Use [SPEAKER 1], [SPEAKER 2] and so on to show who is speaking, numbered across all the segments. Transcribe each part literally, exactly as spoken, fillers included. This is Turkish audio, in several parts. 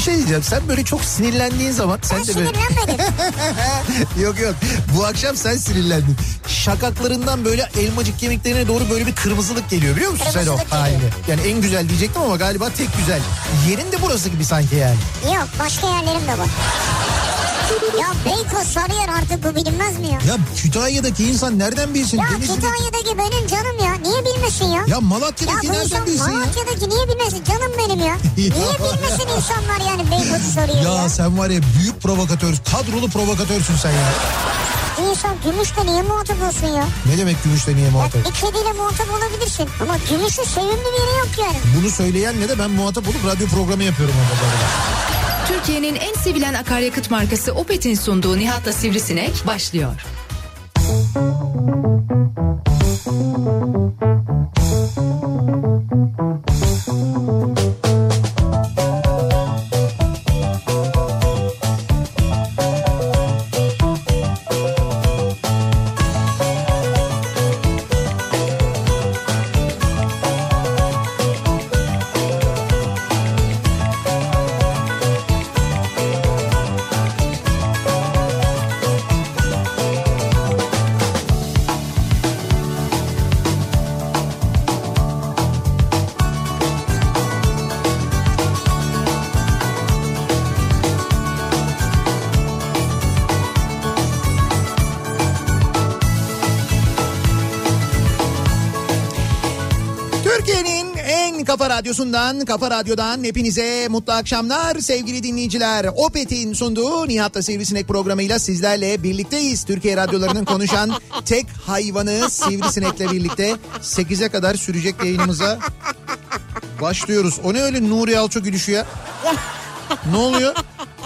[SPEAKER 1] şey diyeceğim. Sen böyle çok sinirlendiğin zaman...
[SPEAKER 2] Ben
[SPEAKER 1] sen de böyle...
[SPEAKER 2] sinirlenmedim.
[SPEAKER 1] Yok yok. Bu akşam sen sinirlendin. Şakaklarından böyle elmacık kemiklerine doğru böyle bir kırmızılık geliyor, biliyor musun sen o halini? Yani en güzel diyecektim ama galiba tek güzel. Yerin de burası gibi sanki yani.
[SPEAKER 2] Yok, başka yerlerim de var. Ya Beykoz, Sarıyer, artık bu bilinmez mi ya?
[SPEAKER 1] Ya Kütahya'daki insan nereden bilsin?
[SPEAKER 2] Ya
[SPEAKER 1] Denizli...
[SPEAKER 2] Kütahya'daki benim canım ya. Niye bilmesin ya?
[SPEAKER 1] Ya Malatya'daki
[SPEAKER 2] ya
[SPEAKER 1] nereden bilsin ya?
[SPEAKER 2] Malatya'daki niye bilmesin? Canım benim ya. Niye bilmesin insanlar yani Beykoz'u soruyor ya?
[SPEAKER 1] Ya sen var ya büyük provokatör, kadrolu provokatörsün sen ya.
[SPEAKER 2] İnsan gümüşle niye muhatap olsun ya?
[SPEAKER 1] Ne demek gümüşle niye muhatap?
[SPEAKER 2] Ya bir kediyle muhatap olabilirsin ama gümüşün sevimli bir yeri yok yani.
[SPEAKER 1] Bunu söyleyen ne de ben muhatap olup radyo programı yapıyorum orada.
[SPEAKER 3] Türkiye'nin en sevilen akaryakıt markası Opet'in sunduğu Nihat'la Sivrisinek başlıyor.
[SPEAKER 1] Kafa Radyosu'ndan, Kafa Radyo'dan hepinize mutlu akşamlar sevgili dinleyiciler. Opet'in sunduğu Nihat'la Sivrisinek programıyla sizlerle birlikteyiz. Türkiye radyolarının konuşan tek hayvanı Sivrisinek'le birlikte sekize kadar sürecek yayınımıza başlıyoruz. O ne öyle Nuri Alço gülüşü ya? Ne oluyor?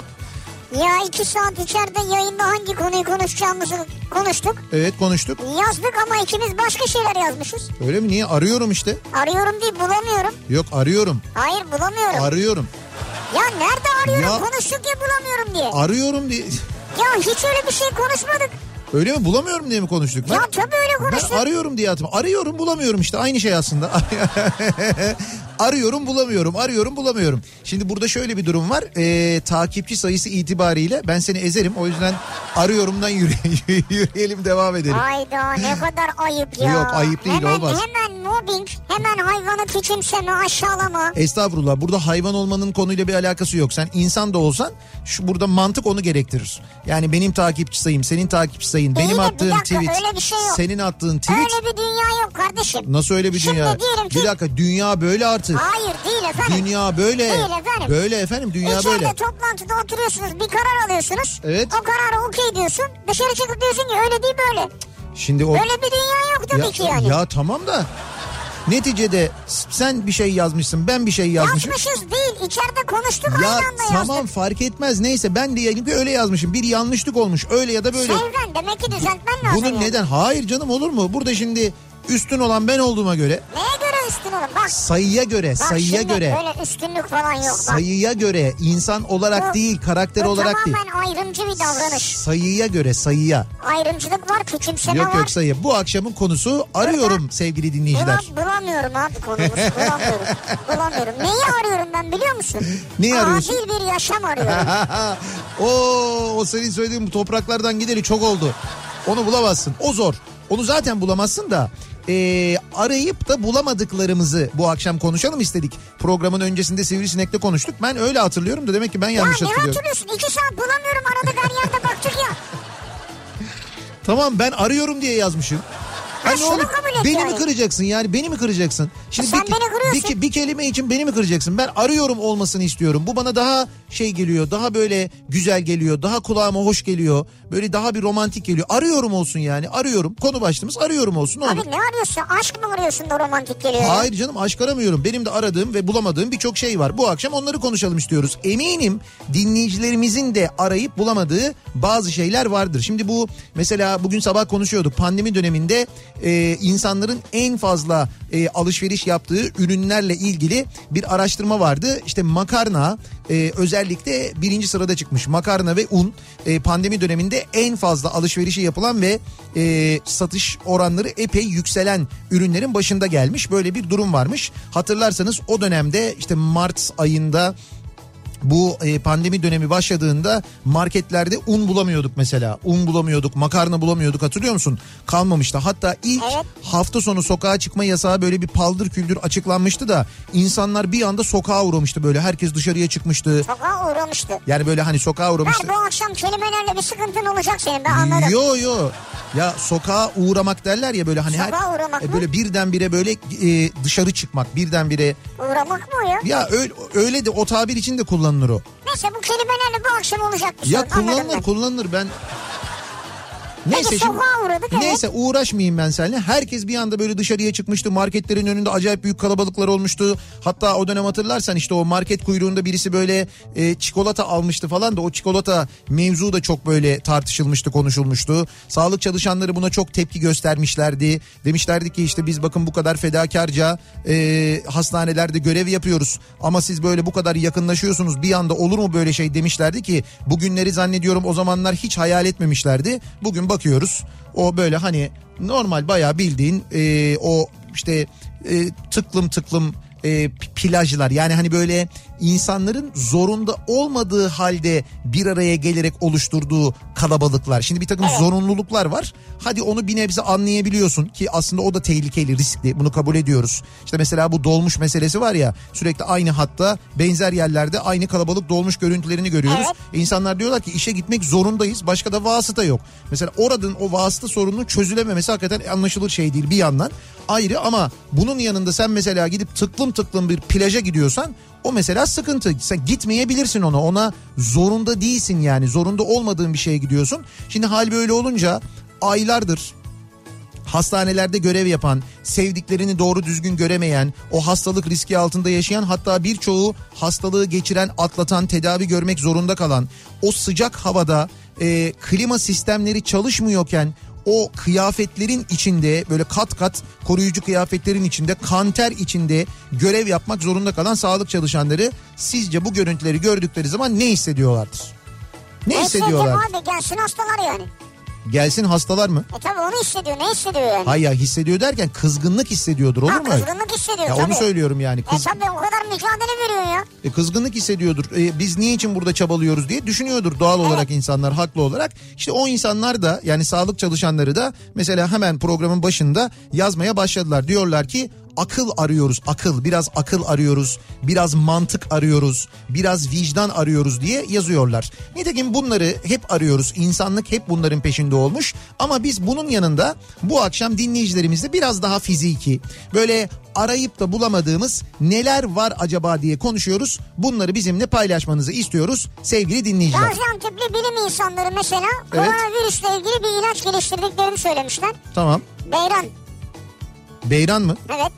[SPEAKER 2] Ya iki saat içeride yayında hangi konuyu konuşacağımızı konuştuk.
[SPEAKER 1] Evet, konuştuk.
[SPEAKER 2] Yazdık ama ikimiz başka şeyler yazmışız.
[SPEAKER 1] Öyle mi? Niye? Arıyorum işte.
[SPEAKER 2] Arıyorum değil, bulamıyorum.
[SPEAKER 1] Yok, arıyorum.
[SPEAKER 2] Hayır, bulamıyorum.
[SPEAKER 1] Arıyorum.
[SPEAKER 2] Ya nerede arıyorum?
[SPEAKER 1] Ya,
[SPEAKER 2] konuştuk ya bulamıyorum diye.
[SPEAKER 1] Arıyorum diye.
[SPEAKER 2] Ya hiç öyle bir şey konuşmadık.
[SPEAKER 1] Öyle mi? Bulamıyorum diye mi konuştuk? Ben,
[SPEAKER 2] ya tabii öyle konuştuk.
[SPEAKER 1] Ben arıyorum diye hatırladım. Arıyorum, bulamıyorum işte. Aynı şey aslında. Arıyorum, bulamıyorum. Arıyorum, bulamıyorum. Şimdi burada şöyle bir durum var. Ee, takipçi sayısı itibariyle ben seni ezerim. O yüzden arıyorumdan yürü yürüyelim, devam edelim.
[SPEAKER 2] Hayda, ne kadar ayıp ya.
[SPEAKER 1] Yok, ayıp değil,
[SPEAKER 2] hemen,
[SPEAKER 1] olmaz.
[SPEAKER 2] Hemen mobbing, hemen hayvanı küçümseme, aşağılama.
[SPEAKER 1] Estağfurullah. Burada hayvan olmanın konuyla bir alakası yok. Sen insan da olsan şu burada mantık onu gerektirir. Yani benim takipçi sayım, senin takipçi sayın, benim
[SPEAKER 2] de,
[SPEAKER 1] attığım
[SPEAKER 2] dakika,
[SPEAKER 1] tweet,
[SPEAKER 2] öyle bir şey yok.
[SPEAKER 1] senin attığın tweet.
[SPEAKER 2] Öyle bir dünya yok kardeşim.
[SPEAKER 1] Nasıl öyle bir
[SPEAKER 2] Şimdi
[SPEAKER 1] dünya?
[SPEAKER 2] ki,
[SPEAKER 1] bir dakika, dünya böyle artık.
[SPEAKER 2] Hayır değil efendim.
[SPEAKER 1] Dünya böyle.
[SPEAKER 2] Değil efendim.
[SPEAKER 1] Böyle efendim, dünya
[SPEAKER 2] İçeride
[SPEAKER 1] böyle.
[SPEAKER 2] İçeride toplantıda oturuyorsunuz, bir karar alıyorsunuz.
[SPEAKER 1] Evet.
[SPEAKER 2] O kararı okey diyorsun. Dışarı çıkıp diyorsun ki öyle değil böyle.
[SPEAKER 1] Şimdi o...
[SPEAKER 2] Böyle bir dünya yok tabii
[SPEAKER 1] ya,
[SPEAKER 2] ki yani.
[SPEAKER 1] Ya tamam da neticede sen bir şey yazmışsın, ben bir şey yazmışım.
[SPEAKER 2] Yazmışız değil, içeride konuştuk,
[SPEAKER 1] ya,
[SPEAKER 2] aynı anda yazdık.
[SPEAKER 1] Tamam, fark etmez, neyse, ben diyelim ki öyle yazmışım. Bir yanlışlık olmuş, öyle ya da böyle.
[SPEAKER 2] Sevden, demek ki düzeltmen lazım.
[SPEAKER 1] Bunun
[SPEAKER 2] yani.
[SPEAKER 1] neden? Hayır canım, olur mu? Burada şimdi üstün olan ben olduğuma göre.
[SPEAKER 2] Neye göre üstün olun? Bak.
[SPEAKER 1] Sayıya göre,
[SPEAKER 2] bak
[SPEAKER 1] sayıya göre.
[SPEAKER 2] Böyle üstünlük falan yok. Bak.
[SPEAKER 1] Sayıya göre, insan olarak
[SPEAKER 2] bu,
[SPEAKER 1] değil, karakter
[SPEAKER 2] bu
[SPEAKER 1] olarak değil.
[SPEAKER 2] Bu tamamen ayrımcı bir davranış.
[SPEAKER 1] Sayıya göre, sayıya.
[SPEAKER 2] Ayrımcılık var, küçümseme
[SPEAKER 1] yok,
[SPEAKER 2] var.
[SPEAKER 1] Yok yok sayı. Bu akşamın konusu arıyorum burada, sevgili dinleyiciler.
[SPEAKER 2] Bulam, bulamıyorum abi konumuzu. Bulamıyorum. bulamıyorum. Neyi arıyorum ben biliyor musun?
[SPEAKER 1] Neyi arıyorsun?
[SPEAKER 2] Adil bir yaşam arıyorum.
[SPEAKER 1] Oo, o senin söylediğin bu topraklardan gideli çok oldu. Onu bulamazsın. O zor. Onu zaten bulamazsın da. Ee, arayıp da bulamadıklarımızı bu akşam konuşalım istedik. Programın öncesinde Sivrisinek'le konuştuk. Ben öyle hatırlıyorum da demek ki ben yanlış
[SPEAKER 2] ya
[SPEAKER 1] hatırlıyorum.
[SPEAKER 2] Ya ne hatırlıyorsun? İki saat bulamıyorum, aradık her yerde baktık ya.
[SPEAKER 1] Tamam, ben arıyorum diye yazmışım.
[SPEAKER 2] Ha,
[SPEAKER 1] hani oğlum, beni
[SPEAKER 2] yani.
[SPEAKER 1] mi kıracaksın yani, beni mi kıracaksın? Şimdi
[SPEAKER 2] Sen
[SPEAKER 1] bir,
[SPEAKER 2] beni kırıyorsun.
[SPEAKER 1] Bir, bir kelime için beni mi kıracaksın? Ben arıyorum olmasını istiyorum. Bu bana daha şey geliyor, daha böyle güzel geliyor, daha kulağıma hoş geliyor. Böyle daha bir romantik geliyor. Arıyorum olsun yani, arıyorum. Konu başlığımız arıyorum olsun.
[SPEAKER 2] Abi
[SPEAKER 1] olur.
[SPEAKER 2] ne arıyorsun? Aşk mı arıyorsun da romantik geliyor?
[SPEAKER 1] Hayır canım, aşk aramıyorum. Benim de aradığım ve bulamadığım birçok şey var. Bu akşam onları konuşalım istiyoruz. Eminim dinleyicilerimizin de arayıp bulamadığı bazı şeyler vardır. Şimdi bu mesela bugün sabah konuşuyorduk. Pandemi döneminde e, insanların en fazla e, alışveriş yaptığı ürünlerle ilgili bir araştırma vardı. İşte makarna e, özellikle birinci sırada çıkmış. Makarna ve un e, pandemi döneminde en fazla alışverişi yapılan ve e, satış oranları epey yükselen ürünlerin başında gelmiş. Böyle bir durum varmış. Hatırlarsanız o dönemde işte Mart ayında Bu e, pandemi dönemi başladığında marketlerde un bulamıyorduk mesela. Un bulamıyorduk, makarna bulamıyorduk, hatırlıyor musun? Kalmamıştı. Hatta ilk
[SPEAKER 2] Evet.
[SPEAKER 1] hafta sonu sokağa çıkma yasağı böyle bir paldır küldür açıklanmıştı da insanlar bir anda sokağa uğramıştı böyle. Herkes dışarıya çıkmıştı.
[SPEAKER 2] Sokağa uğramıştı.
[SPEAKER 1] Yani böyle hani sokağa uğramıştı.
[SPEAKER 2] Ben bu akşam kelimelerle bir sıkıntın olacak senin, ben anladım.
[SPEAKER 1] Yo yo. Ya sokağa uğramak derler ya böyle hani
[SPEAKER 2] Sokağa
[SPEAKER 1] her
[SPEAKER 2] uğramak
[SPEAKER 1] e,
[SPEAKER 2] mı?
[SPEAKER 1] böyle birdenbire böyle e, dışarı çıkmak, birdenbire.
[SPEAKER 2] Uğramak mı o ya?
[SPEAKER 1] Ya öyle, öyle de o tabir için de kullanılır o.
[SPEAKER 2] Neyse, bu kelimelerle bu akşam olacak bir
[SPEAKER 1] Ya
[SPEAKER 2] sorun, anladım
[SPEAKER 1] kullanılır
[SPEAKER 2] ben.
[SPEAKER 1] kullanılır ben.
[SPEAKER 2] Peki sokağa uğradık, evet.
[SPEAKER 1] Neyse uğraşmayayım ben seninle. Herkes bir anda böyle dışarıya çıkmıştı. Marketlerin önünde acayip büyük kalabalıklar olmuştu. Hatta o dönem hatırlarsan işte o market kuyruğunda birisi böyle e, çikolata almıştı falan da o çikolata mevzu da çok böyle tartışılmıştı, konuşulmuştu. Sağlık çalışanları buna çok tepki göstermişlerdi. Demişlerdi ki işte biz bakın bu kadar fedakarca e, hastanelerde görev yapıyoruz. Ama siz böyle bu kadar yakınlaşıyorsunuz, bir anda olur mu böyle şey demişlerdi ki bugünleri zannediyorum o zamanlar hiç hayal etmemişlerdi. Bugün bakıyoruz o böyle hani normal bayağı bildiğin e, o işte e, tıklım tıklım e, plajlar, yani hani böyle insanların zorunda olmadığı halde bir araya gelerek oluşturduğu kalabalıklar. Şimdi bir takım
[SPEAKER 2] evet.
[SPEAKER 1] zorunluluklar var. Hadi onu bir nebze anlayabiliyorsun ki aslında o da tehlikeli, riskli. Bunu kabul ediyoruz. İşte mesela bu dolmuş meselesi var ya, sürekli aynı hatta benzer yerlerde aynı kalabalık dolmuş görüntülerini görüyoruz.
[SPEAKER 2] Evet.
[SPEAKER 1] İnsanlar diyorlar ki işe gitmek zorundayız. Başka da vasıta yok. Mesela oradan o vasıta sorununun çözülememesi hakikaten anlaşılır şey değil bir yandan. Ayrı, ama bunun yanında sen mesela gidip tıklım tıklım bir plaja gidiyorsan o mesela sıkıntı. Sen gitmeyebilirsin ona. Ona zorunda değilsin yani. Zorunda olmadığın bir şeye gidiyorsun. Şimdi hal böyle olunca aylardır hastanelerde görev yapan, sevdiklerini doğru düzgün göremeyen, o hastalık riski altında yaşayan, hatta birçoğu hastalığı geçiren, atlatan, tedavi görmek zorunda kalan, o sıcak havada e, klima sistemleri çalışmıyorken o kıyafetlerin içinde, böyle kat kat koruyucu kıyafetlerin içinde, kanter içinde görev yapmak zorunda kalan sağlık çalışanları sizce bu görüntüleri gördükleri zaman ne hissediyorlardır? Ne,
[SPEAKER 2] ne
[SPEAKER 1] hissediyorlar?
[SPEAKER 2] abi, gelsin hastalar yani.
[SPEAKER 1] Gelsin hastalar mı?
[SPEAKER 2] E tabii onu hissediyor, ne hissediyor yani?
[SPEAKER 1] Hayır ya, hissediyor derken kızgınlık hissediyordur, olur
[SPEAKER 2] ha,
[SPEAKER 1] mu?
[SPEAKER 2] Kızgınlık hissediyor
[SPEAKER 1] ya
[SPEAKER 2] tabii.
[SPEAKER 1] onu söylüyorum yani. Kız...
[SPEAKER 2] E tabii o kadar mücadele veriyor ya.
[SPEAKER 1] E, kızgınlık hissediyordur. E, biz niye için burada çabalıyoruz diye düşünüyordur doğal olarak evet. insanlar, haklı olarak. İşte o insanlar da, yani sağlık çalışanları da mesela hemen programın başında yazmaya başladılar. Diyorlar ki akıl arıyoruz, akıl, biraz akıl arıyoruz, biraz mantık arıyoruz, biraz vicdan arıyoruz diye yazıyorlar. Nitekim bunları hep arıyoruz, insanlık hep bunların peşinde olmuş, ama biz bunun yanında bu akşam dinleyicilerimizle biraz daha fiziki, böyle arayıp da bulamadığımız neler var acaba diye konuşuyoruz. Bunları bizimle paylaşmanızı istiyoruz sevgili dinleyiciler.
[SPEAKER 2] Gaziantep'li bilim insanları mesela evet. koronavirüsle ilgili bir ilaç geliştirdiklerini söylemişler.
[SPEAKER 1] Tamam.
[SPEAKER 2] Beyran.
[SPEAKER 1] Beyran mı?
[SPEAKER 2] Evet.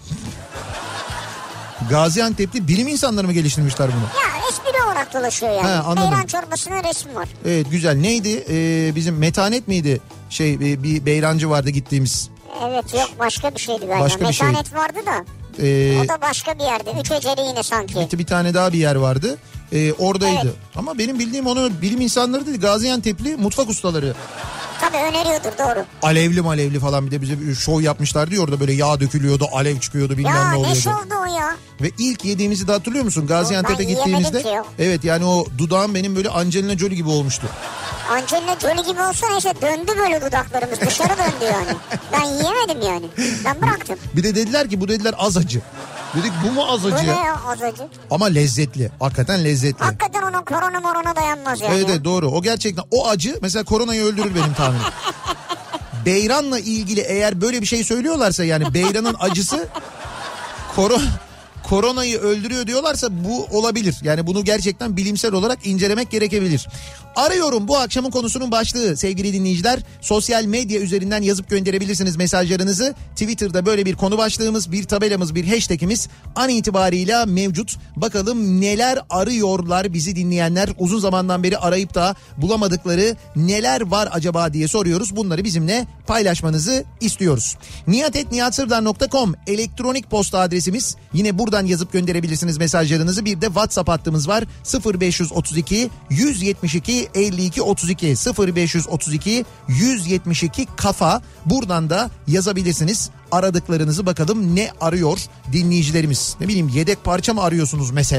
[SPEAKER 1] Gaziantep'li bilim insanları mı geliştirmişler bunu?
[SPEAKER 2] Ya espri olarak dolaşıyor yani.
[SPEAKER 1] He, anladım.
[SPEAKER 2] Beyran çorbasının resmi var.
[SPEAKER 1] Evet, güzel. Neydi? Ee, bizim Metanet miydi? Şey bir beyrancı vardı gittiğimiz.
[SPEAKER 2] Evet, yok başka bir şeydi galiba.
[SPEAKER 1] Başka bir
[SPEAKER 2] Metanet
[SPEAKER 1] şey.
[SPEAKER 2] vardı da.
[SPEAKER 1] Ee,
[SPEAKER 2] o da başka bir yerde. Üç eceli yine sanki.
[SPEAKER 1] Bir, bir tane daha bir yer vardı. Ee, oradaydı.
[SPEAKER 2] Evet.
[SPEAKER 1] Ama benim bildiğim onu bilim insanları değil, Gaziantep'li mutfak ustaları.
[SPEAKER 2] Tabii öneriyordur, doğru.
[SPEAKER 1] Alevli malevli falan, bir de bize bir şov yapmışlardı ya orada, böyle yağ dökülüyordu, alev çıkıyordu, bilmem
[SPEAKER 2] ya,
[SPEAKER 1] ne oluyordu.
[SPEAKER 2] Ya ne şovdu o ya?
[SPEAKER 1] Ve ilk yediğimizi de hatırlıyor musun? Gaziantep'e
[SPEAKER 2] ben
[SPEAKER 1] gittiğimizde.
[SPEAKER 2] Ki
[SPEAKER 1] evet, yani o dudağım benim böyle Angelina Jolie gibi olmuştu.
[SPEAKER 2] Angelina Jolie gibi olsa neyse, döndü böyle dudaklarımız, dışarı döndü yani. Ben yiyemedim yani. Ben bıraktım.
[SPEAKER 1] Bir de dediler ki bu dediler az acı. Dedik bu mu az acı?
[SPEAKER 2] Bu ne ya az acı?
[SPEAKER 1] Ama lezzetli. Hakikaten lezzetli.
[SPEAKER 2] Hakikaten onun korona morona dayanmaz yani.
[SPEAKER 1] Evet, evet doğru. O gerçekten, o acı mesela koronayı öldürür benim tahminim. Beyranla ilgili eğer böyle bir şey söylüyorlarsa, yani beyranın acısı korona koronayı öldürüyor diyorlarsa bu olabilir. Yani bunu gerçekten bilimsel olarak incelemek gerekebilir. Arıyorum bu akşamın konusunun başlığı sevgili dinleyiciler. Sosyal medya üzerinden yazıp gönderebilirsiniz mesajlarınızı. Twitter'da böyle bir konu başlığımız, bir tabelamız, bir hashtagimiz an itibarıyla mevcut. Bakalım neler arıyorlar bizi dinleyenler, uzun zamandan beri arayıp da bulamadıkları neler var acaba diye soruyoruz. Bunları bizimle paylaşmanızı istiyoruz. nihat et nihat sırdar nokta com elektronik posta adresimiz. Yine buradan yazıp gönderebilirsiniz mesajlarınızı. Bir de WhatsApp hattımız var. sıfır beş otuz iki yüz yetmiş iki elli iki otuz iki sıfır beş otuz iki yüz yetmiş iki kafa. Buradan da yazabilirsiniz. Aradıklarınızı bakalım ne arıyor dinleyicilerimiz. Ne bileyim, yedek parça mı arıyorsunuz mesela?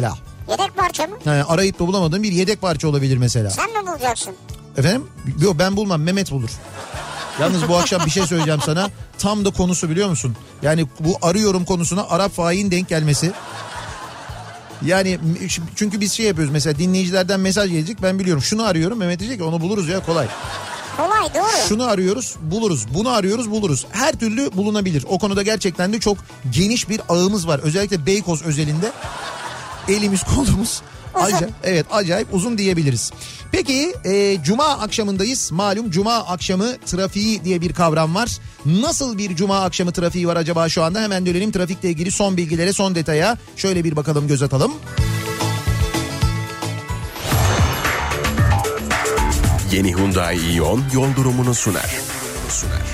[SPEAKER 2] Yedek parça mı?
[SPEAKER 1] Yani arayıp da bulamadığın bir yedek parça olabilir mesela.
[SPEAKER 2] Sen mi bulacaksın?
[SPEAKER 1] Efendim? Yok ben bulmam, Mehmet bulur. Yalnız bu akşam bir şey söyleyeceğim sana. Tam da konusu biliyor musun? Yani bu arıyorum konusuna Arap fain denk gelmesi. Yani çünkü biz şey yapıyoruz mesela, dinleyicilerden mesaj gelecek, ben biliyorum şunu arıyorum, Mehmet diyecek ki onu buluruz ya, kolay.
[SPEAKER 2] Kolay, doğru.
[SPEAKER 1] Şunu arıyoruz buluruz, bunu arıyoruz buluruz. Her türlü bulunabilir. O konuda gerçekten de çok geniş bir ağımız var. Özellikle Beykoz özelinde elimiz kolumuz acayip, evet acayip uzun diyebiliriz. Peki e, Cuma akşamındayız. Malum Cuma akşamı trafiği diye bir kavram var. Nasıl bir Cuma akşamı trafiği var acaba şu anda? Hemen dönelim trafikle ilgili son bilgilere, son detaya. Şöyle bir bakalım, göz atalım.
[SPEAKER 4] Yeni Hyundai Ion yol durumunu sunar. Sunar.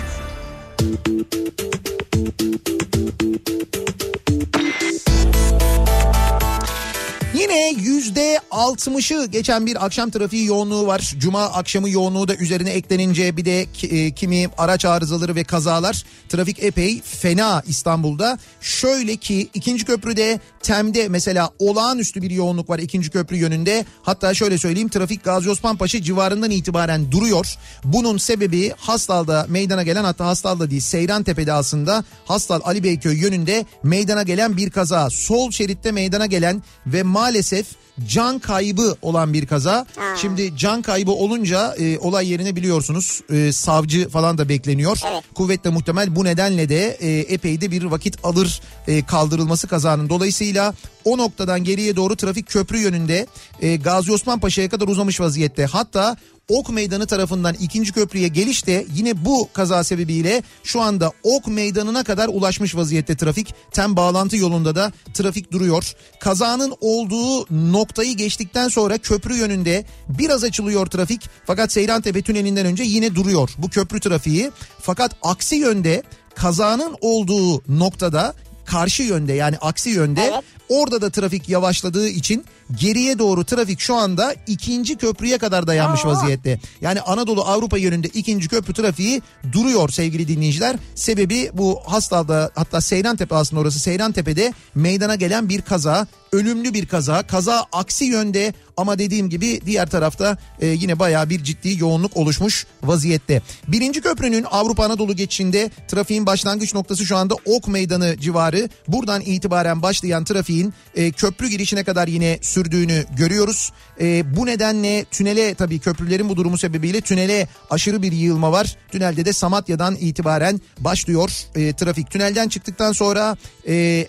[SPEAKER 1] Yine yüzde altmışı geçen bir akşam trafiği yoğunluğu var. Cuma akşamı yoğunluğu da üzerine eklenince bir de kimi araç arızaları ve kazalar, trafik epey fena İstanbul'da. Şöyle ki ikinci köprüde, Tem'de mesela olağanüstü bir yoğunluk var ikinci köprü yönünde. Hatta şöyle söyleyeyim, trafik Gazi Osman Paşa civarından itibaren duruyor. Bunun sebebi Hastal'da meydana gelen, hatta Hastal'da değil Seyrantepe'de aslında, Hastal Ali Beyköy yönünde meydana gelen bir kaza. Sol şeritte meydana gelen ve maalesef can kaybı olan bir kaza.
[SPEAKER 2] Ha.
[SPEAKER 1] Şimdi can kaybı olunca e, olay yerine biliyorsunuz e, savcı falan da bekleniyor.
[SPEAKER 2] Evet.
[SPEAKER 1] Kuvvetle muhtemel bu nedenle de e, epey de bir vakit alır e, kaldırılması kazanın. Dolayısıyla o noktadan geriye doğru trafik köprü yönünde e, Gazi Osman Paşa'ya kadar uzamış vaziyette. Hatta Ok Meydanı tarafından ikinci köprüye geliş de yine bu kaza sebebiyle şu anda Ok Meydanı'na kadar ulaşmış vaziyette trafik. Tem bağlantı yolunda da trafik duruyor. Kazanın olduğu noktayı geçtikten sonra köprü yönünde biraz açılıyor trafik. Fakat Seyrantepe tünelinden önce yine duruyor bu köprü trafiği. Fakat aksi yönde, kazanın olduğu noktada karşı yönde, yani aksi yönde, evet, orada da trafik yavaşladığı için geriye doğru trafik şu anda ikinci köprüye kadar dayanmış Aa. vaziyette. Yani Anadolu Avrupa yönünde ikinci köprü trafiği duruyor sevgili dinleyiciler. Sebebi bu Hastal'da, hatta Seyrantepe, aslında orası Seyrantepe'de meydana gelen bir kaza. Ölümlü bir kaza. Kaza aksi yönde ama dediğim gibi diğer tarafta e, yine bayağı bir ciddi yoğunluk oluşmuş vaziyette. Birinci köprünün Avrupa Anadolu geçişinde trafiğin başlangıç noktası şu anda Ok Meydanı civarı. Buradan itibaren başlayan trafiğin e, köprü girişine kadar yine sürdüğünü görüyoruz. E, bu nedenle tünele, tabii köprülerin bu durumu sebebiyle tünele aşırı bir yığılma var. Tünelde de Samatya'dan itibaren başlıyor e, trafik. Tünelden çıktıktan sonra E,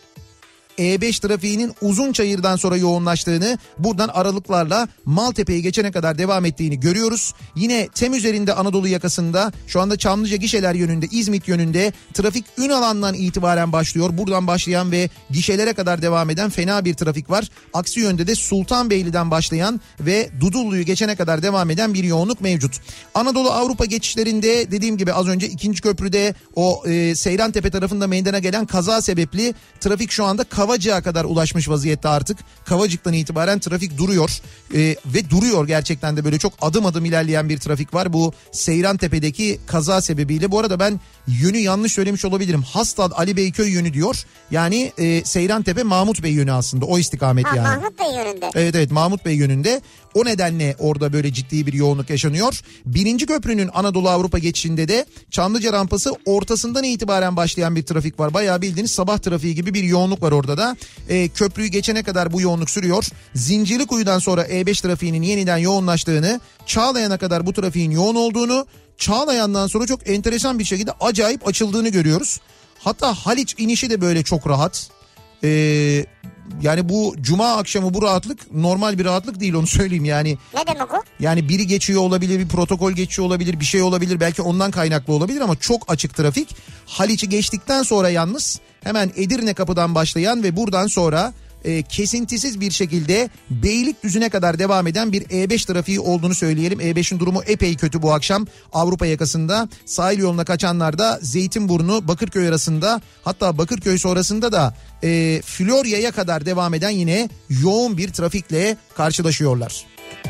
[SPEAKER 1] E beş trafiğinin Uzunçayır'dan sonra yoğunlaştığını, buradan aralıklarla Maltepe'ye geçene kadar devam ettiğini görüyoruz. Yine Tem üzerinde Anadolu yakasında şu anda Çamlıca gişeler yönünde, İzmit yönünde trafik Ünalan'dan itibaren başlıyor. Buradan başlayan ve gişelere kadar devam eden fena bir trafik var. Aksi yönde de Sultanbeyli'den başlayan ve Dudullu'yu geçene kadar devam eden bir yoğunluk mevcut. Anadolu Avrupa geçişlerinde dediğim gibi az önce ikinci köprüde o e, Seyrantepe tarafında meydana gelen kaza sebepli trafik şu anda Kavacık'a kadar ulaşmış vaziyette artık. Kavacık'tan itibaren trafik duruyor ee, ve duruyor gerçekten de, böyle çok adım adım ilerleyen bir trafik var bu Seyrantepe'deki kaza sebebiyle. Bu arada ben yönü yanlış söylemiş olabilirim. Hastal Ali Beyköy yönü diyor. Yani e, Seyrantepe Mahmut Bey yönü aslında, o istikamet
[SPEAKER 2] ha,
[SPEAKER 1] yani.
[SPEAKER 2] Mahmut Bey yönünde.
[SPEAKER 1] Evet evet Mahmut Bey yönünde. O nedenle orada böyle ciddi bir yoğunluk yaşanıyor. Birinci köprünün Anadolu Avrupa geçişinde de Çamlıca rampası ortasından itibaren başlayan bir trafik var. Bayağı bildiğiniz sabah trafiği gibi bir yoğunluk var orada da. E, köprüyü geçene kadar bu yoğunluk sürüyor. Zincirlikuyu'dan sonra E beş trafiğinin yeniden yoğunlaştığını, Çağlayan'a kadar bu trafiğin yoğun olduğunu, Çağlayan'dan sonra çok enteresan bir şekilde acayip açıldığını görüyoruz. Hatta Haliç inişi de böyle çok rahat. Eee... Yani bu cuma akşamı bu rahatlık normal bir rahatlık değil, onu söyleyeyim yani.
[SPEAKER 2] Ne demek o?
[SPEAKER 1] Yani biri geçiyor olabilir, bir protokol geçiyor olabilir, bir şey olabilir, belki ondan kaynaklı olabilir ama çok açık trafik. Haliç'i geçtikten sonra yalnız hemen Edirne kapıdan başlayan ve buradan sonra e, kesintisiz bir şekilde Beylikdüzü'ne kadar devam eden bir E beş trafiği olduğunu söyleyelim. E beşin durumu epey kötü bu akşam Avrupa yakasında. Sahil yoluna kaçanlar da Zeytinburnu Bakırköy arasında, hatta Bakırköy sonrasında da e, Florya'ya kadar devam eden yine yoğun bir trafikle karşılaşıyorlar.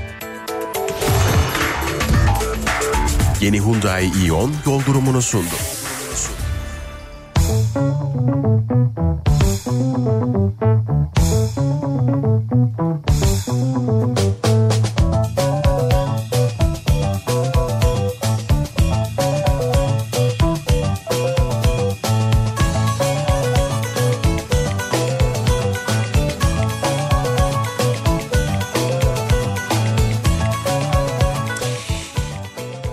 [SPEAKER 4] Yeni Hyundai Ion yol durumunu sundu.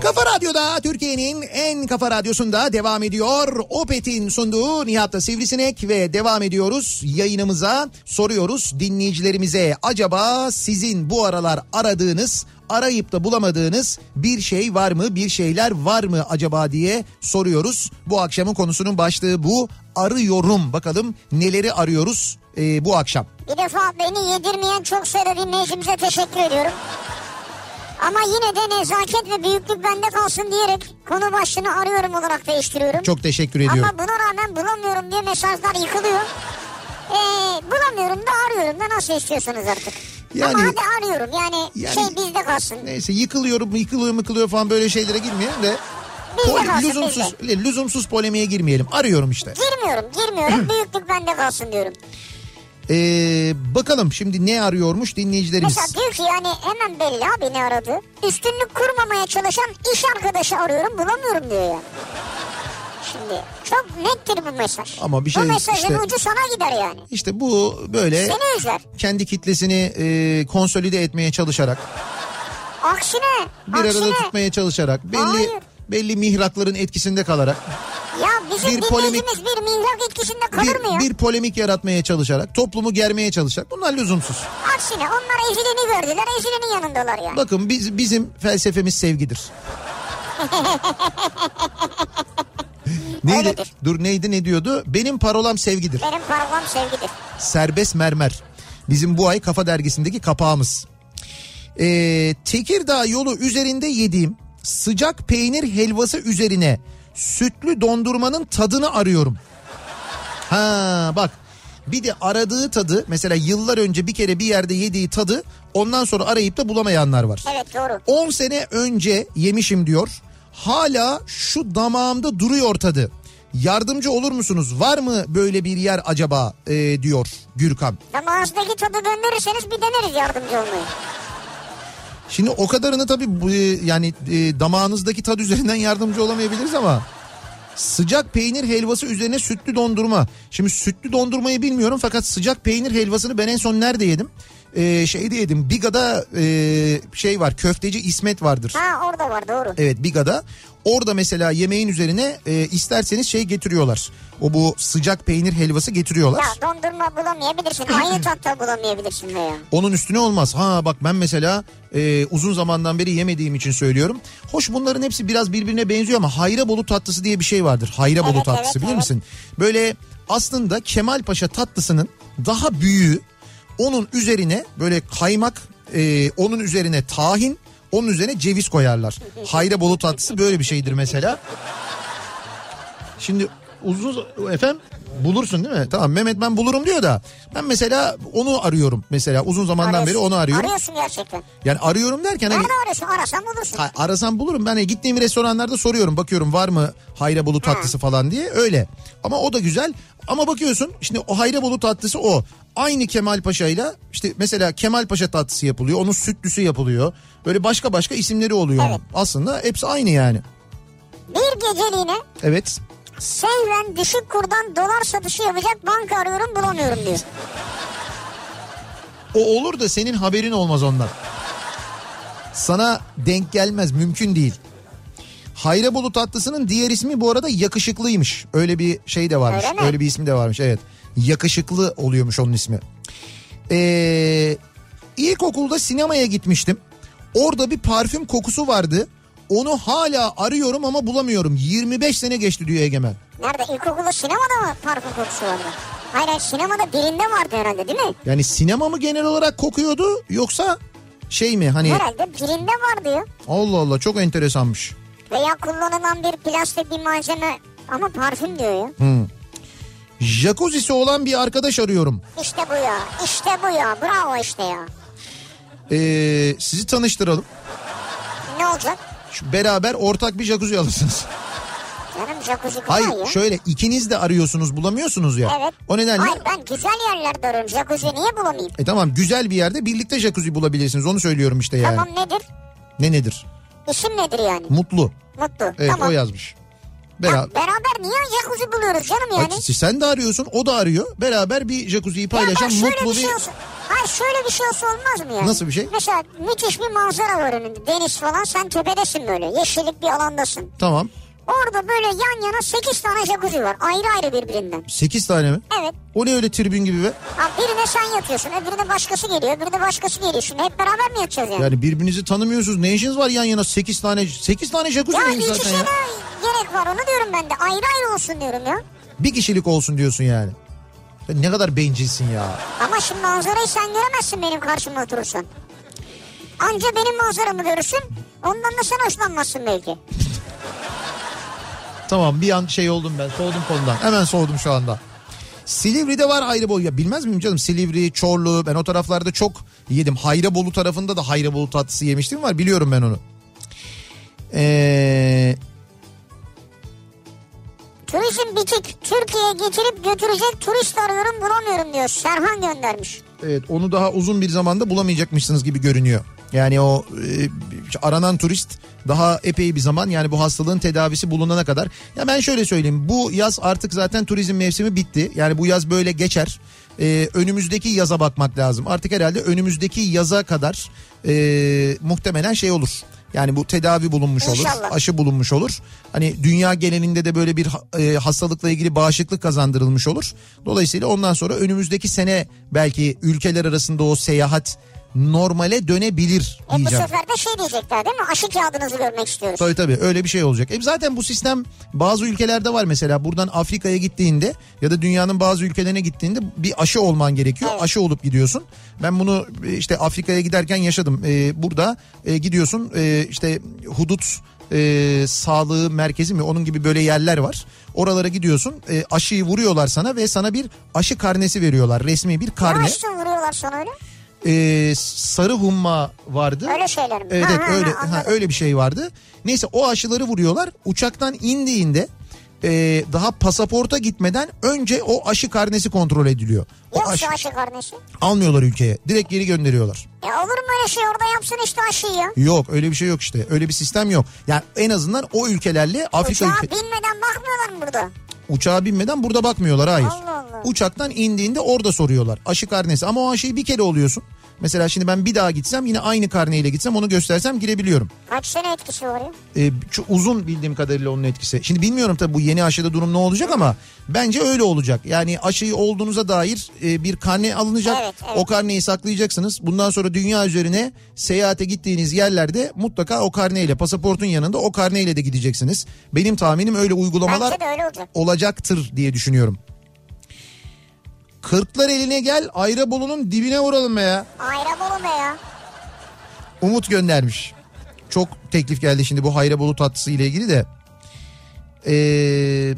[SPEAKER 1] Kafa Radyo'da, Türkiye'nin en kafa radyosunda devam ediyor. Opet'in sunduğu Nihat'la Sivrisinek ve devam ediyoruz yayınımıza. Soruyoruz dinleyicilerimize, acaba sizin bu aralar aradığınız, arayıp da bulamadığınız bir şey var mı, bir şeyler var mı acaba diye soruyoruz. Bu akşamın konusunun başlığı bu. Arıyorum, bakalım neleri arıyoruz e, bu akşam.
[SPEAKER 2] Bir defa beni yedirmeyen çok sayıda dinleyicimize teşekkür ediyorum. Ama yine de nezaket ve büyüklük bende kalsın diyerek konu başlığını arıyorum olarak değiştiriyorum.
[SPEAKER 1] Çok teşekkür ediyorum.
[SPEAKER 2] Ama buna rağmen bulamıyorum diye mesajlar yıkılıyor. Ee, bulamıyorum da arıyorum da, nasıl istiyorsanız artık. Yani, ama hadi arıyorum yani, yani şey bizde kalsın.
[SPEAKER 1] Neyse, yıkılıyorum, yıkılıyor yıkılıyor falan böyle şeylere girmeyelim de. Pol, kalsın, lüzumsuz, bizde. lüzumsuz polemiğe girmeyelim. Arıyorum işte.
[SPEAKER 2] Girmiyorum girmiyorum büyüklük bende kalsın diyorum.
[SPEAKER 1] Ee, bakalım şimdi ne arıyormuş dinleyicilerimiz.
[SPEAKER 2] Mesela diyor ki yani hemen belli abi ne aradı. Üstünlük kurmamaya çalışan iş arkadaşı arıyorum, bulamıyorum diyor ya. Şimdi çok nettir bu mesaj. Ama bir şey, bu mesajın işte, ucu sana gider yani.
[SPEAKER 1] İşte bu böyle
[SPEAKER 2] seni üzer.
[SPEAKER 1] Kendi kitlesini e, konsolide etmeye çalışarak.
[SPEAKER 2] Aksine.
[SPEAKER 1] Bir
[SPEAKER 2] aksine.
[SPEAKER 1] arada tutmaya çalışarak. Belli Hayır. belli mihrakların etkisinde kalarak.
[SPEAKER 2] Ya bizim bir dinleyicimiz polemik, bir mihrak etkisinde kalır
[SPEAKER 1] bir,
[SPEAKER 2] mı ya?
[SPEAKER 1] Bir polemik yaratmaya çalışarak, toplumu germeye çalışarak. Bunlar lüzumsuz.
[SPEAKER 2] Aksine onlar ezileni gördüler, ezilenin yanındalar yani.
[SPEAKER 1] Bakın biz, bizim felsefemiz sevgidir. Neydi? Öyledir. Dur neydi, ne diyordu? Benim parolam sevgidir.
[SPEAKER 2] Benim parolam sevgidir.
[SPEAKER 1] Serbest mermer. Bizim bu ay Kafa Dergisi'ndeki kapağımız. Ee, Tekirdağ yolu üzerinde yediğim sıcak peynir helvası üzerine sütlü dondurmanın tadını arıyorum. Ha bak, bir de aradığı tadı, mesela yıllar önce bir kere bir yerde yediği tadı ondan sonra arayıp da bulamayanlar var.
[SPEAKER 2] Evet, doğru.
[SPEAKER 1] on sene önce yemişim diyor. Hala şu damağımda duruyor tadı. Yardımcı olur musunuz? Var mı böyle bir yer acaba e, diyor Gürkan.
[SPEAKER 2] Damağınızdaki tadı gönderirseniz bir deneriz yardımcı olmayı.
[SPEAKER 1] Şimdi o kadarını tabii yani e, damağınızdaki tad üzerinden yardımcı olamayabiliriz ama sıcak peynir helvası üzerine sütlü dondurma. Şimdi sütlü dondurmayı bilmiyorum fakat sıcak peynir helvasını ben en son nerede yedim? Ee, şeyde yedim. Biga'da e, şey var, köfteci İsmet vardır.
[SPEAKER 2] Ha, orada var, doğru.
[SPEAKER 1] Evet, Biga'da. Orada mesela yemeğin üzerine e, isterseniz şey getiriyorlar. O bu sıcak peynir helvası getiriyorlar.
[SPEAKER 2] Ya dondurma bulamayabilirsin. Aynı tatta bulamayabilirsin veya.
[SPEAKER 1] Onun üstüne olmaz. Ha bak, ben mesela e, uzun zamandan beri yemediğim için söylüyorum. Hoş, bunların hepsi biraz birbirine benziyor ama Hayrabolu tatlısı diye bir şey vardır. Hayrabolu evet, tatlısı evet, bilir evet. misin? Böyle aslında Kemalpaşa tatlısının daha büyüğü. Onun üzerine böyle kaymak, e, onun üzerine tahin, onun üzerine ceviz koyarlar. Hayrabolu tatlısı böyle bir şeydir mesela. Şimdi uzun efendim bulursun değil mi? Tamam, Mehmet ben bulurum diyor da ben mesela onu arıyorum. Mesela uzun zamandan arıyorsun, beri onu arıyorum.
[SPEAKER 2] Arıyorsun gerçekten.
[SPEAKER 1] Yani arıyorum derken.
[SPEAKER 2] Nerede
[SPEAKER 1] hani,
[SPEAKER 2] arıyorsun? Arasan bulursun.
[SPEAKER 1] Ha, arasam bulurum. Ben hani gittiğim restoranlarda soruyorum. Bakıyorum var mı Hayrabolu tatlısı ha. falan diye, öyle. Ama o da güzel. Ama bakıyorsun şimdi o Hayrabolu tatlısı o. Aynı Kemalpaşa'yla işte mesela Kemalpaşa tatlısı yapılıyor. Onun sütlüsü yapılıyor. Böyle başka başka isimleri oluyor. Evet. Aslında hepsi aynı yani.
[SPEAKER 2] Bir geceliğine.
[SPEAKER 1] Evet.
[SPEAKER 2] Seyren düşük kurdan dolar satışı yapacak banka arıyorum, bulamıyorum diyor.
[SPEAKER 1] O olur da senin haberin olmaz ondan. Sana denk gelmez, mümkün değil. Hayrabolu tatlısının diğer ismi bu arada yakışıklıymış. Öyle bir şey de varmış. Öyle, Öyle bir ismi de varmış, evet. Yakışıklı oluyormuş onun ismi. Ee, ilkokulda sinemaya gitmiştim. Orada bir parfüm kokusu vardı. Onu hala arıyorum ama bulamıyorum. yirmi beş sene geçti diyor Egemen.
[SPEAKER 2] Nerede? İlkokulda sinemada mı parfüm kokusu vardı? Hayır, sinemada birinde vardı herhalde, değil mi? Yani
[SPEAKER 1] sinema mı genel olarak kokuyordu yoksa şey mi hani?
[SPEAKER 2] Herhalde birinde vardı ya.
[SPEAKER 1] Allah Allah, çok enteresanmış.
[SPEAKER 2] Veya kullanılan bir plastik bir malzeme ama parfüm diyor ya.
[SPEAKER 1] Hmm. Jacuzzi'si olan bir arkadaş arıyorum.
[SPEAKER 2] İşte bu ya, işte bu ya, bravo işte ya.
[SPEAKER 1] Ee, sizi tanıştıralım.
[SPEAKER 2] Ne olacak?
[SPEAKER 1] Şu beraber ortak bir jacuzzi alırsınız.
[SPEAKER 2] Canım jacuzzi kolay
[SPEAKER 1] Hayır,
[SPEAKER 2] ya.
[SPEAKER 1] şöyle ikiniz de arıyorsunuz, bulamıyorsunuz ya.
[SPEAKER 2] Evet.
[SPEAKER 1] O nedenle.
[SPEAKER 2] Hayır, ben güzel yerlerde arıyorum, jacuzzi niye bulamayayım?
[SPEAKER 1] E tamam, güzel bir yerde birlikte jacuzzi bulabilirsiniz, onu söylüyorum işte yani.
[SPEAKER 2] Tamam, nedir?
[SPEAKER 1] Ne nedir?
[SPEAKER 2] İsim nedir yani?
[SPEAKER 1] Mutlu.
[SPEAKER 2] Mutlu,
[SPEAKER 1] evet,
[SPEAKER 2] tamam.
[SPEAKER 1] O yazmış.
[SPEAKER 2] Bera- ya beraber niye jacuzzi buluyoruz canım yani?
[SPEAKER 1] Ay, sen de arıyorsun, o da arıyor. Beraber bir jacuzziyi paylaşan
[SPEAKER 2] ya
[SPEAKER 1] mutlu
[SPEAKER 2] bir...
[SPEAKER 1] bir...
[SPEAKER 2] Şey olsun. Hayır şöyle bir şey olsa olmaz mı yani?
[SPEAKER 1] Nasıl bir şey?
[SPEAKER 2] Mesela müthiş bir manzara var önünde. Deniz falan, sen tepedesin böyle. Yeşillik bir alandasın.
[SPEAKER 1] Tamam.
[SPEAKER 2] Orada böyle yan yana sekiz tane jacuzzi var. Ayrı ayrı birbirinden.
[SPEAKER 1] sekiz tane mi?
[SPEAKER 2] Evet.
[SPEAKER 1] O ne öyle tribün gibi be?
[SPEAKER 2] Ha, birine sen yatıyorsun, öbürüne başkası geliyor, öbürüne başkası geliyor. Şimdi hep beraber mi yatacağız yani?
[SPEAKER 1] Yani birbirinizi tanımıyorsunuz. Ne işiniz var yan yana sekiz tane sekiz tane jacuzzi
[SPEAKER 2] ya
[SPEAKER 1] neymiş zaten
[SPEAKER 2] ikisine
[SPEAKER 1] ya?
[SPEAKER 2] gerek var, onu diyorum ben de. Ayrı ayrı olsun diyorum ya.
[SPEAKER 1] Bir kişilik olsun diyorsun yani. Sen ne kadar bencilsin ya.
[SPEAKER 2] Ama şimdi manzarayı sen göremezsin benim karşımda oturursan. Anca benim manzaramı görürsün. Ondan da sen hoşlanmazsın belki.
[SPEAKER 1] Tamam, bir an şey oldum ben, soğudum konudan. Hemen soğudum şu anda. Silivri'de var Hayrabolu. Ya bilmez miyim canım, Silivri, Çorlu, ben o taraflarda çok yedim. Hayrabolu tarafında da Hayrabolu tatlısı yemiştim var, biliyorum ben onu. Eee...
[SPEAKER 2] Turizm bitik, Türkiye'ye getirip götürecek turist arıyorum bulamıyorum diyor. Serhan göndermiş.
[SPEAKER 1] Evet, onu daha uzun bir zamanda bulamayacakmışsınız gibi görünüyor. Yani o e, aranan turist daha epey bir zaman, yani bu hastalığın tedavisi bulunana kadar. Ya ben şöyle söyleyeyim, bu yaz artık zaten turizm mevsimi bitti. Yani bu yaz böyle geçer. Ee, önümüzdeki yaza bakmak lazım. Artık herhalde önümüzdeki yaza kadar e, muhtemelen şey olur. Yani bu tedavi bulunmuş
[SPEAKER 2] İnşallah.
[SPEAKER 1] olur, aşı bulunmuş olur. Hani dünya genelinde de böyle bir e, hastalıkla ilgili bağışıklık kazandırılmış olur. Dolayısıyla ondan sonra önümüzdeki sene belki ülkeler arasında o seyahat normale dönebilir
[SPEAKER 2] e
[SPEAKER 1] diyeceğim.
[SPEAKER 2] Bu sefer de şey diyecekler değil mi? Aşı kağıdınızı görmek istiyoruz.
[SPEAKER 1] Tabii tabii, öyle bir şey olacak. E zaten bu sistem bazı ülkelerde var, mesela buradan Afrika'ya gittiğinde ya da dünyanın bazı ülkelerine gittiğinde bir aşı olman gerekiyor. Evet. Aşı olup gidiyorsun. Ben bunu işte Afrika'ya giderken yaşadım. Ee, burada e, gidiyorsun e, işte hudut e, sağlığı merkezi mi, onun gibi böyle yerler var. Oralara gidiyorsun, e, aşıyı vuruyorlar sana ve sana bir aşı karnesi veriyorlar, resmi bir karne.
[SPEAKER 2] Ne aşı vuruyorlar sana öyle?
[SPEAKER 1] Ee, sarı humma vardı.
[SPEAKER 2] Öyle şeyler mi?
[SPEAKER 1] Evet,
[SPEAKER 2] ha,
[SPEAKER 1] evet
[SPEAKER 2] ha,
[SPEAKER 1] öyle
[SPEAKER 2] ha,
[SPEAKER 1] ha, öyle bir şey vardı. Neyse, o aşıları vuruyorlar. Uçaktan indiğinde e, daha pasaporta gitmeden önce o aşı karnesi kontrol ediliyor. O
[SPEAKER 2] Yok
[SPEAKER 1] aşı,
[SPEAKER 2] şu aşı karnesi.
[SPEAKER 1] almıyorlar ülkeye. Direkt geri gönderiyorlar.
[SPEAKER 2] Ya olur mu öyle şey, orada yapsın işte aşıyı ya.
[SPEAKER 1] Yok, öyle bir şey yok işte. Öyle bir sistem yok. Yani en azından o ülkelerle Afrika
[SPEAKER 2] Uçağa
[SPEAKER 1] ülke...
[SPEAKER 2] binmeden bakmıyorlar mı burada?
[SPEAKER 1] Uçağa binmeden burada bakmıyorlar, hayır.
[SPEAKER 2] Allah Allah.
[SPEAKER 1] Uçaktan indiğinde orada soruyorlar aşı karnesi, ama o aşıyı bir kere oluyorsun. Mesela şimdi ben bir daha gitsem, yine aynı karneyle gitsem, onu göstersem girebiliyorum.
[SPEAKER 2] Kaç sene etkisi var ya?
[SPEAKER 1] Ee, çok uzun bildiğim kadarıyla onun etkisi. Şimdi bilmiyorum tabii bu yeni aşıda durum ne olacak, ama bence öyle olacak. Yani aşıyı olduğunuza dair e, bir karne alınacak.
[SPEAKER 2] Evet, evet.
[SPEAKER 1] O karneyi saklayacaksınız. Bundan sonra dünya üzerine seyahate gittiğiniz yerlerde mutlaka o karneyle, pasaportun yanında o karneyle de gideceksiniz. Benim tahminim öyle uygulamalar
[SPEAKER 2] Bence de öyle olacak.
[SPEAKER 1] olacaktır diye düşünüyorum. Kırklar eline gel, Ayrabolu'nun dibine vuralım be ya.
[SPEAKER 2] Ayrabolu be ya.
[SPEAKER 1] Umut göndermiş. Çok teklif geldi şimdi bu Hayrabolu tatlısı ile ilgili de. Ee...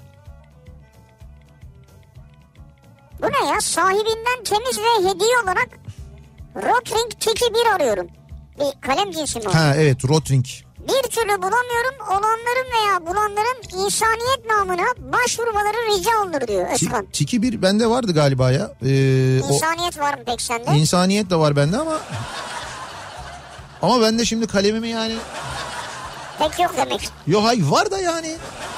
[SPEAKER 2] Bu ne ya? Sahibinden temiz ve hediye olarak Rotring Tiki bir arıyorum. Bir kalem cinsi mi o?
[SPEAKER 1] Ha evet, Rotring.
[SPEAKER 2] Bir türlü bulamıyorum. Olanların veya bulanların insaniyet namına başvurmaları rica olunur diyor Özkan.
[SPEAKER 1] T- Tiki bir bende vardı galiba ya. Ee,
[SPEAKER 2] İnsaniyet o... var mı pek sende?
[SPEAKER 1] İnsaniyet de var bende ama... Ama bende şimdi kalemimi yani...
[SPEAKER 2] Pek yok demek.
[SPEAKER 1] Yok hayır, var da yani.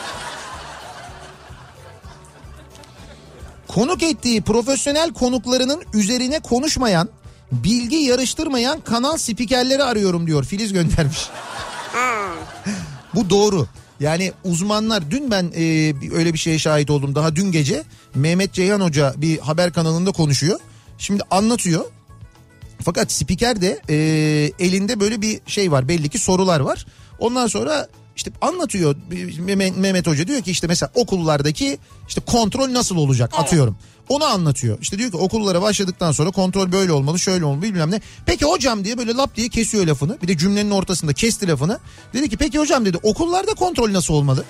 [SPEAKER 1] Konuk ettiği profesyonel konuklarının üzerine konuşmayan, bilgi yarıştırmayan kanal spikerleri arıyorum diyor. Filiz göndermiş.
[SPEAKER 2] Ha.
[SPEAKER 1] Bu doğru. Yani uzmanlar, dün ben e, öyle bir şeye şahit oldum. Daha dün gece Mehmet Ceyhan Hoca bir haber kanalında konuşuyor. Şimdi anlatıyor. Fakat spiker de e, elinde böyle bir şey var, belli ki sorular var. Ondan sonra işte anlatıyor Mehmet, Mehmet Hoca, diyor ki işte mesela okullardaki işte kontrol nasıl olacak, evet. Atıyorum. Onu anlatıyor. İşte diyor ki okullara başladıktan sonra kontrol böyle olmalı, şöyle olmalı, bilmem ne. Peki hocam diye böyle lap diye kesiyor lafını. Bir de cümlenin ortasında kesti lafını. Dedi ki peki hocam dedi, okullarda kontrol nasıl olmalı?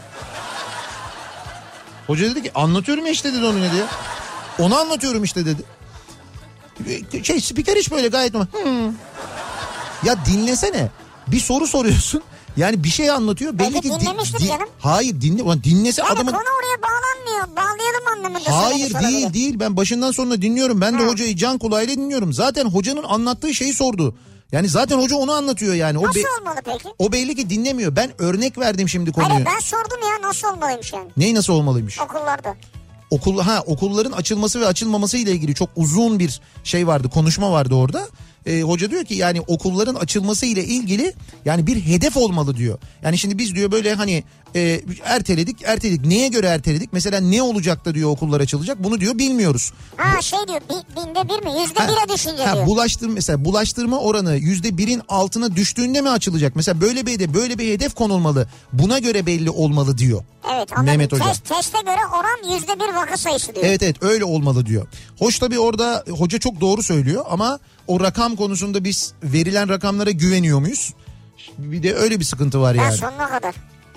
[SPEAKER 1] Hoca dedi ki anlatıyorum ya işte dedi onu ne diye. Onu anlatıyorum işte dedi. Şey spiker hiç böyle gayet normal. Hmm. Ya dinlesene. Bir soru soruyorsun. Yani bir şey anlatıyor. Belli
[SPEAKER 2] Belki
[SPEAKER 1] ki
[SPEAKER 2] dinlemiştir
[SPEAKER 1] di-
[SPEAKER 2] canım.
[SPEAKER 1] Hayır dinle. Ulan dinlese
[SPEAKER 2] yani
[SPEAKER 1] adamın.
[SPEAKER 2] Konu oraya bağlanmıyor. Bağlayalım anlamında.
[SPEAKER 1] Hayır değil değil. Ben başından sonuna dinliyorum. Ben de ha. hocayı can kulağıyla dinliyorum. Zaten hocanın anlattığı şeyi sordu. Yani zaten hoca onu anlatıyor yani. O
[SPEAKER 2] nasıl
[SPEAKER 1] be-
[SPEAKER 2] olmalı peki?
[SPEAKER 1] O belli ki dinlemiyor. Ben örnek verdim şimdi konuyu.
[SPEAKER 2] Hayır ben sordum ya, nasıl olmalıymış yani.
[SPEAKER 1] Neyi nasıl olmalıymış?
[SPEAKER 2] Okullarda.
[SPEAKER 1] okul ha okulların açılması ve açılmaması ile ilgili çok uzun bir şey vardı, konuşma vardı orada. Ee, hoca diyor ki yani okulların açılması ile ilgili yani bir hedef olmalı diyor. Yani şimdi biz diyor böyle hani e, erteledik erteledik neye göre erteledik? Mesela ne olacak da diyor okullar açılacak, bunu diyor bilmiyoruz.
[SPEAKER 2] Ha şey diyor binde bir mi yüzde bire düşünce
[SPEAKER 1] ha,
[SPEAKER 2] diyor.
[SPEAKER 1] Bulaştırma, mesela bulaştırma oranı yüzde birin altına düştüğünde mi açılacak? Mesela böyle bir hedef, böyle bir hedef konulmalı. Buna göre belli olmalı diyor.
[SPEAKER 2] Evet ama
[SPEAKER 1] Mehmet Hoca.
[SPEAKER 2] Test, teste göre oran yüzde bir vaka sayısı diyor.
[SPEAKER 1] Evet evet öyle olmalı diyor. Hoş tabii orada hoca çok doğru söylüyor ama o rakam konusunda biz verilen rakamlara güveniyor muyuz? Bir de öyle bir sıkıntı var yani.
[SPEAKER 2] Ben sonuna kadar.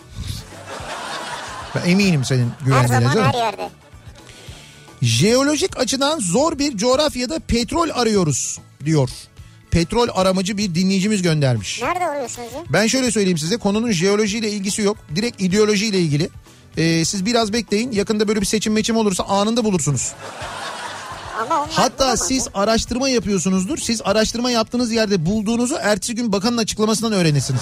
[SPEAKER 1] Ben eminim senin güvendiğine.
[SPEAKER 2] Her zaman
[SPEAKER 1] canım.
[SPEAKER 2] her yerde.
[SPEAKER 1] Jeolojik açıdan zor bir coğrafyada petrol arıyoruz diyor. Petrol aramacı bir dinleyicimiz göndermiş.
[SPEAKER 2] Nerede arıyorsunuz ya?
[SPEAKER 1] Ben şöyle söyleyeyim size, konunun jeolojiyle ilgisi yok. Direkt ideolojiyle ilgili. Ee, siz biraz bekleyin, yakında böyle bir seçim meçim olursa anında bulursunuz.
[SPEAKER 2] Ama
[SPEAKER 1] hatta siz araştırma yapıyorsunuzdur. Siz araştırma yaptığınız yerde bulduğunuzu ertesi gün bakanın açıklamasından öğrenirsiniz.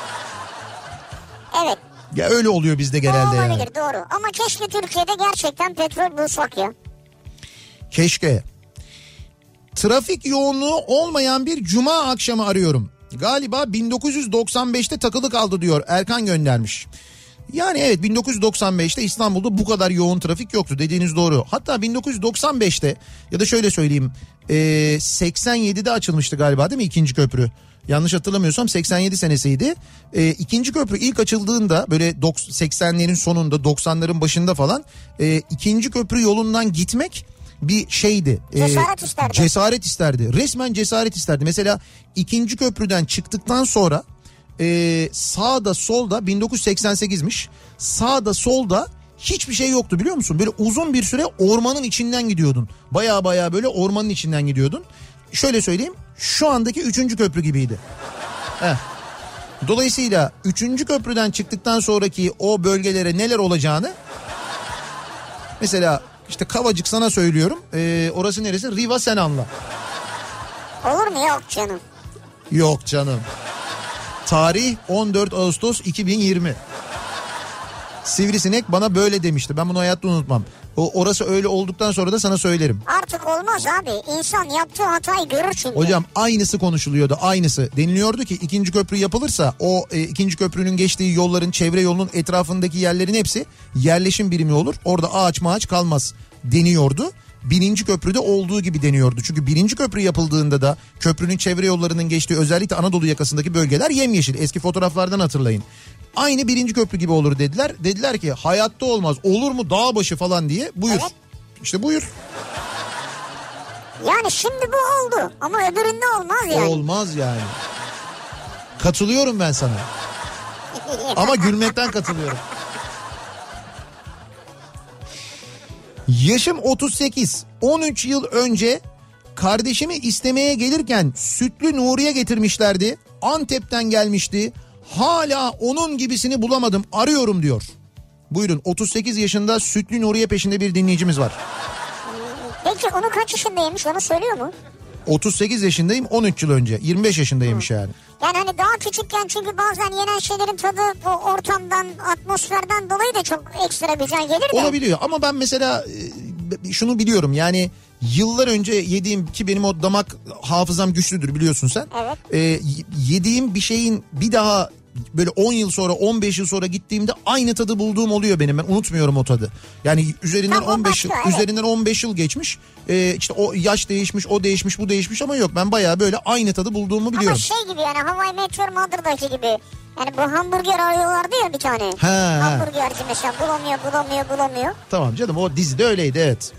[SPEAKER 2] Evet.
[SPEAKER 1] Ya öyle oluyor bizde genelde yani.
[SPEAKER 2] Olabilir doğru ama keşke Türkiye'de gerçekten petrol bulsak ya.
[SPEAKER 1] Keşke. Trafik yoğunluğu olmayan bir cuma akşamı arıyorum. Galiba bin dokuz yüz doksan beşte takılı kaldı diyor, Erkan göndermiş. Yani evet, bin dokuz yüz doksan beşte İstanbul'da bu kadar yoğun trafik yoktu, dediğiniz doğru. Hatta bin dokuz yüz doksan beşte ya da şöyle söyleyeyim seksen yedide açılmıştı galiba değil mi ikinci köprü? Yanlış hatırlamıyorsam seksen yedi senesiydi. E, ikinci köprü ilk açıldığında böyle seksenlerin sonunda doksanların başında falan e, ikinci köprü yolundan gitmek bir şeydi.
[SPEAKER 2] Cesaret e, isterdi.
[SPEAKER 1] Cesaret isterdi. Resmen cesaret isterdi. Mesela ikinci köprüden çıktıktan sonra e, sağda solda bin dokuz yüz seksen sekizmiş. Sağda solda hiçbir şey yoktu biliyor musun? Böyle uzun bir süre ormanın içinden gidiyordun. Baya baya böyle ormanın içinden gidiyordun. Şöyle söyleyeyim, şu andaki üçüncü köprü gibiydi. Heh. Dolayısıyla üçüncü köprüden çıktıktan sonraki o bölgelere neler olacağını, mesela işte Kavacık sana söylüyorum, ee, orası neresi? Riva sen anla.
[SPEAKER 2] Olur mu? Yok canım.
[SPEAKER 1] Yok canım. Tarih on dört Ağustos iki bin yirmi. Sivrisinek bana böyle demişti. Ben bunu hayatta unutmam. O orası öyle olduktan sonra da sana söylerim.
[SPEAKER 2] Artık olmaz abi. İnsan yaptığı hatayı görür çünkü.
[SPEAKER 1] Hocam aynısı konuşuluyordu, aynısı. Deniliyordu ki ikinci köprü yapılırsa o e, ikinci köprünün geçtiği yolların, çevre yolunun etrafındaki yerlerin hepsi yerleşim birimi olur. Orada ağaç mağaç kalmaz deniyordu. Birinci köprüde olduğu gibi deniyordu. Çünkü birinci köprü yapıldığında da köprünün çevre yollarının geçtiği özellikle Anadolu yakasındaki bölgeler yemyeşil. Eski fotoğraflardan hatırlayın. Aynı birinci köprü gibi olur dediler. Dediler ki hayatta olmaz, olur mu dağ başı falan diye. Buyur. Evet. İşte buyur.
[SPEAKER 2] Yani şimdi bu oldu ama öbüründe olmaz yani.
[SPEAKER 1] Olmaz yani. Katılıyorum ben sana. Ama gülmekten katılıyorum. Yaşım otuz sekiz. on üç yıl önce kardeşimi istemeye gelirken sütlü Nuriye getirmişlerdi. Antep'ten gelmişti. Hala onun gibisini bulamadım, arıyorum diyor. Buyurun, otuz sekiz yaşında sütlü Nuriye peşinde bir dinleyicimiz var.
[SPEAKER 2] Peki onu kaç yaşındaymış, onu söylüyor mu?
[SPEAKER 1] otuz sekiz yaşındayım, on üç yıl önce. yirmi beş yaşındaymış yani.
[SPEAKER 2] Yani hani daha küçükken, çünkü bazen yenen şeylerin tadı bu ortamdan, atmosferden dolayı da çok ekstra güzel gelir de.
[SPEAKER 1] Olabiliyor ama ben mesela şunu biliyorum yani, yıllar önce yediğim, ki benim o damak hafızam güçlüdür biliyorsun sen.
[SPEAKER 2] Evet.
[SPEAKER 1] Ee, yediğim bir şeyin bir daha böyle on yıl sonra, on beş yıl sonra gittiğimde aynı tadı bulduğum oluyor benim. Ben unutmuyorum o tadı. Yani üzerinden
[SPEAKER 2] tamam,
[SPEAKER 1] on beş
[SPEAKER 2] başka,
[SPEAKER 1] yıl,
[SPEAKER 2] evet.
[SPEAKER 1] üzerinden on beş yıl geçmiş. Ee, işte o yaş değişmiş, o değişmiş, bu değişmiş ama yok, ben bayağı böyle aynı tadı bulduğumu biliyorum.
[SPEAKER 2] Ama şey gibi yani, Hawaii Meteor Mother'daki gibi. Yani bu hamburger arıyorlardı ya bir tane.
[SPEAKER 1] He,
[SPEAKER 2] hamburgerci mesela bulamıyor, bulamıyor, bulamıyor.
[SPEAKER 1] Tamam canım, o dizide öyleydi, evet.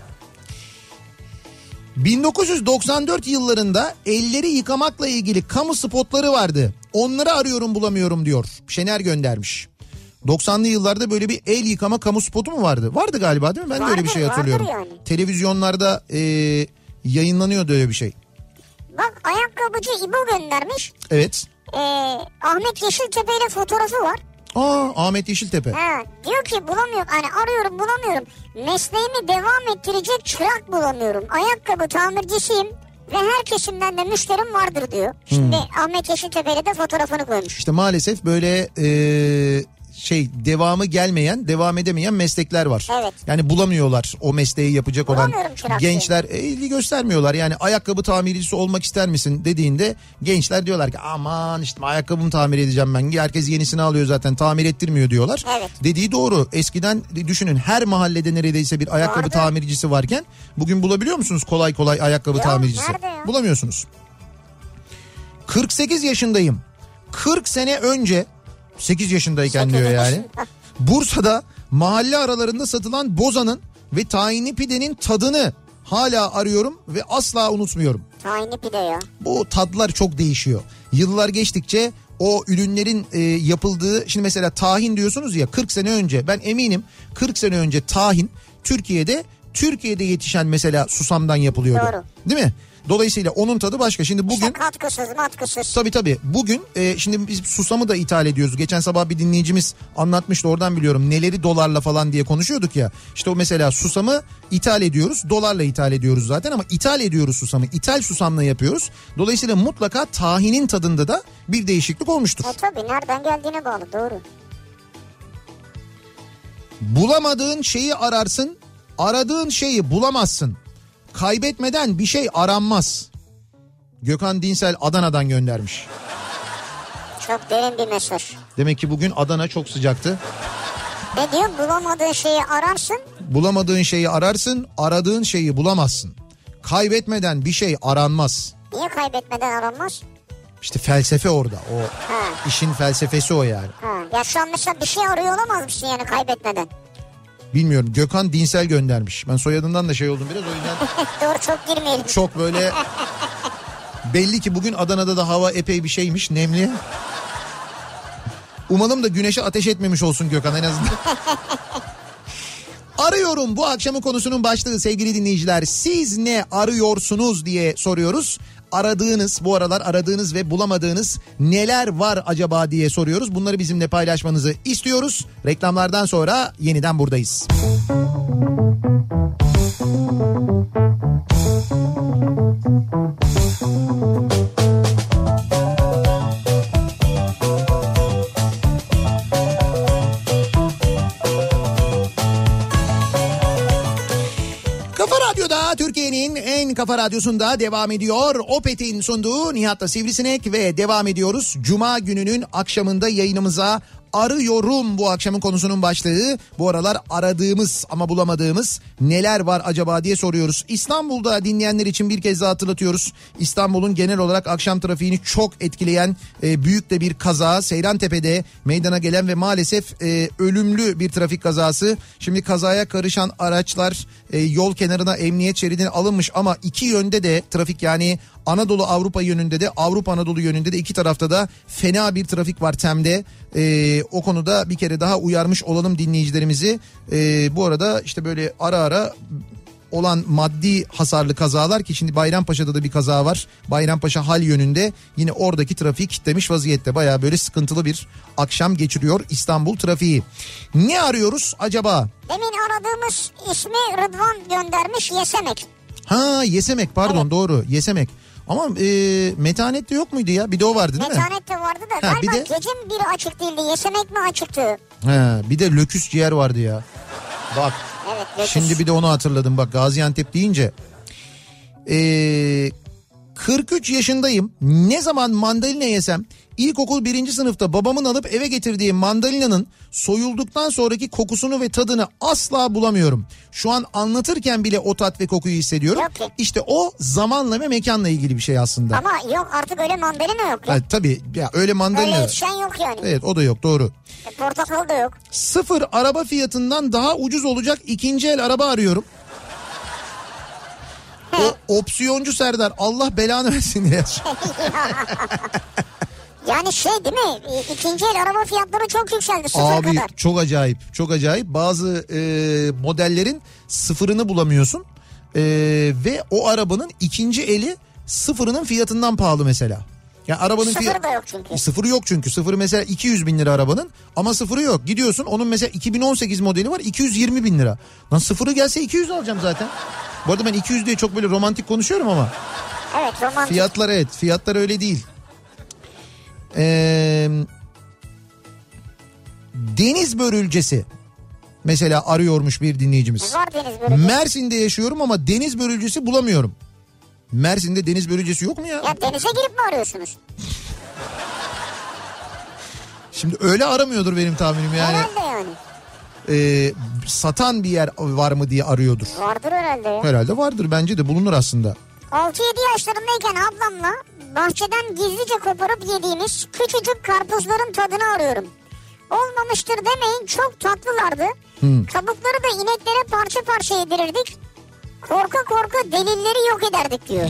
[SPEAKER 1] bin dokuz yüz doksan dört yıllarında elleri yıkamakla ilgili kamu spotları vardı. Onları arıyorum bulamıyorum diyor. Şener göndermiş. doksanlı yıllarda böyle bir el yıkama kamu spotu mu vardı? Vardı galiba değil mi? Ben vardır, de öyle bir şey hatırlıyorum. Yani. Televizyonlarda e, yayınlanıyordu öyle bir şey.
[SPEAKER 2] Bak, ayakkabıcı İbo göndermiş.
[SPEAKER 1] Evet.
[SPEAKER 2] Ee, Ahmet Yeşiltepe ile fotoğrafı var.
[SPEAKER 1] Aa, Ahmet Yeşiltepe.
[SPEAKER 2] Ha, diyor ki bulamıyorum, hani arıyorum bulamıyorum. Mesleğimi devam ettirecek çırak bulamıyorum. Ayakkabı tamircisiyim ve her kesimden de müşterim vardır diyor. Şimdi hmm. Ahmet Yeşiltepe ile de fotoğrafını koymuş.
[SPEAKER 1] İşte maalesef böyle e, şey devamı gelmeyen, devam edemeyen meslekler var.
[SPEAKER 2] Evet.
[SPEAKER 1] Yani bulamıyorlar o mesleği yapacak olan gençler e, ilgi göstermiyorlar. Yani ayakkabı tamircisi olmak ister misin dediğinde gençler diyorlar ki aman işte ayakkabımı tamir edeceğim ben. Herkes yenisini alıyor zaten, tamir ettirmiyor diyorlar.
[SPEAKER 2] Evet.
[SPEAKER 1] Dediği doğru. Eskiden düşünün her mahallede neredeyse bir ayakkabı Vardı. tamircisi varken bugün bulabiliyor musunuz kolay kolay ayakkabı Yok, tamircisi? Bulamıyorsunuz. kırk sekiz yaşındayım. kırk sene önce sekiz yaşındayken diyor yani. Bursa'da mahalle aralarında satılan bozanın ve tahinli pidenin tadını hala arıyorum ve asla unutmuyorum.
[SPEAKER 2] Tahinli pide ya.
[SPEAKER 1] Bu tadlar çok değişiyor. Yıllar geçtikçe o ürünlerin e, yapıldığı, şimdi mesela tahin diyorsunuz ya, kırk sene önce, ben eminim kırk sene önce tahin Türkiye'de Türkiye'de yetişen mesela susamdan yapılıyordu.
[SPEAKER 2] Doğru.
[SPEAKER 1] Değil mi? Dolayısıyla onun tadı başka. Şimdi bugün... İşte
[SPEAKER 2] katkısız matkısız.
[SPEAKER 1] Tabii tabii. Bugün e, şimdi biz susamı da ithal ediyoruz. Geçen sabah bir dinleyicimiz anlatmıştı, oradan biliyorum. Neleri dolarla falan diye konuşuyorduk ya. İşte o mesela susamı ithal ediyoruz. Dolarla ithal ediyoruz zaten ama ithal ediyoruz susamı. İthal susamla yapıyoruz. Dolayısıyla mutlaka tahinin tadında da bir değişiklik olmuştur.
[SPEAKER 2] E tabii, nereden geldiğine bağlı, doğru.
[SPEAKER 1] Bulamadığın şeyi ararsın, aradığın şeyi bulamazsın. Kaybetmeden bir şey aranmaz. Gökhan Dinsel Adana'dan göndermiş.
[SPEAKER 2] Çok derin bir mesaj.
[SPEAKER 1] Demek ki bugün Adana çok sıcaktı.
[SPEAKER 2] Ne diyor? Bulamadığın şeyi ararsın.
[SPEAKER 1] Bulamadığın şeyi ararsın, aradığın şeyi bulamazsın. Kaybetmeden bir şey aranmaz.
[SPEAKER 2] Niye kaybetmeden aranmaz?
[SPEAKER 1] İşte felsefe orada. O
[SPEAKER 2] ha.
[SPEAKER 1] işin felsefesi o yani.
[SPEAKER 2] Ha. Ya şu an mesela bir şey arıyor olamaz mısın yani kaybetmeden?
[SPEAKER 1] Bilmiyorum, Gökhan Dinsel göndermiş. Ben soyadından da şey oldum biraz, o yüzden.
[SPEAKER 2] Dur çok girmeyelim.
[SPEAKER 1] Çok böyle belli ki bugün Adana'da da hava epey bir şeymiş, nemli. Umalım da güneşe ateş etmemiş olsun Gökhan en azından. Arıyorum bu akşamın konusunun başlığı sevgili dinleyiciler. Siz ne arıyorsunuz diye soruyoruz. Aradığınız, bu aralar aradığınız ve bulamadığınız neler var acaba diye soruyoruz. Bunları bizimle paylaşmanızı istiyoruz. Reklamlardan sonra yeniden buradayız. Türkiye'nin en kafa radyosunda devam ediyor. Opet'in sunduğu Nihat'la Sivrisinek ve devam ediyoruz. Cuma gününün akşamında yayınımıza arıyorum bu akşamın konusunun başlığı. Bu aralar aradığımız ama bulamadığımız neler var acaba diye soruyoruz. İstanbul'da dinleyenler için bir kez daha hatırlatıyoruz. İstanbul'un genel olarak akşam trafiğini çok etkileyen e, büyük de bir kaza Seyrantepe'de meydana gelen ve maalesef e, ölümlü bir trafik kazası. Şimdi kazaya karışan araçlar e, yol kenarına emniyet şeridine alınmış ama iki yönde de trafik, yani Anadolu Avrupa yönünde de Avrupa Anadolu yönünde de iki tarafta da fena bir trafik var Tem'de. Ee, o konuda bir kere daha uyarmış olalım dinleyicilerimizi. Ee, bu arada işte böyle ara ara olan maddi hasarlı kazalar, ki şimdi Bayrampaşa'da da bir kaza var. Bayrampaşa Hal yönünde yine oradaki trafiği kilitlemiş vaziyette. Bayağı böyle sıkıntılı bir akşam geçiriyor İstanbul trafiği. Ne arıyoruz acaba?
[SPEAKER 2] Demin aradığımız ismi Rıdvan göndermiş, Yesemek.
[SPEAKER 1] Ha Yesemek, pardon, evet. Doğru Yesemek. Ama e, Metanet de yok muydu ya? Bir de o vardı değil
[SPEAKER 2] Metanet
[SPEAKER 1] mi?
[SPEAKER 2] Metanet de vardı da ha, galiba de... gece mi biri açık değildi? Yesemek mi açıktı?
[SPEAKER 1] He, bir de Löküs ciğer vardı ya. Bak.
[SPEAKER 2] Evet, Löküs.
[SPEAKER 1] Şimdi bir de onu hatırladım bak, Gaziantep deyince. Eee... kırk üç yaşındayım. Ne zaman mandalina yesem ilkokul birinci sınıfta babamın alıp eve getirdiği mandalinanın soyulduktan sonraki kokusunu ve tadını asla bulamıyorum. Şu an anlatırken bile o tat ve kokuyu hissediyorum.
[SPEAKER 2] Yok ki.
[SPEAKER 1] İşte o zamanla ve mekanla ilgili bir şey aslında.
[SPEAKER 2] Ama yok artık öyle mandalina yok ya.
[SPEAKER 1] Evet, tabii ya, öyle mandalina.
[SPEAKER 2] Öyle yetişen yok yani.
[SPEAKER 1] Evet, o da yok, doğru.
[SPEAKER 2] E, portakal da yok.
[SPEAKER 1] Sıfır araba fiyatından daha ucuz olacak ikinci el araba arıyorum. O opsiyoncu Serdar, Allah belanı versin diye.
[SPEAKER 2] Yani şey değil mi? İkinci el araba fiyatları çok yükseldi, sıfır
[SPEAKER 1] Abi,
[SPEAKER 2] kadar.
[SPEAKER 1] Abi çok acayip, çok acayip. Bazı e, modellerin sıfırını bulamıyorsun. E, ve o arabanın ikinci eli sıfırının fiyatından pahalı mesela. Yani arabanın
[SPEAKER 2] sıfır
[SPEAKER 1] fiyatı...
[SPEAKER 2] da yok çünkü.
[SPEAKER 1] Sıfırı yok çünkü. Sıfırı mesela iki yüz bin lira arabanın ama sıfırı yok. Gidiyorsun, onun mesela iki bin on sekiz modeli var, iki yüz yirmi bin lira. Lan sıfırı gelse iki yüz alacağım zaten. Bu arada ben iki yüz diye çok böyle romantik konuşuyorum ama.
[SPEAKER 2] Evet, romantik.
[SPEAKER 1] Fiyatlar evet, fiyatlar öyle değil. Ee, Deniz börülcesi mesela arıyormuş bir dinleyicimiz.
[SPEAKER 2] Var deniz börülcesi.
[SPEAKER 1] Mersin'de yaşıyorum ama deniz börülcesi bulamıyorum. Mersin'de deniz börülcesi yok mu ya?
[SPEAKER 2] Ya denize girip mi arıyorsunuz?
[SPEAKER 1] Şimdi öyle aramıyordur benim tahminim yani.
[SPEAKER 2] Herhalde yani.
[SPEAKER 1] E, satan bir yer var mı diye arıyordur.
[SPEAKER 2] Vardır herhalde ya.
[SPEAKER 1] Herhalde vardır, bence de bulunur aslında.
[SPEAKER 2] altı yedi yaşlarındayken ablamla bahçeden gizlice koparıp yediğimiz küçücük karpuzların tadını arıyorum. Olmamıştır demeyin, çok tatlılardı.
[SPEAKER 1] Hmm.
[SPEAKER 2] Kabukları da ineklere parça parça yedirirdik. Korka korka delilleri yok ederdik diyor.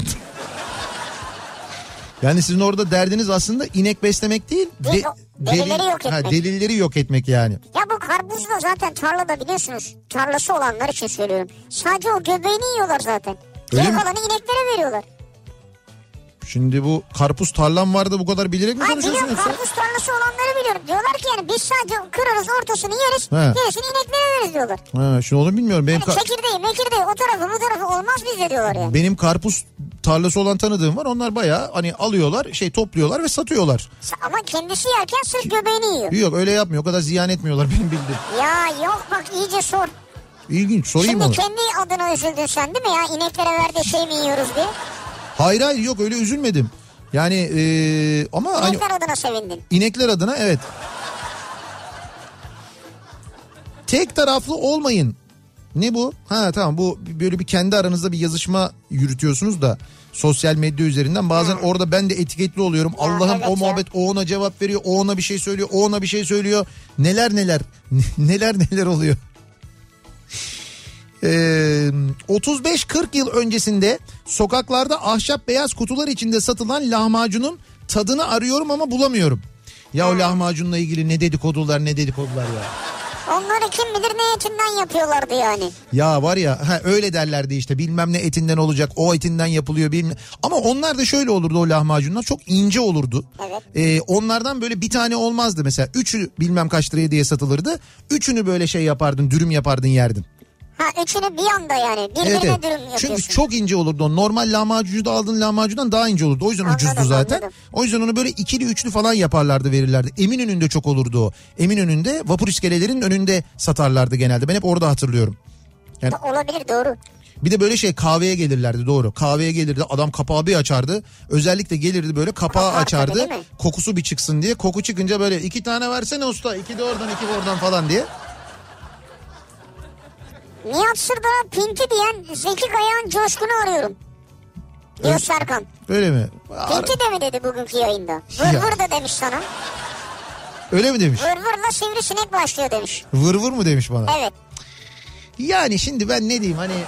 [SPEAKER 1] Yani sizin orada derdiniz aslında inek beslemek değil. De,
[SPEAKER 2] Değil, delilleri
[SPEAKER 1] delil,
[SPEAKER 2] yok etmek.
[SPEAKER 1] Ha, delilleri yok etmek yani.
[SPEAKER 2] Ya bu karpuz da zaten tarlada, biliyorsunuz. Tarlası olanlar için söylüyorum. Sadece o göbeğini yiyorlar zaten. Geri kalanı ineklere veriyorlar.
[SPEAKER 1] Şimdi bu karpuz tarlam vardı, bu kadar bilerek mi
[SPEAKER 2] Hayır,
[SPEAKER 1] konuşuyorsun
[SPEAKER 2] biliyorum,
[SPEAKER 1] yoksa?
[SPEAKER 2] karpuz tarlası olanları biliyorum. Diyorlar ki yani biz sadece kırarız, ortasını yeriz.
[SPEAKER 1] He.
[SPEAKER 2] Gerisini ineklere veririz diyorlar.
[SPEAKER 1] Ha, şimdi onu bilmiyorum. Benim,
[SPEAKER 2] Yani
[SPEAKER 1] ka-
[SPEAKER 2] çekirdeği, mekirdeği, o tarafı bu tarafı olmaz bizde diyorlar yani.
[SPEAKER 1] benim karpuz tarlası olan tanıdığım var. Onlar bayağı hani alıyorlar, şey topluyorlar ve satıyorlar.
[SPEAKER 2] Ama kendisi yerken sırf göbeğini yiyor.
[SPEAKER 1] Yok, öyle yapmıyor. O kadar ziyan etmiyorlar benim bildiğim.
[SPEAKER 2] Ya yok bak, iyice sor.
[SPEAKER 1] İlginç, sorayım
[SPEAKER 2] Şimdi
[SPEAKER 1] onu.
[SPEAKER 2] kendi adına üzüldün sen değil mi ya? İneklere verdiği şey mi yiyoruz diye.
[SPEAKER 1] Hayır hayır, yok öyle üzülmedim. Yani ee, ama
[SPEAKER 2] İnekler
[SPEAKER 1] hani,
[SPEAKER 2] adına sevindin.
[SPEAKER 1] İnekler adına evet. Tek taraflı olmayın. Ne bu? Ha tamam, bu böyle bir kendi aranızda bir yazışma yürütüyorsunuz da sosyal medya üzerinden. Bazen hmm. orada ben de etiketli oluyorum. Ya Allah'ım evet o muhabbet, o ona cevap veriyor, o ona bir şey söylüyor, o ona bir şey söylüyor. Neler neler neler neler oluyor. Ee, otuz beş kırk yıl öncesinde sokaklarda ahşap beyaz kutular içinde satılan lahmacunun tadını arıyorum ama bulamıyorum. Ya hmm. o lahmacunla ilgili ne dedikodular ne dedikodular ya.
[SPEAKER 2] Onları kim bilir ne etinden yapıyorlardı yani.
[SPEAKER 1] Ya var ya, ha, öyle derlerdi işte, bilmem ne etinden olacak, o etinden yapılıyor bilmem. Ama onlar da şöyle olurdu, o lahmacunlar çok ince olurdu.
[SPEAKER 2] Evet.
[SPEAKER 1] Ee, onlardan böyle bir tane olmazdı mesela. Üçü bilmem kaç liraya diye satılırdı. Üçünü böyle şey yapardın, dürüm yapardın, yerdin.
[SPEAKER 2] Ha, üçünü bir anda yani birbirine
[SPEAKER 1] evet, evet.
[SPEAKER 2] dürüm yapıyorsun.
[SPEAKER 1] Çünkü çok ince olurdu o. Normal lahmacuncu da aldığın lahmacundan daha ince olurdu. O yüzden
[SPEAKER 2] anladım,
[SPEAKER 1] ucuzdu zaten.
[SPEAKER 2] Anladım.
[SPEAKER 1] O yüzden onu böyle ikili üçlü falan yaparlardı, verirlerdi. Eminönü'nde çok olurdu o. Eminönü'nde vapur iskelelerinin önünde satarlardı genelde. Ben hep orada hatırlıyorum. Yani,
[SPEAKER 2] olabilir, doğru.
[SPEAKER 1] Bir de böyle şey, kahveye gelirlerdi, doğru. Kahveye gelirdi, adam kapağı bir açardı. Özellikle gelirdi böyle kapağı Kapar, açardı. Kokusu bir çıksın diye. Koku çıkınca böyle iki tane versene usta. İki de oradan, iki de oradan falan diye.
[SPEAKER 2] Nihat Sırdar'a pinti diyen Zeki Kayağan Coşkun'u arıyorum. Diyor Serkan.
[SPEAKER 1] Öyle mi?
[SPEAKER 2] Pinti de mi dedi bugünkü yayında? Vır vır da demiş sana.
[SPEAKER 1] Öyle mi demiş?
[SPEAKER 2] Vır vırla sivrisinek başlıyor demiş.
[SPEAKER 1] Vır vır mı demiş bana?
[SPEAKER 2] Evet.
[SPEAKER 1] Yani şimdi ben ne diyeyim hani...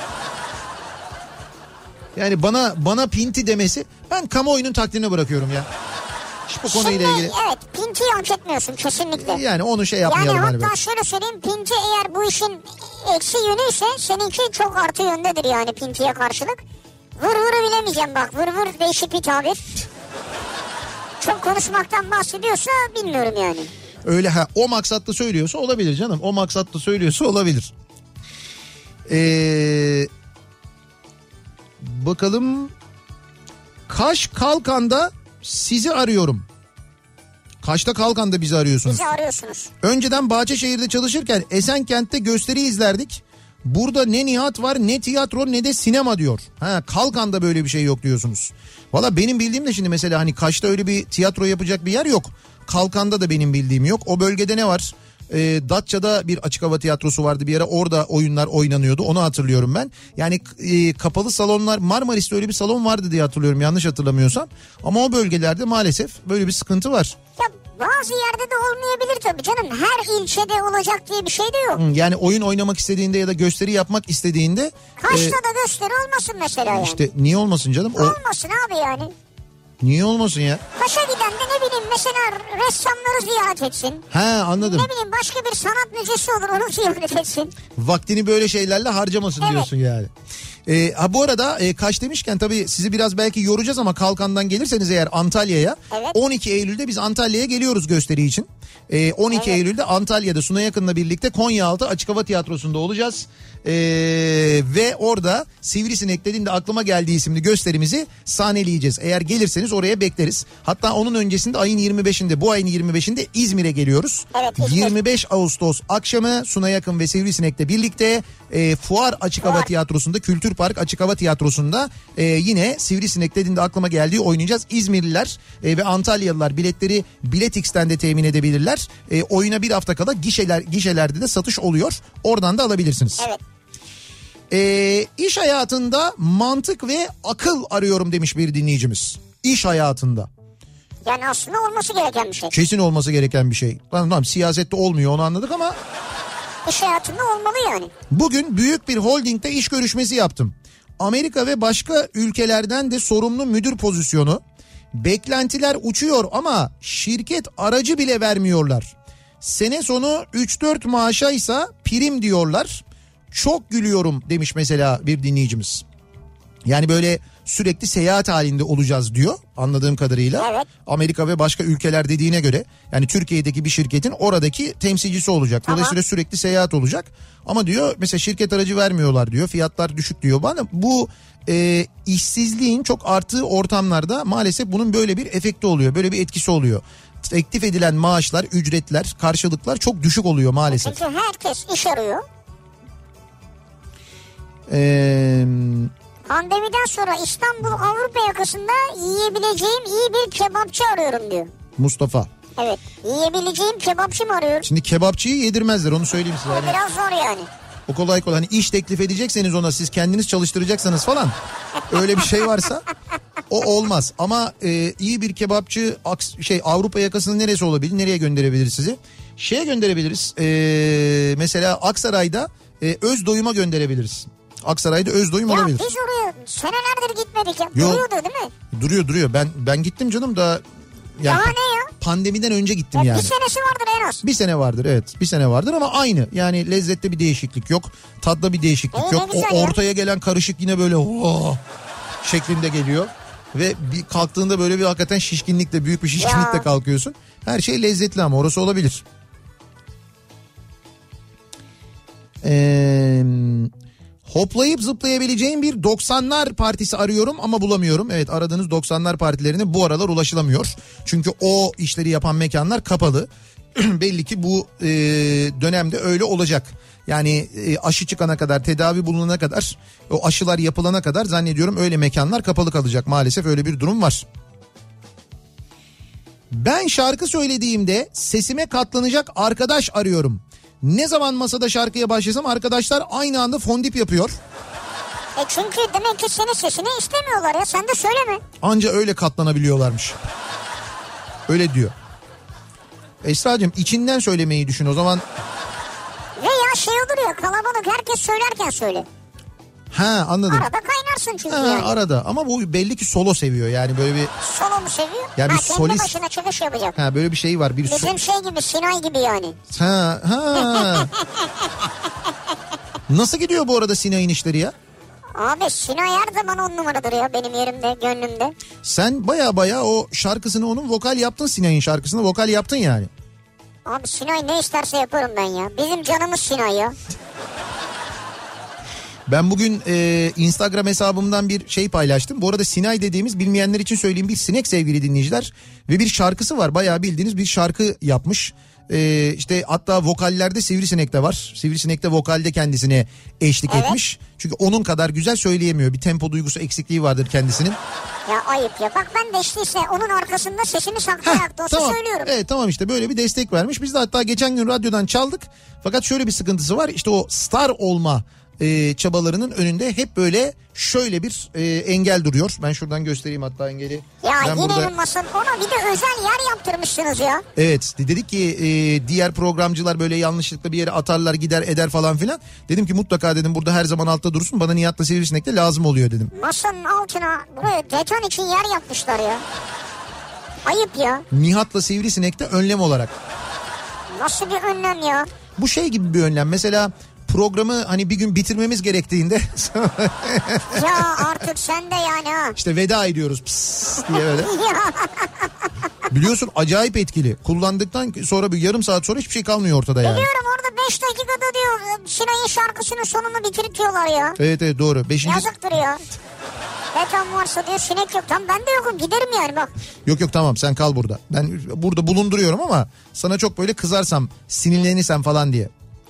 [SPEAKER 1] Yani bana bana pinti demesi, ben kamuoyunun takdirine bırakıyorum ya. Hiç bu konuyla
[SPEAKER 2] Şimdi,
[SPEAKER 1] ilgili.
[SPEAKER 2] evet, pintiyi hak etmiyorsun kesinlikle.
[SPEAKER 1] Yani onu şey yapmayalım.
[SPEAKER 2] Yani
[SPEAKER 1] hani
[SPEAKER 2] hatta
[SPEAKER 1] böyle.
[SPEAKER 2] şöyle söyleyeyim, pinti eğer bu işin eksi yönü ise seninki çok artı yöndedir yani pintiye karşılık. Vır vırı bilemeyeceğim bak, vır vır değişik bir tabir. Çok konuşmaktan bahsediyorsa bilmiyorum yani.
[SPEAKER 1] Öyle ha, o maksatla söylüyorsa olabilir canım. O maksatla söylüyorsa olabilir. Ee, bakalım. Kaş Kalkan'da sizi arıyorum. Kaş'ta Kalkan'da bizi arıyorsunuz.
[SPEAKER 2] Bizi arıyorsunuz.
[SPEAKER 1] Önceden Bahçeşehir'de çalışırken Esenkent'te gösteri izlerdik. Burada ne Nihat var, ne tiyatro, ne de sinema diyor. Ha, Kalkan'da böyle bir şey yok diyorsunuz. Valla benim bildiğim de şimdi mesela hani Kaş'ta öyle bir tiyatro yapacak bir yer yok. Kalkan'da da benim bildiğim yok. O bölgede ne var? E, Datça'da bir açık hava tiyatrosu vardı bir ara, orada oyunlar oynanıyordu, onu hatırlıyorum ben. Yani e, kapalı salonlar, Marmaris'te öyle bir salon vardı diye hatırlıyorum yanlış hatırlamıyorsam. Ama o bölgelerde maalesef böyle bir sıkıntı var.
[SPEAKER 2] Ya bazı yerde de olmayabilir tabii canım, her ilçede olacak diye bir şey de yok.
[SPEAKER 1] Yani oyun oynamak istediğinde ya da gösteri yapmak istediğinde.
[SPEAKER 2] Kaş'ta
[SPEAKER 1] e,
[SPEAKER 2] da gösteri olmasın mesela yani.
[SPEAKER 1] İşte niye olmasın canım? O...
[SPEAKER 2] Olmasın abi yani.
[SPEAKER 1] Niye olmasın ya?
[SPEAKER 2] Kaş'a giden de ne bileyim mesela ressamları ziyaret etsin.
[SPEAKER 1] He, anladım.
[SPEAKER 2] Ne bileyim başka bir sanat müzesi olur, onu ziyaret etsin.
[SPEAKER 1] Vaktini böyle şeylerle harcamasın, evet, diyorsun yani. E, ha bu arada e, Kaş demişken tabii sizi biraz belki yoracağız ama Kalkan'dan gelirseniz eğer Antalya'ya, evet. on iki Eylül'de biz Antalya'ya geliyoruz gösteri için. E, on iki evet. Eylül'de Antalya'da Sunay Akın'la birlikte Konyaaltı Açık Hava Tiyatrosu'nda olacağız. E, ve orada Sivrisinek dediğinde aklıma geldiği isimli gösterimizi sahneleyeceğiz. Eğer gelirseniz oraya bekleriz. Hatta onun öncesinde ayın yirmi beşinde, bu ayın yirmi beşinde İzmir'e geliyoruz. Evet, İzmir. yirmi beş Ağustos akşamı Sunay Akın ve Sivrisinek'le birlikte e, Fuar Açık Hava Tiyatrosu'nda, Kültür Park Açık Hava Tiyatrosu'nda e, yine Sivrisinek dediğinde aklıma geldiği oynayacağız. İzmirliler e, ve Antalyalılar biletleri Biletix'ten de temin edebilirler. E, oyuna bir hafta kala gişeler gişelerde de satış oluyor. Oradan da alabilirsiniz.
[SPEAKER 2] Evet.
[SPEAKER 1] E, iş hayatında mantık ve akıl arıyorum demiş bir dinleyicimiz. İş hayatında.
[SPEAKER 2] Yani aslında olması gereken bir şey.
[SPEAKER 1] Kesin olması gereken bir şey. Tamam, tamam siyasette olmuyor onu anladık ama.
[SPEAKER 2] İş hayatında olmalı yani.
[SPEAKER 1] Bugün büyük bir holdingde iş görüşmesi yaptım. Amerika ve başka ülkelerden de sorumlu müdür pozisyonu. Beklentiler uçuyor ama şirket aracı bile vermiyorlar. Sene sonu üç dört maaşaysa prim diyorlar. Çok gülüyorum demiş mesela bir dinleyicimiz. Yani böyle sürekli seyahat halinde olacağız diyor anladığım kadarıyla. Evet. Amerika ve başka ülkeler dediğine göre yani Türkiye'deki bir şirketin oradaki temsilcisi olacak. Tamam. Dolayısıyla sürekli seyahat olacak. Ama diyor mesela şirket aracı vermiyorlar diyor. Fiyatlar düşük diyor. Bana bu e, işsizliğin çok arttığı ortamlarda maalesef bunun böyle bir efekti oluyor. Böyle bir etkisi oluyor. Teklif edilen maaşlar, ücretler, karşılıklar çok düşük oluyor maalesef.
[SPEAKER 2] Çünkü herkes iş arıyor.
[SPEAKER 1] Eee...
[SPEAKER 2] Pandemiden sonra İstanbul Avrupa yakasında yiyebileceğim iyi bir kebapçı arıyorum diyor.
[SPEAKER 1] Mustafa.
[SPEAKER 2] Evet, yiyebileceğim kebapçı mı arıyorum?
[SPEAKER 1] Şimdi kebapçıyı yedirmezler onu söyleyeyim size.
[SPEAKER 2] O yani biraz zor yani.
[SPEAKER 1] O kolay kolay hani iş teklif edecekseniz ona siz kendiniz çalıştıracaksanız falan öyle bir şey varsa o olmaz. Ama e, iyi bir kebapçı şey Avrupa yakasının neresi olabilir? Nereye gönderebiliriz sizi? Şeye gönderebiliriz. E, mesela Aksaray'da e, Öz Doyum'a gönderebiliriz. Aksaray'da Öz Doyum
[SPEAKER 2] ya
[SPEAKER 1] olabilir.
[SPEAKER 2] Ya biz oraya senelerdir gitmedik ya. Yok. Duruyordu değil mi?
[SPEAKER 1] Duruyor duruyor. Ben ben gittim canım da. Yani
[SPEAKER 2] daha ne ya?
[SPEAKER 1] Pandemiden önce gittim ya yani.
[SPEAKER 2] Bir senesi vardır en az.
[SPEAKER 1] Bir sene vardır evet. Bir sene vardır ama aynı. Yani lezzette bir değişiklik yok. Tadda bir değişiklik e, yok. O ortaya ya. Gelen karışık yine böyle oh şeklinde geliyor. Ve bir kalktığında böyle bir hakikaten şişkinlikle, büyük bir şişkinlikle ya. Kalkıyorsun. Her şey lezzetli ama orası olabilir. Eee... Hoplayıp zıplayabileceğim bir doksanlar partisi arıyorum ama bulamıyorum. Evet aradığınız doksanlar partilerine bu aralar ulaşılamıyor. Çünkü o işleri yapan mekanlar kapalı. Belli ki bu e, dönemde öyle olacak. Yani e, aşı çıkana kadar, tedavi bulunana kadar, o aşılar yapılana kadar zannediyorum öyle mekanlar kapalı kalacak. Maalesef öyle bir durum var. Ben şarkı söylediğimde sesime katlanacak arkadaş arıyorum. Ne zaman masada şarkıya başlasam arkadaşlar aynı anda fondip yapıyor.
[SPEAKER 2] E çünkü demek ki senin sesini istemiyorlar ya, sen de söyleme.
[SPEAKER 1] Anca öyle katlanabiliyorlarmış. Öyle diyor. Esra'cığım içinden söylemeyi düşün o zaman.
[SPEAKER 2] Veya şey olur ya, kalabalık herkes söylerken söyle.
[SPEAKER 1] Ha anladım.
[SPEAKER 2] Arada kaynarsın çünkü
[SPEAKER 1] ha,
[SPEAKER 2] yani.
[SPEAKER 1] Arada ama bu belli ki solo seviyor yani böyle bir.
[SPEAKER 2] Solo mu seviyor?
[SPEAKER 1] Yani
[SPEAKER 2] ha,
[SPEAKER 1] bir solist.
[SPEAKER 2] Kendi başına çıkış yapacak.
[SPEAKER 1] Ha böyle bir şey var. Bir
[SPEAKER 2] Bizim so- şey gibi, Sinay gibi yani.
[SPEAKER 1] Ha ha. Nasıl gidiyor bu arada Sinay'ın işleri ya?
[SPEAKER 2] Abi Sinay her zaman on numaradır ya benim yerimde, gönlümde.
[SPEAKER 1] Sen baya baya o şarkısını onun vokal yaptın, Sinay'ın şarkısını vokal yaptın yani.
[SPEAKER 2] Abi Sinay ne isterse yaparım ben ya. Bizim canımız Sinay ya.
[SPEAKER 1] Ben bugün e, Instagram hesabımdan bir şey paylaştım. Bu arada Sinay dediğimiz, bilmeyenler için söyleyeyim, bir sinek sevgili dinleyiciler. Ve bir şarkısı var, bayağı bildiğiniz bir şarkı yapmış. E, işte hatta vokallerde Sivrisinek de var. Sivrisinek de vokalde kendisine eşlik evet. etmiş. Çünkü onun kadar güzel söyleyemiyor. Bir tempo duygusu eksikliği vardır kendisinin.
[SPEAKER 2] Ya ayıp ya. Bak ben de işte, işte onun arkasında sesimi saklayarak da olsa
[SPEAKER 1] tamam.
[SPEAKER 2] söylüyorum.
[SPEAKER 1] Evet tamam, işte böyle bir destek vermiş. Biz de hatta geçen gün radyodan çaldık. Fakat şöyle bir sıkıntısı var. İşte o star olma e, çabalarının önünde hep böyle şöyle bir e, engel duruyor. Ben şuradan göstereyim hatta engeli.
[SPEAKER 2] Ya
[SPEAKER 1] ben
[SPEAKER 2] yine
[SPEAKER 1] burada...
[SPEAKER 2] mi masal? Ona bir de özel yer yaptırmışsınız ya.
[SPEAKER 1] Evet, dedik ki e, diğer programcılar böyle yanlışlıkla bir yere atarlar, gider eder falan filan. Dedim ki mutlaka dedim burada her zaman altta dursun, bana Nihat'la Sivrisinek de lazım oluyor dedim.
[SPEAKER 2] Masanın altına buraya deton için yer yapmışlar ya. Ayıp ya.
[SPEAKER 1] Nihat'la Sivrisinek de önlem olarak.
[SPEAKER 2] Nasıl bir önlem ya?
[SPEAKER 1] Bu şey gibi bir önlem. Mesela programı hani bir gün bitirmemiz gerektiğinde
[SPEAKER 2] ya artık sen de yani ha.
[SPEAKER 1] İşte veda ediyoruz pıs diye öyle. Biliyorsun acayip etkili. Kullandıktan sonra bir yarım saat sonra hiçbir şey kalmıyor ortada yani.
[SPEAKER 2] Biliyorum, orada beş dakikada diyor Sinay'ın şarkısının sonunu bitirtiyorlar ya.
[SPEAKER 1] Evet evet doğru. Beşinci...
[SPEAKER 2] Yazıktır ya. Ne tam varsa diyor sinek yok. Tam ben de yokum, giderim yani bak.
[SPEAKER 1] Yok yok tamam sen kal burada. Ben burada bulunduruyorum ama sana çok böyle kızarsam, sinirlenirsem falan diye.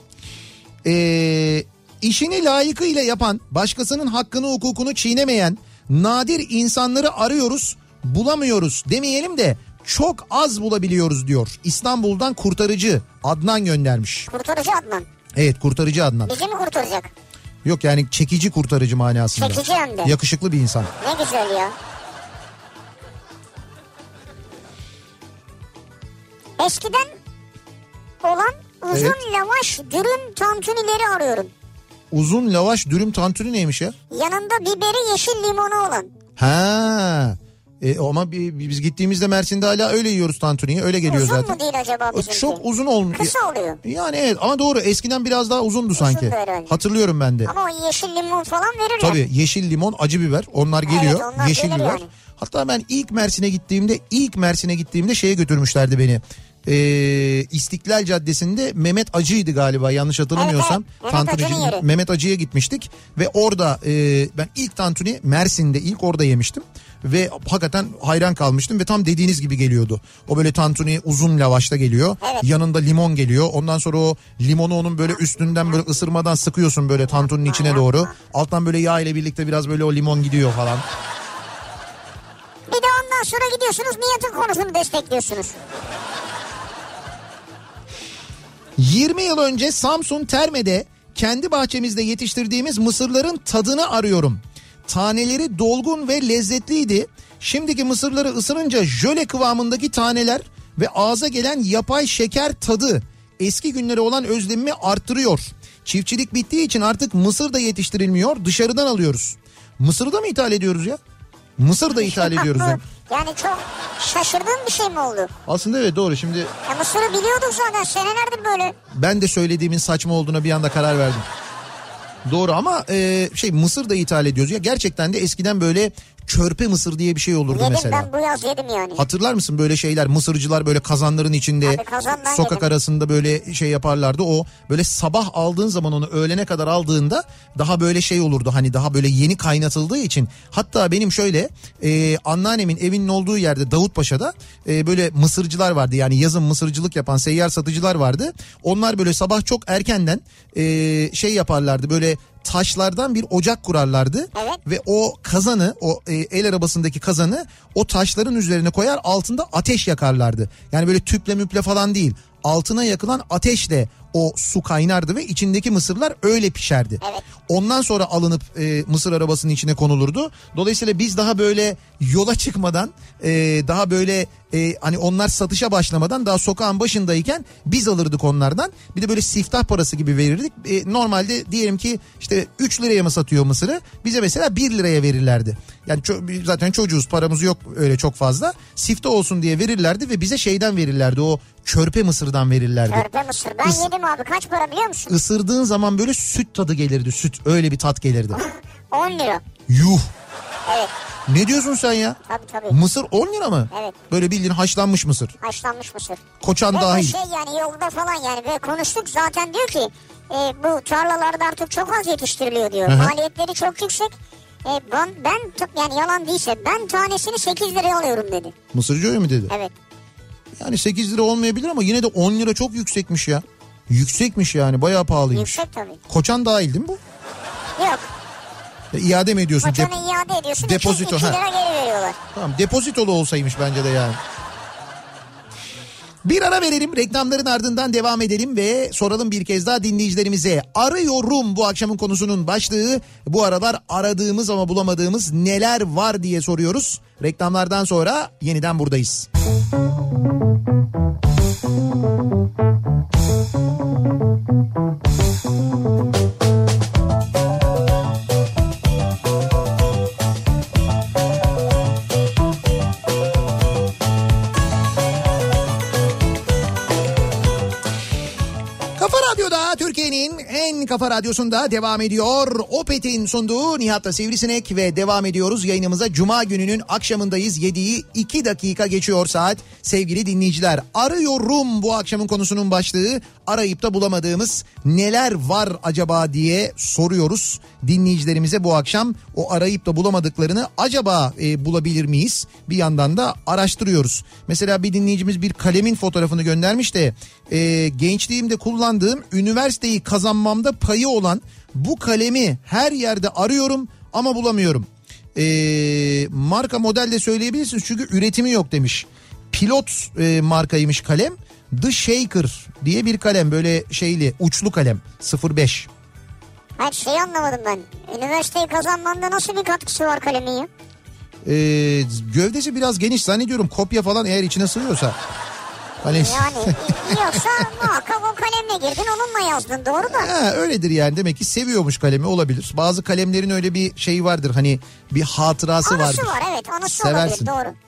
[SPEAKER 1] Ee, işini layıkıyla yapan, başkasının hakkını hukukunu çiğnemeyen nadir insanları arıyoruz, bulamıyoruz demeyelim de çok az bulabiliyoruz diyor. İstanbul'dan kurtarıcı Adnan göndermiş.
[SPEAKER 2] Kurtarıcı Adnan.
[SPEAKER 1] Evet, kurtarıcı Adnan.
[SPEAKER 2] Bizi mi kurtaracak?
[SPEAKER 1] Yok yani çekici kurtarıcı manasında.
[SPEAKER 2] Çekici hem de.
[SPEAKER 1] Yakışıklı bir insan.
[SPEAKER 2] Ne güzel ya. Eskiden olan uzun evet. lavaş dürüm tantunileri arıyorum.
[SPEAKER 1] Uzun lavaş dürüm tantuni neymiş ya?
[SPEAKER 2] Yanında biberi, yeşil limonu olan.
[SPEAKER 1] Ha. E, ama biz gittiğimizde Mersin'de hala öyle yiyoruz tantuniyi. Öyle geliyor
[SPEAKER 2] uzun
[SPEAKER 1] zaten.
[SPEAKER 2] Uzun mu değil acaba bizimki?
[SPEAKER 1] Çok uzun olmuş.
[SPEAKER 2] Kısa oluyor.
[SPEAKER 1] Yani evet ama doğru, eskiden biraz daha uzundu uzun sanki. Hatırlıyorum ben de.
[SPEAKER 2] Ama o yeşil limon falan verirler.
[SPEAKER 1] Tabii yeşil limon, acı biber onlar geliyor.
[SPEAKER 2] Evet, onlar
[SPEAKER 1] yeşil biber. Yani. Hatta ben ilk Mersin'e gittiğimde ilk Mersin'e gittiğimde şeye götürmüşlerdi beni. Ee, İstiklal Caddesi'nde Mehmet Acı'ydı galiba, yanlış hatırlamıyorsam.
[SPEAKER 2] Evet, evet. Mehmet,
[SPEAKER 1] Tantunici, Mehmet Acı'ya gitmiştik ve orada e, ben ilk tantuni Mersin'de ilk orada yemiştim. Ve hakikaten hayran kalmıştım ve tam dediğiniz gibi geliyordu. O böyle tantuni uzun lavaşta geliyor.
[SPEAKER 2] Evet.
[SPEAKER 1] Yanında limon geliyor. Ondan sonra o limonu onun böyle üstünden böyle ısırmadan sıkıyorsun böyle tantuninin içine doğru. Alttan böyle yağ ile birlikte biraz böyle o limon gidiyor falan.
[SPEAKER 2] Bir de ondan sonra gidiyorsunuz Nihat'ın konusunu destekliyorsunuz.
[SPEAKER 1] yirmi yıl önce Samsun Terme'de kendi bahçemizde yetiştirdiğimiz mısırların tadını arıyorum. Taneleri dolgun ve lezzetliydi. Şimdiki mısırları ısırınca jöle kıvamındaki taneler ve ağza gelen yapay şeker tadı eski günlere olan özlemimi arttırıyor. Çiftçilik bittiği için artık mısır da yetiştirilmiyor, dışarıdan alıyoruz. Mısırı da mı ithal ediyoruz ya? Mısır da ithal ediyoruz. Yani.
[SPEAKER 2] yani çok şaşırdığım bir şey mi oldu?
[SPEAKER 1] Aslında evet doğru şimdi.
[SPEAKER 2] Ya mısırı biliyorduk zaten senelerdir böyle.
[SPEAKER 1] Ben de söylediğimin saçma olduğuna bir anda karar verdim. Doğru ama e, şey mısır da ithal ediyoruz. Ya gerçekten de eskiden böyle körpe mısır diye bir şey olurdu
[SPEAKER 2] yedim
[SPEAKER 1] mesela.
[SPEAKER 2] Yedim ben bu yaz yedim yani.
[SPEAKER 1] Hatırlar mısın böyle şeyler, mısırcılar böyle kazanların içinde sokak yedim. Arasında böyle şey yaparlardı. O böyle sabah aldığın zaman onu öğlene kadar aldığında daha böyle şey olurdu. Hani daha böyle yeni kaynatıldığı için. Hatta benim şöyle e, anneannemin evinin olduğu yerde Davutpaşa'da e, böyle mısırcılar vardı. Yani yazın mısırcılık yapan seyyar satıcılar vardı. Onlar böyle sabah çok erkenden e, şey yaparlardı böyle taşlardan bir ocak kurarlardı.
[SPEAKER 2] Evet.
[SPEAKER 1] Ve o kazanı, o e, el arabasındaki kazanı o taşların üzerine koyar, altında ateş yakarlardı. Yani böyle tüple müple falan değil. Altına yakılan ateşle o su kaynardı ve içindeki mısırlar öyle pişerdi.
[SPEAKER 2] Evet.
[SPEAKER 1] Ondan sonra alınıp e, mısır arabasının içine konulurdu. Dolayısıyla biz daha böyle yola çıkmadan, e, daha böyle e, hani onlar satışa başlamadan daha sokağın başındayken biz alırdık onlardan. Bir de böyle siftah parası gibi verirdik. E, normalde diyelim ki işte üç liraya mı satıyor mısırı? Bize mesela bir liraya verirlerdi. Yani ço- zaten çocuğuz, paramız yok öyle çok fazla. Siftah olsun diye verirlerdi ve bize şeyden verirlerdi, o körpe mısırdan verirlerdi.
[SPEAKER 2] Körpe mısır. Ben Is- yedim abi, kaç para biliyor musun?
[SPEAKER 1] Isırdığın zaman böyle süt tadı gelirdi, süt, öyle bir tat gelirdi.
[SPEAKER 2] on lira.
[SPEAKER 1] Yuh.
[SPEAKER 2] Evet.
[SPEAKER 1] Ne diyorsun sen ya?
[SPEAKER 2] Tabii tabii.
[SPEAKER 1] Mısır on lira mı?
[SPEAKER 2] Evet.
[SPEAKER 1] Böyle bildiğin haşlanmış mısır.
[SPEAKER 2] Haşlanmış mısır.
[SPEAKER 1] Koçan
[SPEAKER 2] ve
[SPEAKER 1] dahil.
[SPEAKER 2] şey yani yolda falan yani ve konuştuk zaten, diyor ki e, bu tarlalarda artık çok az yetiştiriliyor diyor. Hı-hı. Maliyetleri çok yüksek. E, ben, ben yani yalan değilse ben tanesini sekiz liraya alıyorum dedi.
[SPEAKER 1] Mısırcı öyle mi dedi?
[SPEAKER 2] Evet.
[SPEAKER 1] Yani sekiz lira olmayabilir ama yine de on lira çok yüksekmiş ya. Yüksekmiş yani, bayağı pahalıymış.
[SPEAKER 2] Yüksek tabii.
[SPEAKER 1] Koçan dahil değil mi bu?
[SPEAKER 2] Yok.
[SPEAKER 1] E, iade mi ediyorsun?
[SPEAKER 2] Koçanı
[SPEAKER 1] Dep-
[SPEAKER 2] iade ediyorsun.
[SPEAKER 1] Depozito.
[SPEAKER 2] iki lira geri veriyorlar.
[SPEAKER 1] Tamam, depozitolu olsaymış bence de yani. Bir ara verelim, reklamların ardından devam edelim ve soralım bir kez daha dinleyicilerimize. Arıyorum bu akşamın konusunun başlığı. Bu aralar aradığımız ama bulamadığımız neler var diye soruyoruz. Reklamlardan sonra yeniden buradayız. Radyoda, Türkiye'nin en kafa radyosunda devam ediyor. Opet'in sunduğu Nihat'la Sivrisinek ve devam ediyoruz yayınımıza. Cuma gününün akşamındayız. yediği iki dakika geçiyor saat. Sevgili dinleyiciler, arıyorum bu akşamın konusunun başlığı. Arayıp da bulamadığımız neler var acaba diye soruyoruz dinleyicilerimize bu akşam. O arayıp da bulamadıklarını acaba e, bulabilir miyiz? Bir yandan da araştırıyoruz. Mesela bir dinleyicimiz bir kalemin fotoğrafını göndermiş de e, gençliğimde kullandığım, üniversiteyi kazanmamda payı olan bu kalemi her yerde arıyorum ama bulamıyorum. E, marka model de söyleyebilirsiniz çünkü üretimi yok demiş. Pilot e, markaymış kalem. The Shaker diye bir kalem, böyle şeyli uçlu kalem sıfır beş.
[SPEAKER 2] Hayır, şey anlamadım ben. Üniversiteyi kazanmanda nasıl bir katkısı var kalemin ya?
[SPEAKER 1] Ee, gövdesi biraz geniş zannediyorum, kopya falan eğer içine sığıyorsa. Hani...
[SPEAKER 2] Yani yoksa muhakkak o kalemle girdin, onunla yazdın, doğru da.
[SPEAKER 1] Ha, öyledir yani, demek ki seviyormuş kalemi, olabilir. Bazı kalemlerin öyle bir şeyi vardır, hani bir hatırası
[SPEAKER 2] anısı
[SPEAKER 1] vardır.
[SPEAKER 2] Anısı var, evet, anısı
[SPEAKER 1] seversin.
[SPEAKER 2] Olabilir, doğru.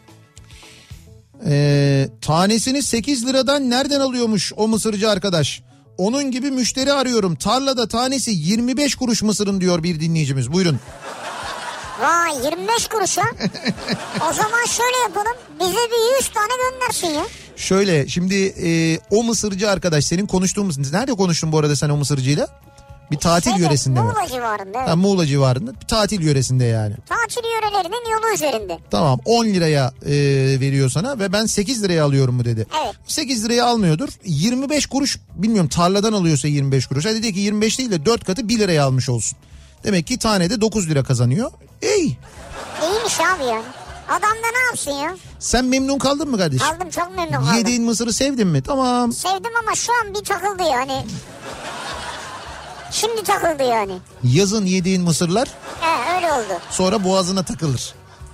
[SPEAKER 1] Ee, tanesini sekiz liradan nereden alıyormuş o mısırcı arkadaş? Onun gibi müşteri arıyorum. Tarlada tanesi yirmi beş kuruş mısırın diyor bir dinleyicimiz. Buyurun.
[SPEAKER 2] Vay, yirmi beş kuruş ha. O zaman şöyle yapalım. Bize bir yüz tane göndersin ya.
[SPEAKER 1] Şöyle şimdi e, o mısırcı arkadaş, senin konuştuğumuz, nerede konuştun bu arada sen o mısırcıyla? Bir tatil
[SPEAKER 2] Şeyde,
[SPEAKER 1] yöresinde
[SPEAKER 2] Muğla
[SPEAKER 1] mi?
[SPEAKER 2] Muğla civarında. Evet.
[SPEAKER 1] Ha, Muğla civarında bir tatil yöresinde yani.
[SPEAKER 2] Tatil yörelerinin yolu üzerinde.
[SPEAKER 1] Tamam, on liraya e, veriyor sana ve ben sekiz liraya alıyorum mu dedi.
[SPEAKER 2] Evet.
[SPEAKER 1] sekiz liraya almıyordur. yirmi beş kuruş, bilmiyorum, tarladan alıyorsa yirmi beş kuruş. Hadi de ki yirmi beş değil de dört katı bir liraya almış olsun. Demek ki tanede dokuz lira kazanıyor. Ey.
[SPEAKER 2] İyiymiş abi yani. Adam da ne yapsın ya?
[SPEAKER 1] Sen memnun kaldın mı kardeşim?
[SPEAKER 2] Kaldım, çok memnun kaldım.
[SPEAKER 1] Yediğin mısırı sevdin mi? Tamam.
[SPEAKER 2] Sevdim ama şu an bir takıldı yani. Şimdi takıldı yani.
[SPEAKER 1] Yazın yediğin mısırlar
[SPEAKER 2] He, öyle oldu.
[SPEAKER 1] sonra boğazına takılır.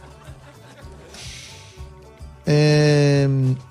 [SPEAKER 1] Ee,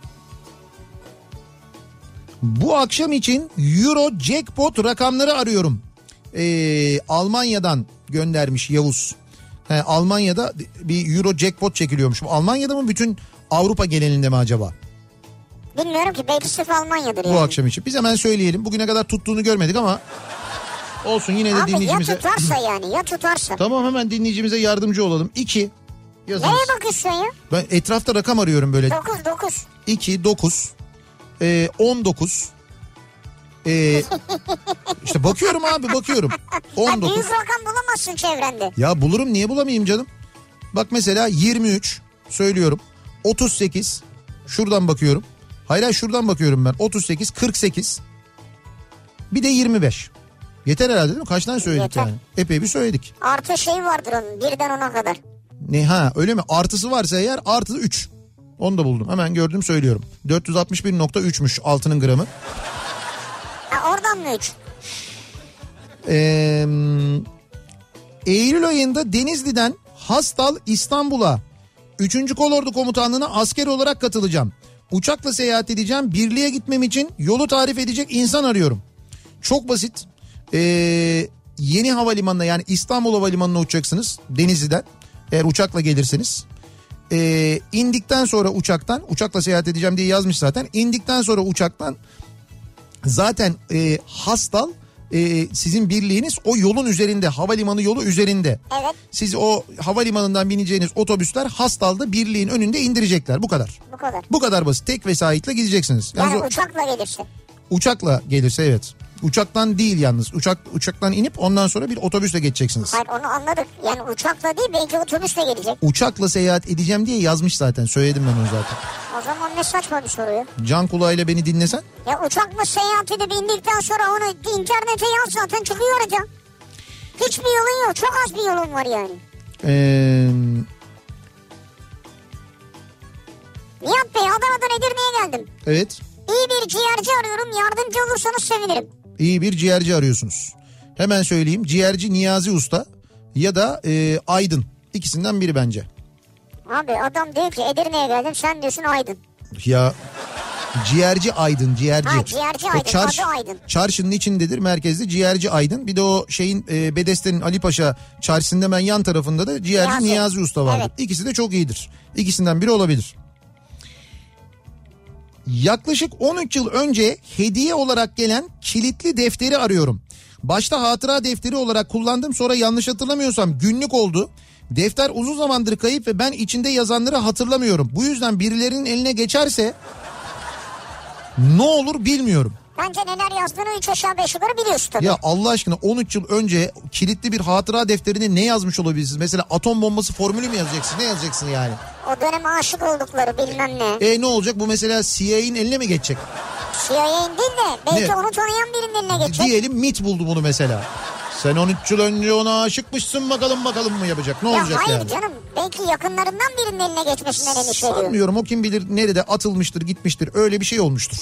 [SPEAKER 1] bu akşam için Euro Jackpot rakamları arıyorum. Ee, Almanya'dan göndermiş Yavuz. He, Almanya'da bir Euro Jackpot çekiliyormuş. Almanya'da mı, bütün Avrupa genelinde mi acaba?
[SPEAKER 2] Bilmiyorum ki, belki sırf Almanya'dır yani.
[SPEAKER 1] Bu akşam için. Biz hemen söyleyelim. Bugüne kadar tuttuğunu görmedik ama olsun, yine de
[SPEAKER 2] abi
[SPEAKER 1] dinleyicimize.
[SPEAKER 2] ya tutarsa yani, ya tutarsa.
[SPEAKER 1] Tamam, hemen dinleyicimize yardımcı olalım. iki yazınız.
[SPEAKER 2] Nereye bakıyorsun ya?
[SPEAKER 1] Ben etrafta rakam arıyorum böyle.
[SPEAKER 2] dokuz dokuz.
[SPEAKER 1] iki, dokuz, e, on dokuz. E, işte bakıyorum abi, bakıyorum. on dokuz.
[SPEAKER 2] Büyük rakam bulamazsın çevrende.
[SPEAKER 1] Ya bulurum, niye bulamayayım canım? Bak mesela yirmi üç söylüyorum. otuz sekiz. Şuradan bakıyorum. Hayır hayır şuradan bakıyorum ben. otuz sekiz, kırk sekiz. Bir de yirmi beş. Yeter herhalde değil mi? Kaç tane söyledik
[SPEAKER 2] Yeter.
[SPEAKER 1] yani? Epey bir söyledik.
[SPEAKER 2] Artı şey vardır onun, birden ona kadar.
[SPEAKER 1] Ne, ha öyle mi? Artısı varsa eğer artı üç. Onu da buldum. Hemen gördüm, söylüyorum. dört yüz altmış bir nokta üçmüş altının gramı.
[SPEAKER 2] Ha, oradan mı üç?
[SPEAKER 1] Ee, Eylül ayında Denizli'den Hastal İstanbul'a üçüncü Kolordu Komutanlığı'na asker olarak katılacağım. Uçakla seyahat edeceğim. Birliğe gitmem için yolu tarif edecek insan arıyorum. Çok basit. Ee, yeni havalimanına, yani İstanbul Havalimanı'na uçacaksınız Denizli'den. Eğer uçakla gelirseniz. Ee, indikten sonra uçaktan, uçakla seyahat edeceğim diye yazmış zaten. İndikten sonra uçaktan zaten e, Hastal e, sizin birliğiniz o yolun üzerinde, havalimanı yolu üzerinde.
[SPEAKER 2] Evet.
[SPEAKER 1] Siz o havalimanından bineceğiniz otobüsler Hastal'da birliğin önünde indirecekler, bu kadar.
[SPEAKER 2] Bu kadar.
[SPEAKER 1] Bu kadar basit, tek vesayetle gideceksiniz.
[SPEAKER 2] Yani
[SPEAKER 1] Yalnız o,
[SPEAKER 2] uçakla gelirse.
[SPEAKER 1] uçakla gelirse evet. Uçaktan değil yalnız. Uçak uçaktan inip ondan sonra bir otobüsle geçeceksiniz.
[SPEAKER 2] Hayır, onu anladık. Yani uçakla değil, belki otobüsle gelecek.
[SPEAKER 1] Uçakla seyahat edeceğim diye yazmış zaten. Söyledim ben onu zaten.
[SPEAKER 2] O zaman ne saçma bir soru ya.
[SPEAKER 1] Can kulağıyla beni dinlesen.
[SPEAKER 2] Ya uçakla seyahat edip indikten sonra onu internete yaz, zaten çıkıyor orada. Hiçbir yolun yok. Çok az bir yolun var yani.
[SPEAKER 1] Eee...
[SPEAKER 2] Nihat Bey, Adana'dan Edirne'ye geldim.
[SPEAKER 1] Evet.
[SPEAKER 2] İyi bir ciğerci arıyorum. Yardımcı olursanız sevinirim.
[SPEAKER 1] İyi bir ciğerci arıyorsunuz. Hemen söyleyeyim. Ciğerci Niyazi Usta ya da e, Aydın. İkisinden biri bence.
[SPEAKER 2] Abi adam diyor ki Edirne'ye geldim, sen diyorsun Aydın.
[SPEAKER 1] Ya ciğerci Aydın, ciğerci.
[SPEAKER 2] Ha, ciğerci Aydın,
[SPEAKER 1] çarş,
[SPEAKER 2] adı Aydın.
[SPEAKER 1] Çarşının içindedir merkezde ciğerci Aydın. Bir de o şeyin e, Bedeste'nin Ali Paşa çarşısında hemen yan tarafında da ciğerci Niyazi, Niyazi Usta vardır. Evet. İkisi de çok iyidir. İkisinden biri olabilir. Yaklaşık on üç yıl önce hediye olarak gelen kilitli defteri arıyorum. Başta hatıra defteri olarak kullandım, sonra yanlış hatırlamıyorsam günlük oldu. Defter uzun zamandır kayıp ve ben içinde yazanları hatırlamıyorum. Bu yüzden birilerinin eline geçerse ne olur bilmiyorum.
[SPEAKER 2] Bence neler yazdığını üç aşağı beş yukarı biliyorsun tabii.
[SPEAKER 1] Ya Allah aşkına on üç yıl önce kilitli bir hatıra defterine ne yazmış olabilirsiniz? Mesela atom bombası formülü mü yazacaksın? Ne yazacaksın yani?
[SPEAKER 2] O dönem aşık oldukları bilmem ne.
[SPEAKER 1] E ne olacak, bu mesela C I A'nin eline mi geçecek?
[SPEAKER 2] C I A'nin değil de belki ne? Onu tanıyan birinin eline geçecek.
[SPEAKER 1] Diyelim M I T buldu bunu mesela. Sen on üç yıl önce ona aşıkmışsın, bakalım bakalım mı yapacak? Ne ya olacak
[SPEAKER 2] hayır
[SPEAKER 1] yani?
[SPEAKER 2] Hayır canım, belki yakınlarından birinin eline geçmesinden endişe ediyor.
[SPEAKER 1] Sanmıyorum, o kim bilir nerede atılmıştır, gitmiştir, öyle bir şey olmuştur.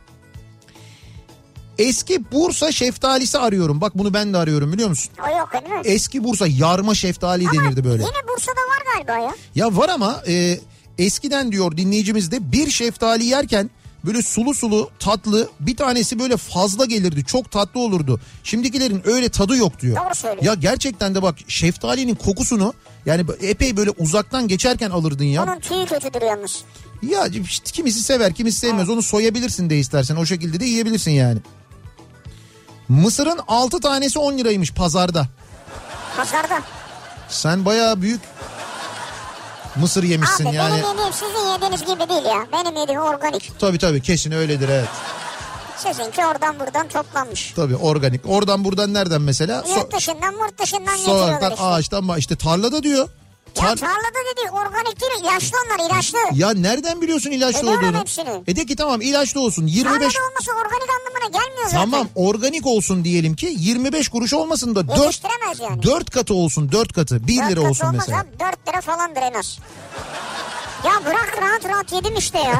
[SPEAKER 1] Eski Bursa şeftalisi arıyorum. Bak bunu ben de arıyorum, biliyor musun?
[SPEAKER 2] O yok değil mi?
[SPEAKER 1] Eski Bursa yarma şeftali ama denirdi böyle.
[SPEAKER 2] Yine Bursa'da var galiba ya.
[SPEAKER 1] Ya var ama e, eskiden diyor dinleyicimiz de, bir şeftali yerken böyle sulu sulu tatlı, bir tanesi böyle fazla gelirdi. Çok tatlı olurdu. Şimdikilerin öyle tadı yok diyor.
[SPEAKER 2] Doğru söylüyor.
[SPEAKER 1] Ya gerçekten de bak, şeftalinin kokusunu yani epey böyle uzaktan geçerken alırdın ya.
[SPEAKER 2] Onun tüyü kötüdür yalnız.
[SPEAKER 1] Ya işte kimisi sever, kimisi sevmez. Evet. Onu soyabilirsin de istersen, o şekilde de yiyebilirsin yani. Mısırın altı tanesi on liraymış pazarda.
[SPEAKER 2] Pazarda.
[SPEAKER 1] Sen bayağı büyük mısır yemişsin
[SPEAKER 2] abi,
[SPEAKER 1] yani.
[SPEAKER 2] Abi benim yediğim sizin yediğiniz gibi değil ya. Benim yediğim organik.
[SPEAKER 1] Tabii tabii, kesin öyledir, evet.
[SPEAKER 2] Sizinki oradan buradan toplanmış.
[SPEAKER 1] Tabii organik. Oradan buradan nereden mesela?
[SPEAKER 2] Yurt dışından murt dışından getiriyorlar işte.
[SPEAKER 1] Sokaktan, ağaçtan mı? İşte tarlada diyor.
[SPEAKER 2] Tar- ya tarlada dedi, organik değil, ilaçlı onlar, ilaçlı.
[SPEAKER 1] Ya nereden biliyorsun ilaçlı
[SPEAKER 2] Biliyorum
[SPEAKER 1] olduğunu?
[SPEAKER 2] hepsini.
[SPEAKER 1] E de ki tamam, ilaçlı olsun. yirmi beş...
[SPEAKER 2] Tarlada olması organik anlamına gelmiyor zaten.
[SPEAKER 1] Tamam, organik olsun diyelim ki, yirmi beş kuruş olmasın da dört,
[SPEAKER 2] yani.
[SPEAKER 1] dört katı olsun, dört katı. bir lira olsun
[SPEAKER 2] olmaz
[SPEAKER 1] mesela.
[SPEAKER 2] Abi, dört lira falandır en az. Ya bırak, rahat rahat yedim işte ya.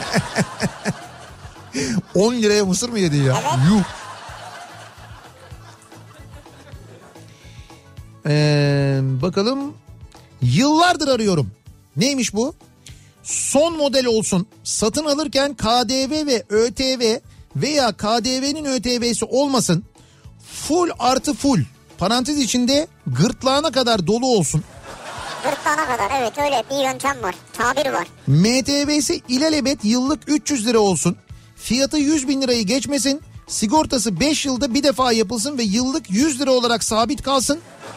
[SPEAKER 1] on liraya mısır mı yedi ya?
[SPEAKER 2] Evet.
[SPEAKER 1] Yuh. Ee, bakalım. Yıllardır arıyorum. Neymiş bu? Son model olsun. Satın alırken K D V ve ÖTV veya K D V'nin ÖTV'si olmasın. Full artı full. Parantez içinde gırtlağına kadar dolu olsun.
[SPEAKER 2] Gırtlağına kadar, evet, öyle bir yöntem var. Tabir var.
[SPEAKER 1] M T V'si ilelebet yıllık üç yüz lira olsun. Fiyatı yüz bin lirayı geçmesin. Sigortası beş yılda bir defa yapılsın ve yıllık yüz lira olarak sabit kalsın.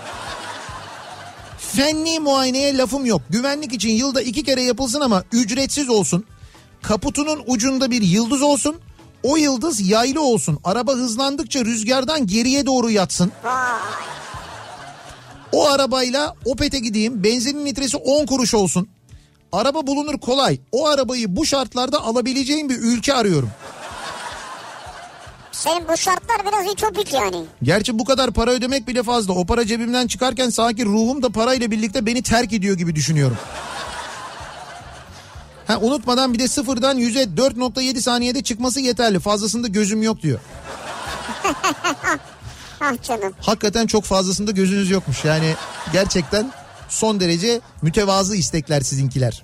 [SPEAKER 1] Fenli muayeneye lafım yok. Güvenlik için yılda iki kere yapılsın ama ücretsiz olsun. Kaputunun ucunda bir yıldız olsun. O yıldız yaylı olsun. Araba hızlandıkça rüzgardan geriye doğru yatsın.
[SPEAKER 2] Vay.
[SPEAKER 1] O arabayla Opet'e gideyim. Benzinin litresi on kuruş olsun. Araba bulunur kolay. O arabayı bu şartlarda alabileceğim bir ülke arıyorum.
[SPEAKER 2] Senin bu şartlar biraz ütopik yani.
[SPEAKER 1] Gerçi bu kadar para ödemek bile fazla. O para cebimden çıkarken sanki ruhum da parayla birlikte beni terk ediyor gibi düşünüyorum. Ha, unutmadan bir de sıfırdan yüze dört nokta yedi saniyede çıkması yeterli. Fazlasında gözüm yok diyor.
[SPEAKER 2] Ah canım.
[SPEAKER 1] Hakikaten çok fazlasında gözünüz yokmuş. Yani gerçekten son derece mütevazı istekler sizinkiler.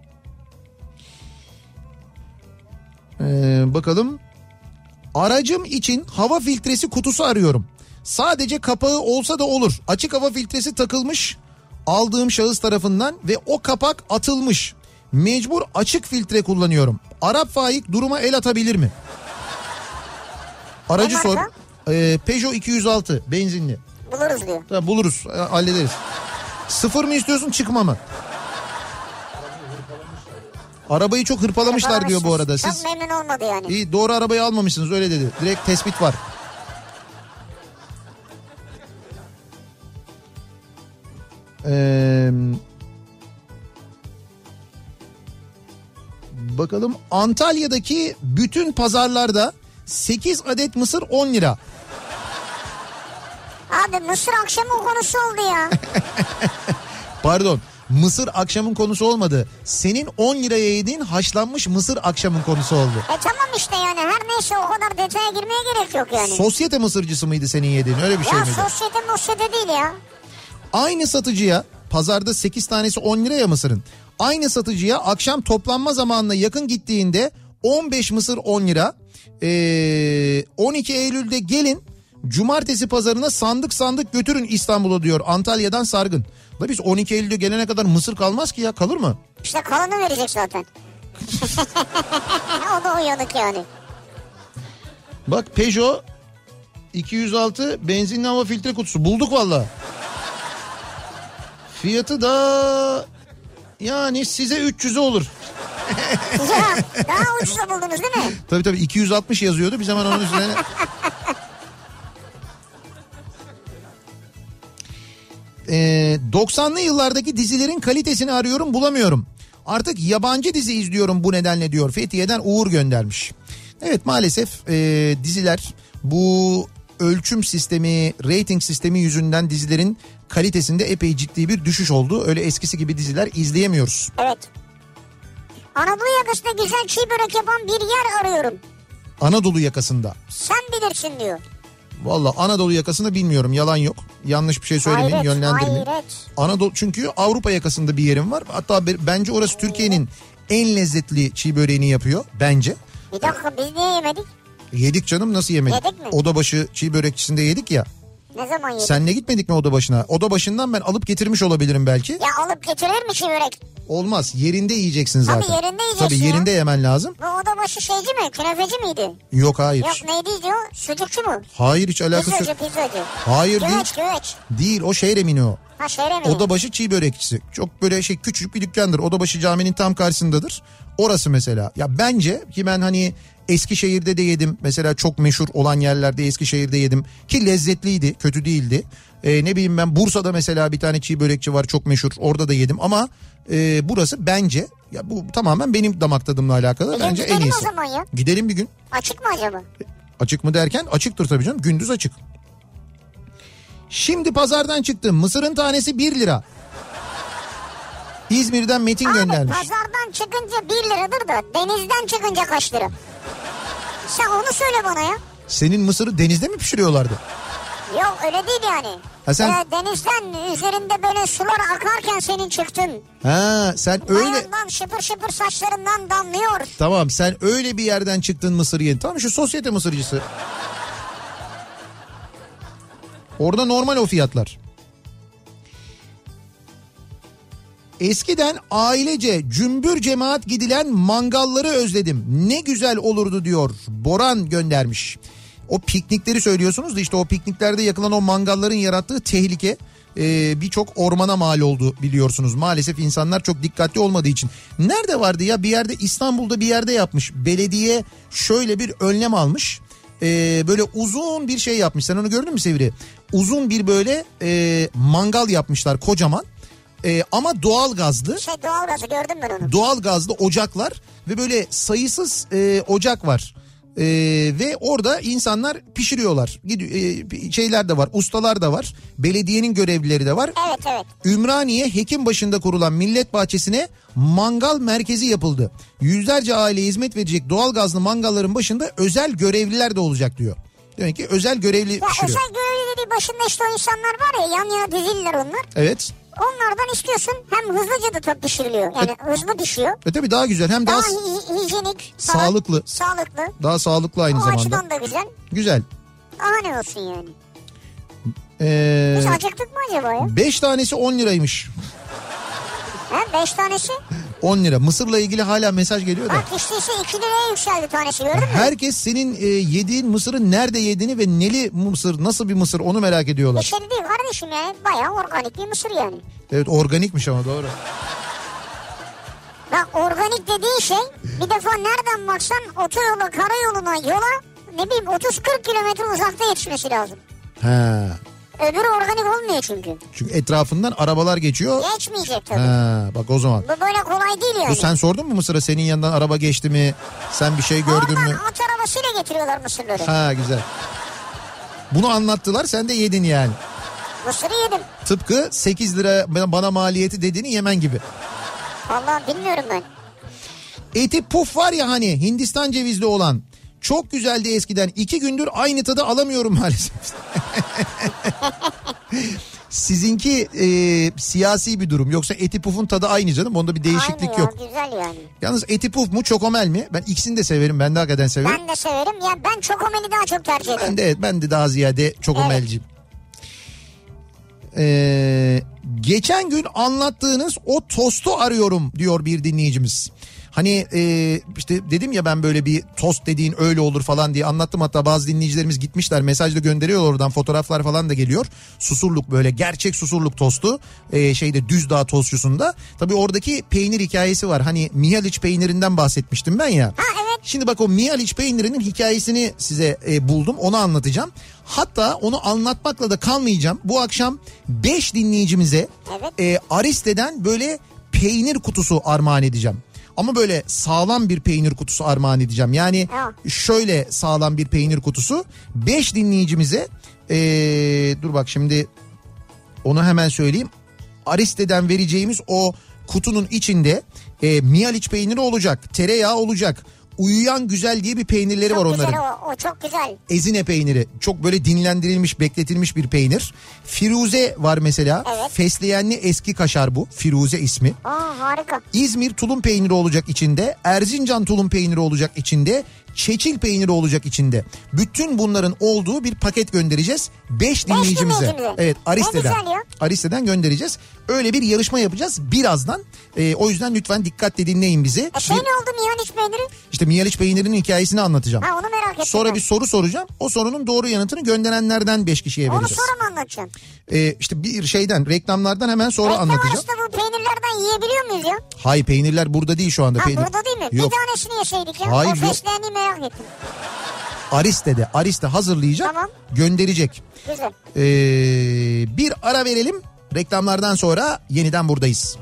[SPEAKER 1] Ee, bakalım. Aracım için hava filtresi kutusu arıyorum. Sadece kapağı olsa da olur. Açık hava filtresi takılmış aldığım şahıs tarafından ve o kapak atılmış. Mecbur açık filtre kullanıyorum. Arap faik duruma el atabilir mi? Aracı sor. Ee, Peugeot iki yüz altı benzinli.
[SPEAKER 2] Buluruz diyor.
[SPEAKER 1] Tamam, buluruz, hallederiz. Sıfır mı istiyorsun, çıkma mı? Arabayı çok hırpalamışlar diyor bu arada. Siz
[SPEAKER 2] çok memnun olmadı yani.
[SPEAKER 1] İyi, doğru arabayı almamışsınız, öyle dedi. Direkt tespit var. Ee, bakalım, Antalya'daki bütün pazarlarda sekiz adet mısır on lira.
[SPEAKER 2] Abi mısır akşamın konusu oldu ya.
[SPEAKER 1] Pardon. Mısır akşamın konusu olmadı. Senin on liraya yediğin haşlanmış mısır akşamın konusu oldu.
[SPEAKER 2] E tamam işte yani, her neyse, o kadar detaya girmeye gerek yok yani.
[SPEAKER 1] Sosyete mısırcısı mıydı senin yediğin, öyle bir
[SPEAKER 2] ya
[SPEAKER 1] şey miydi?
[SPEAKER 2] Ya sosyete sosyete değil ya.
[SPEAKER 1] Aynı satıcıya, pazarda sekiz tanesi on liraya mısırın. Aynı satıcıya akşam toplanma zamanına yakın gittiğinde on beş mısır on lira. Ee, on iki Eylül'de gelin, cumartesi pazarına sandık sandık götürün İstanbul'a diyor Antalya'dan Sargın. Da biz on iki Eylül'de gelene kadar mısır kalmaz ki ya, kalır mı?
[SPEAKER 2] İşte kalanı verecek zaten. O da daha uyanık yani.
[SPEAKER 1] Bak Peugeot iki yüz altı benzinli hava filtre kutusu bulduk valla. Fiyatı da yani size üç yüze olur.
[SPEAKER 2] Ya daha ucuza buldunuz değil mi?
[SPEAKER 1] Tabii tabii iki yüz altmış yazıyordu. Biz hemen onun üzerine... ee, doksanlı yıllardaki dizilerin kalitesini arıyorum bulamıyorum. Artık yabancı dizi izliyorum bu nedenle diyor. Fethiye'den Uğur göndermiş. Evet maalesef e, diziler bu ölçüm sistemi, rating sistemi yüzünden dizilerin kalitesinde epey ciddi bir düşüş oldu. Öyle eskisi gibi diziler izleyemiyoruz.
[SPEAKER 2] Evet. Anadolu yakasında güzel çiğ börek yapan bir yer arıyorum.
[SPEAKER 1] Anadolu yakasında.
[SPEAKER 2] Sen bilirsin diyor.
[SPEAKER 1] Valla Anadolu yakasında bilmiyorum, yalan yok. Yanlış bir şey söylemeyeyim,
[SPEAKER 2] hayret,
[SPEAKER 1] yönlendirmeyeyim.
[SPEAKER 2] Hayret.
[SPEAKER 1] Anadolu, çünkü Avrupa yakasında bir yerim var. Hatta bence orası Türkiye'nin en lezzetli çiğ böreğini yapıyor bence.
[SPEAKER 2] Bir dakika, biz niye yemedik?
[SPEAKER 1] Yedik canım, nasıl yemedik?
[SPEAKER 2] Yedik mi?
[SPEAKER 1] Odabaşı çiğ börekçisinde yedik ya.
[SPEAKER 2] Ne zaman yedik?
[SPEAKER 1] Senle gitmedik mi Odabaşı'na? Odabaşı'ndan ben alıp getirmiş olabilirim belki.
[SPEAKER 2] Ya alıp getirir mi çiğ börek?
[SPEAKER 1] Olmaz, yerinde yiyeceksin zaten.
[SPEAKER 2] Tabii yerinde yiyeceksin.
[SPEAKER 1] Tabii yerinde
[SPEAKER 2] ya.
[SPEAKER 1] yemen lazım.
[SPEAKER 2] Bu odabaşı şeyci mi? Künefeci miydi?
[SPEAKER 1] Yok hayır.
[SPEAKER 2] Yok neydi diyor? Sucukçu mu?
[SPEAKER 1] Hayır, hiç alakası yok.
[SPEAKER 2] Pizzacı pizzacı.
[SPEAKER 1] Hayır
[SPEAKER 2] güveç,
[SPEAKER 1] değil.
[SPEAKER 2] Güveç güveç.
[SPEAKER 1] Değil, o Şehremini o.
[SPEAKER 2] Ha Şehremini.
[SPEAKER 1] Odabaşı çiğ börekçisi. Çok böyle şey, küçücük bir dükkandır. Odabaşı caminin tam karşısındadır. Orası mesela. Ya bence ki ben hani Eskişehir'de de yedim. Mesela çok meşhur olan yerlerde Eskişehir'de yedim. Ki lezzetliydi, kötü değildi. Ee, ne bileyim ben Bursa'da mesela bir tane çiğ börekçi var, çok meşhur. Orada da yedim ama e, burası bence, ya bu tamamen benim damak tadımla alakalı.
[SPEAKER 2] E
[SPEAKER 1] bence en
[SPEAKER 2] gidelim
[SPEAKER 1] iyisi.
[SPEAKER 2] o zaman ya.
[SPEAKER 1] Gidelim bir gün.
[SPEAKER 2] Açık mı acaba?
[SPEAKER 1] Açık mı derken açıktır tabii canım. Gündüz açık. Şimdi pazardan çıktım. Mısırın tanesi bir lira. İzmir'den Metin
[SPEAKER 2] Abi,
[SPEAKER 1] göndermiş.
[SPEAKER 2] pazardan çıkınca bir liradır da denizden çıkınca kaç lira? Sen onu söyle bana ya.
[SPEAKER 1] Senin mısırı denizde mi pişiriyorlardı?
[SPEAKER 2] Yok öyle değil yani.
[SPEAKER 1] Ha sen...
[SPEAKER 2] Ee, denizden üzerinde böyle sular akarken senin çıktın.
[SPEAKER 1] Ha sen öyle...
[SPEAKER 2] Ayağından şıpır şıpır saçlarından damlıyor.
[SPEAKER 1] Tamam, sen öyle bir yerden çıktın mısır yedin. Tamam, şu sosyete mısırcısı. Orada normal o fiyatlar. Eskiden ailece cümbür cemaat gidilen mangalları özledim. Ne güzel olurdu diyor. Boran göndermiş. O piknikleri söylüyorsunuz da işte o pikniklerde yakılan o mangalların yarattığı tehlike e, birçok ormana mal oldu biliyorsunuz. Maalesef insanlar çok dikkatli olmadığı için. Nerede vardı ya, bir yerde, İstanbul'da bir yerde yapmış. Belediye şöyle bir önlem almış. E, böyle uzun bir şey yapmış. Sen onu gördün mü Sevri? Uzun bir böyle e, mangal yapmışlar kocaman. Ee, ama doğal gazlı.
[SPEAKER 2] Şey doğal gazı gördüm ben onu.
[SPEAKER 1] Doğal gazlı ocaklar ve böyle sayısız e, ocak var. E, ve orada insanlar pişiriyorlar. E, şeyler de var, ustalar da var. Belediyenin görevlileri de var.
[SPEAKER 2] Evet evet.
[SPEAKER 1] Ümraniye Hekimbaşı'nda kurulan millet bahçesine mangal merkezi yapıldı. Yüzlerce aileye hizmet verecek doğal gazlı mangalların başında özel görevliler de olacak diyor. Demek ki özel görevli
[SPEAKER 2] ya
[SPEAKER 1] pişiriyor.
[SPEAKER 2] Özel görevli dediği başında işte o insanlar var ya, yan yana dizililer onlar.
[SPEAKER 1] Evet.
[SPEAKER 2] Onlardan istiyorsun, hem hızlıca da tabii pişiriliyor. Yani e, hızlı pişiyor.
[SPEAKER 1] E tabii daha güzel, hem daha,
[SPEAKER 2] daha hi- hijyenik.
[SPEAKER 1] Sağlıklı.
[SPEAKER 2] Sağlıklı.
[SPEAKER 1] Daha sağlıklı aynı
[SPEAKER 2] o
[SPEAKER 1] zamanda.
[SPEAKER 2] O açıdan da güzel.
[SPEAKER 1] Güzel.
[SPEAKER 2] Daha ne olsun yani.
[SPEAKER 1] Ee,
[SPEAKER 2] Biz acıktık mı acaba ya?
[SPEAKER 1] beş tanesi on liraymış.
[SPEAKER 2] He, beş tanesi?
[SPEAKER 1] on lira. Mısırla ilgili hala mesaj geliyor da.
[SPEAKER 2] Bak işte ise iki liraya yükseldi tanesi, gördün mü?
[SPEAKER 1] Herkes senin e, yediğin mısırı nerede yediğini ve neli mısır, nasıl bir mısır onu merak ediyorlar.
[SPEAKER 2] Bir şey değil kardeşim yani, bayağı organik bir mısır yani.
[SPEAKER 1] Evet, organikmiş ama doğru.
[SPEAKER 2] Bak organik dediğin şey bir defa nereden baksan otoyola, karayoluna, yola ne bileyim otuz kırk kilometre uzakta yetişmesi lazım.
[SPEAKER 1] He.
[SPEAKER 2] Öbürü organik olmuyor çünkü.
[SPEAKER 1] Çünkü etrafından arabalar geçiyor.
[SPEAKER 2] Geçmeyecek tabii.
[SPEAKER 1] He, bak o zaman.
[SPEAKER 2] Bu böyle kolay değil yani.
[SPEAKER 1] Bu sen sordun mu Mısır'a, senin yanından araba geçti mi? Sen bir şey gördün
[SPEAKER 2] Oradan
[SPEAKER 1] mü?
[SPEAKER 2] at arabasıyla getiriyorlar mısırları.
[SPEAKER 1] Ha güzel. Bunu anlattılar, sen de yedin yani.
[SPEAKER 2] Mısırı yedim.
[SPEAKER 1] Tıpkı sekiz lira bana maliyeti dediğini yemen gibi.
[SPEAKER 2] Vallahi bilmiyorum ben.
[SPEAKER 1] Eti puf var ya hani, Hindistan cevizli olan. Çok güzeldi eskiden. İki gündür aynı tadı alamıyorum maalesef. Sizinki e, siyasi bir durum. Yoksa eti pufun tadı aynı canım. Onda bir değişiklik
[SPEAKER 2] aynı ya,
[SPEAKER 1] yok.
[SPEAKER 2] Güzel yani.
[SPEAKER 1] Yalnız eti puf mu çokomel mi? Ben ikisini de severim. Ben de hakikaten severim.
[SPEAKER 2] Ben de severim. Ya ben çokomeli daha çok tercih ederim.
[SPEAKER 1] Ben de, evet, ben de daha ziyade çokomelciyim. Evet. Ee, geçen gün anlattığınız o tostu arıyorum diyor bir dinleyicimiz. Hani e, işte dedim ya ben böyle bir tost dediğin öyle olur falan diye anlattım. Hatta bazı dinleyicilerimiz gitmişler, mesaj da gönderiyorlar oradan, fotoğraflar falan da geliyor. Susurluk, böyle gerçek Susurluk tostu e, şeyde Düzdağ tostçusunda. Tabii oradaki peynir hikayesi var. Hani Mihaliç peynirinden bahsetmiştim ben ya.
[SPEAKER 2] Ha, evet.
[SPEAKER 1] Şimdi bak o Mihaliç peynirinin hikayesini size e, buldum, onu anlatacağım. Hatta onu anlatmakla da kalmayacağım. Bu akşam beş dinleyicimize
[SPEAKER 2] evet.
[SPEAKER 1] e, Ariste'den böyle peynir kutusu armağan edeceğim. Ama böyle sağlam bir peynir kutusu armağan edeceğim. Yani
[SPEAKER 2] ha.
[SPEAKER 1] şöyle sağlam bir peynir kutusu. beş dinleyicimize e, dur bak şimdi onu hemen söyleyeyim. Ariste'den vereceğimiz o kutunun içinde e, Mihaliç peyniri olacak, tereyağı olacak. Uyuyan Güzel diye bir peynirleri
[SPEAKER 2] çok
[SPEAKER 1] var onların.
[SPEAKER 2] Çok güzel o, o çok güzel.
[SPEAKER 1] Ezine peyniri, çok böyle dinlendirilmiş, bekletilmiş bir peynir. Firuze var mesela.
[SPEAKER 2] Evet.
[SPEAKER 1] Fesleğenli eski kaşar bu. Firuze ismi.
[SPEAKER 2] Aa, harika.
[SPEAKER 1] İzmir tulum peyniri olacak içinde. Erzincan tulum peyniri olacak içinde. Çeçil peyniri olacak içinde. Bütün bunların olduğu bir paket göndereceğiz. beş dinleyicimize. Evet, Ariste'den. Ariste'den göndereceğiz. Öyle bir yarışma yapacağız birazdan. Ee, o yüzden lütfen dikkatle dinleyin bizi.
[SPEAKER 2] E şey bir... ne oldu Mihaliç peyniri?
[SPEAKER 1] İşte Mihaliç peynirinin hikayesini anlatacağım.
[SPEAKER 2] Ha, onu merak ettim.
[SPEAKER 1] Sonra ben. bir soru soracağım. O sorunun doğru yanıtını gönderenlerden beş kişiye
[SPEAKER 2] onu
[SPEAKER 1] vereceğiz.
[SPEAKER 2] Onu sonra mı anlatacaksın?
[SPEAKER 1] Ee, işte bir şeyden, reklamlardan hemen sonra
[SPEAKER 2] Reklam
[SPEAKER 1] anlatacağım.
[SPEAKER 2] Reklam arasında bu peynirlerden yiyebiliyor muyuz ya?
[SPEAKER 1] Hayır, peynirler burada değil şu anda.
[SPEAKER 2] Ha,
[SPEAKER 1] peynir...
[SPEAKER 2] burada değil mi?
[SPEAKER 1] Yok.
[SPEAKER 2] Bir tanesini yeseydik ya.
[SPEAKER 1] Hayır,
[SPEAKER 2] o fesleğeni merak ettim.
[SPEAKER 1] Ariste'de. Ariste hazırlayacak,
[SPEAKER 2] tamam.
[SPEAKER 1] Gönderecek.
[SPEAKER 2] Güzel.
[SPEAKER 1] Ee, bir ara verelim. Reklamlardan sonra yeniden buradayız.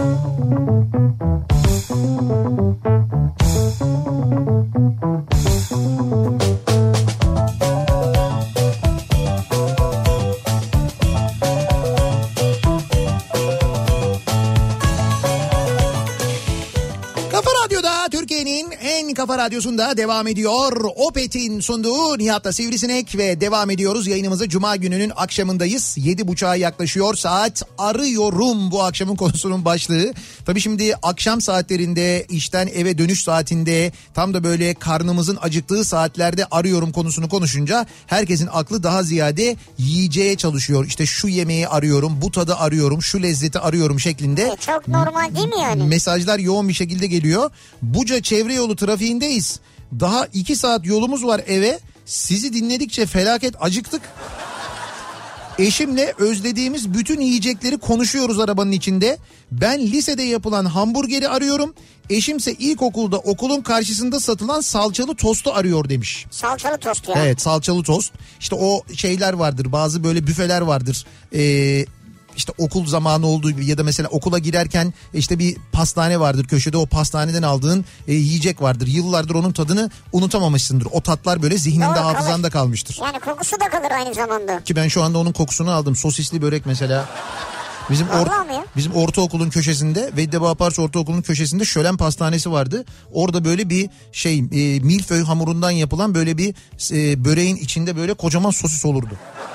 [SPEAKER 1] Türkiye'nin en kafa radyosunda devam ediyor. Opet'in sunduğu Nihat'la Sivrisinek ve devam ediyoruz. Yayınımıza Cuma gününün akşamındayız. Yedi buçuğa yaklaşıyor saat. Arıyorum bu akşamın konusunun başlığı. Tabii şimdi akşam saatlerinde, işten eve dönüş saatinde, tam da böyle karnımızın acıktığı saatlerde arıyorum konusunu konuşunca herkesin aklı daha ziyade yiyeceğe çalışıyor. İşte şu yemeği arıyorum, bu tadı arıyorum, şu lezzeti arıyorum şeklinde.
[SPEAKER 2] E, çok normal değil mi yani?
[SPEAKER 1] Mesajlar yoğun bir şekilde geliyor. Buca çevre yolu trafiğindeyiz. Daha iki saat yolumuz var eve. Sizi dinledikçe felaket acıktık. Eşimle özlediğimiz bütün yiyecekleri konuşuyoruz arabanın içinde. Ben lisede yapılan hamburgeri arıyorum. Eşimse ilkokulda okulun karşısında satılan salçalı tostu arıyor demiş.
[SPEAKER 2] Salçalı tost ya.
[SPEAKER 1] Evet, salçalı tost. İşte o şeyler vardır, bazı böyle büfeler vardır. Eee... İşte okul zamanı olduğu gibi ya da mesela okula girerken işte bir pastane vardır köşede, o pastaneden aldığın e, yiyecek vardır. Yıllardır onun tadını unutamamışsındır. O tatlar böyle zihninde, doğru, hafızanda kalmıştır.
[SPEAKER 2] Yani kokusu da kalır aynı zamanda.
[SPEAKER 1] Ki ben şu anda onun kokusunu aldım. Sosisli börek mesela. Bizim or, bizim ortaokulun köşesinde, Veddeba Apars Ortaokulu'nun köşesinde Şölen Pastanesi vardı. Orada böyle bir şey e, milföy hamurundan yapılan böyle bir e, böreğin içinde böyle kocaman sosis olurdu.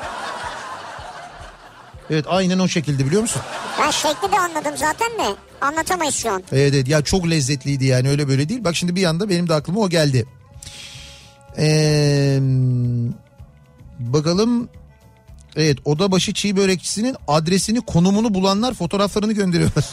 [SPEAKER 1] Evet, aynen o şekilde, biliyor musun?
[SPEAKER 2] Ben şekli de anladım zaten de anlatamayız şu an.
[SPEAKER 1] Evet evet ya, çok lezzetliydi yani, öyle böyle değil. Bak şimdi bir anda benim de aklıma o geldi. Ee, bakalım. Evet, Odabaşı Çiğ Börekçisi'nin adresini, konumunu bulanlar fotoğraflarını gönderiyorlar.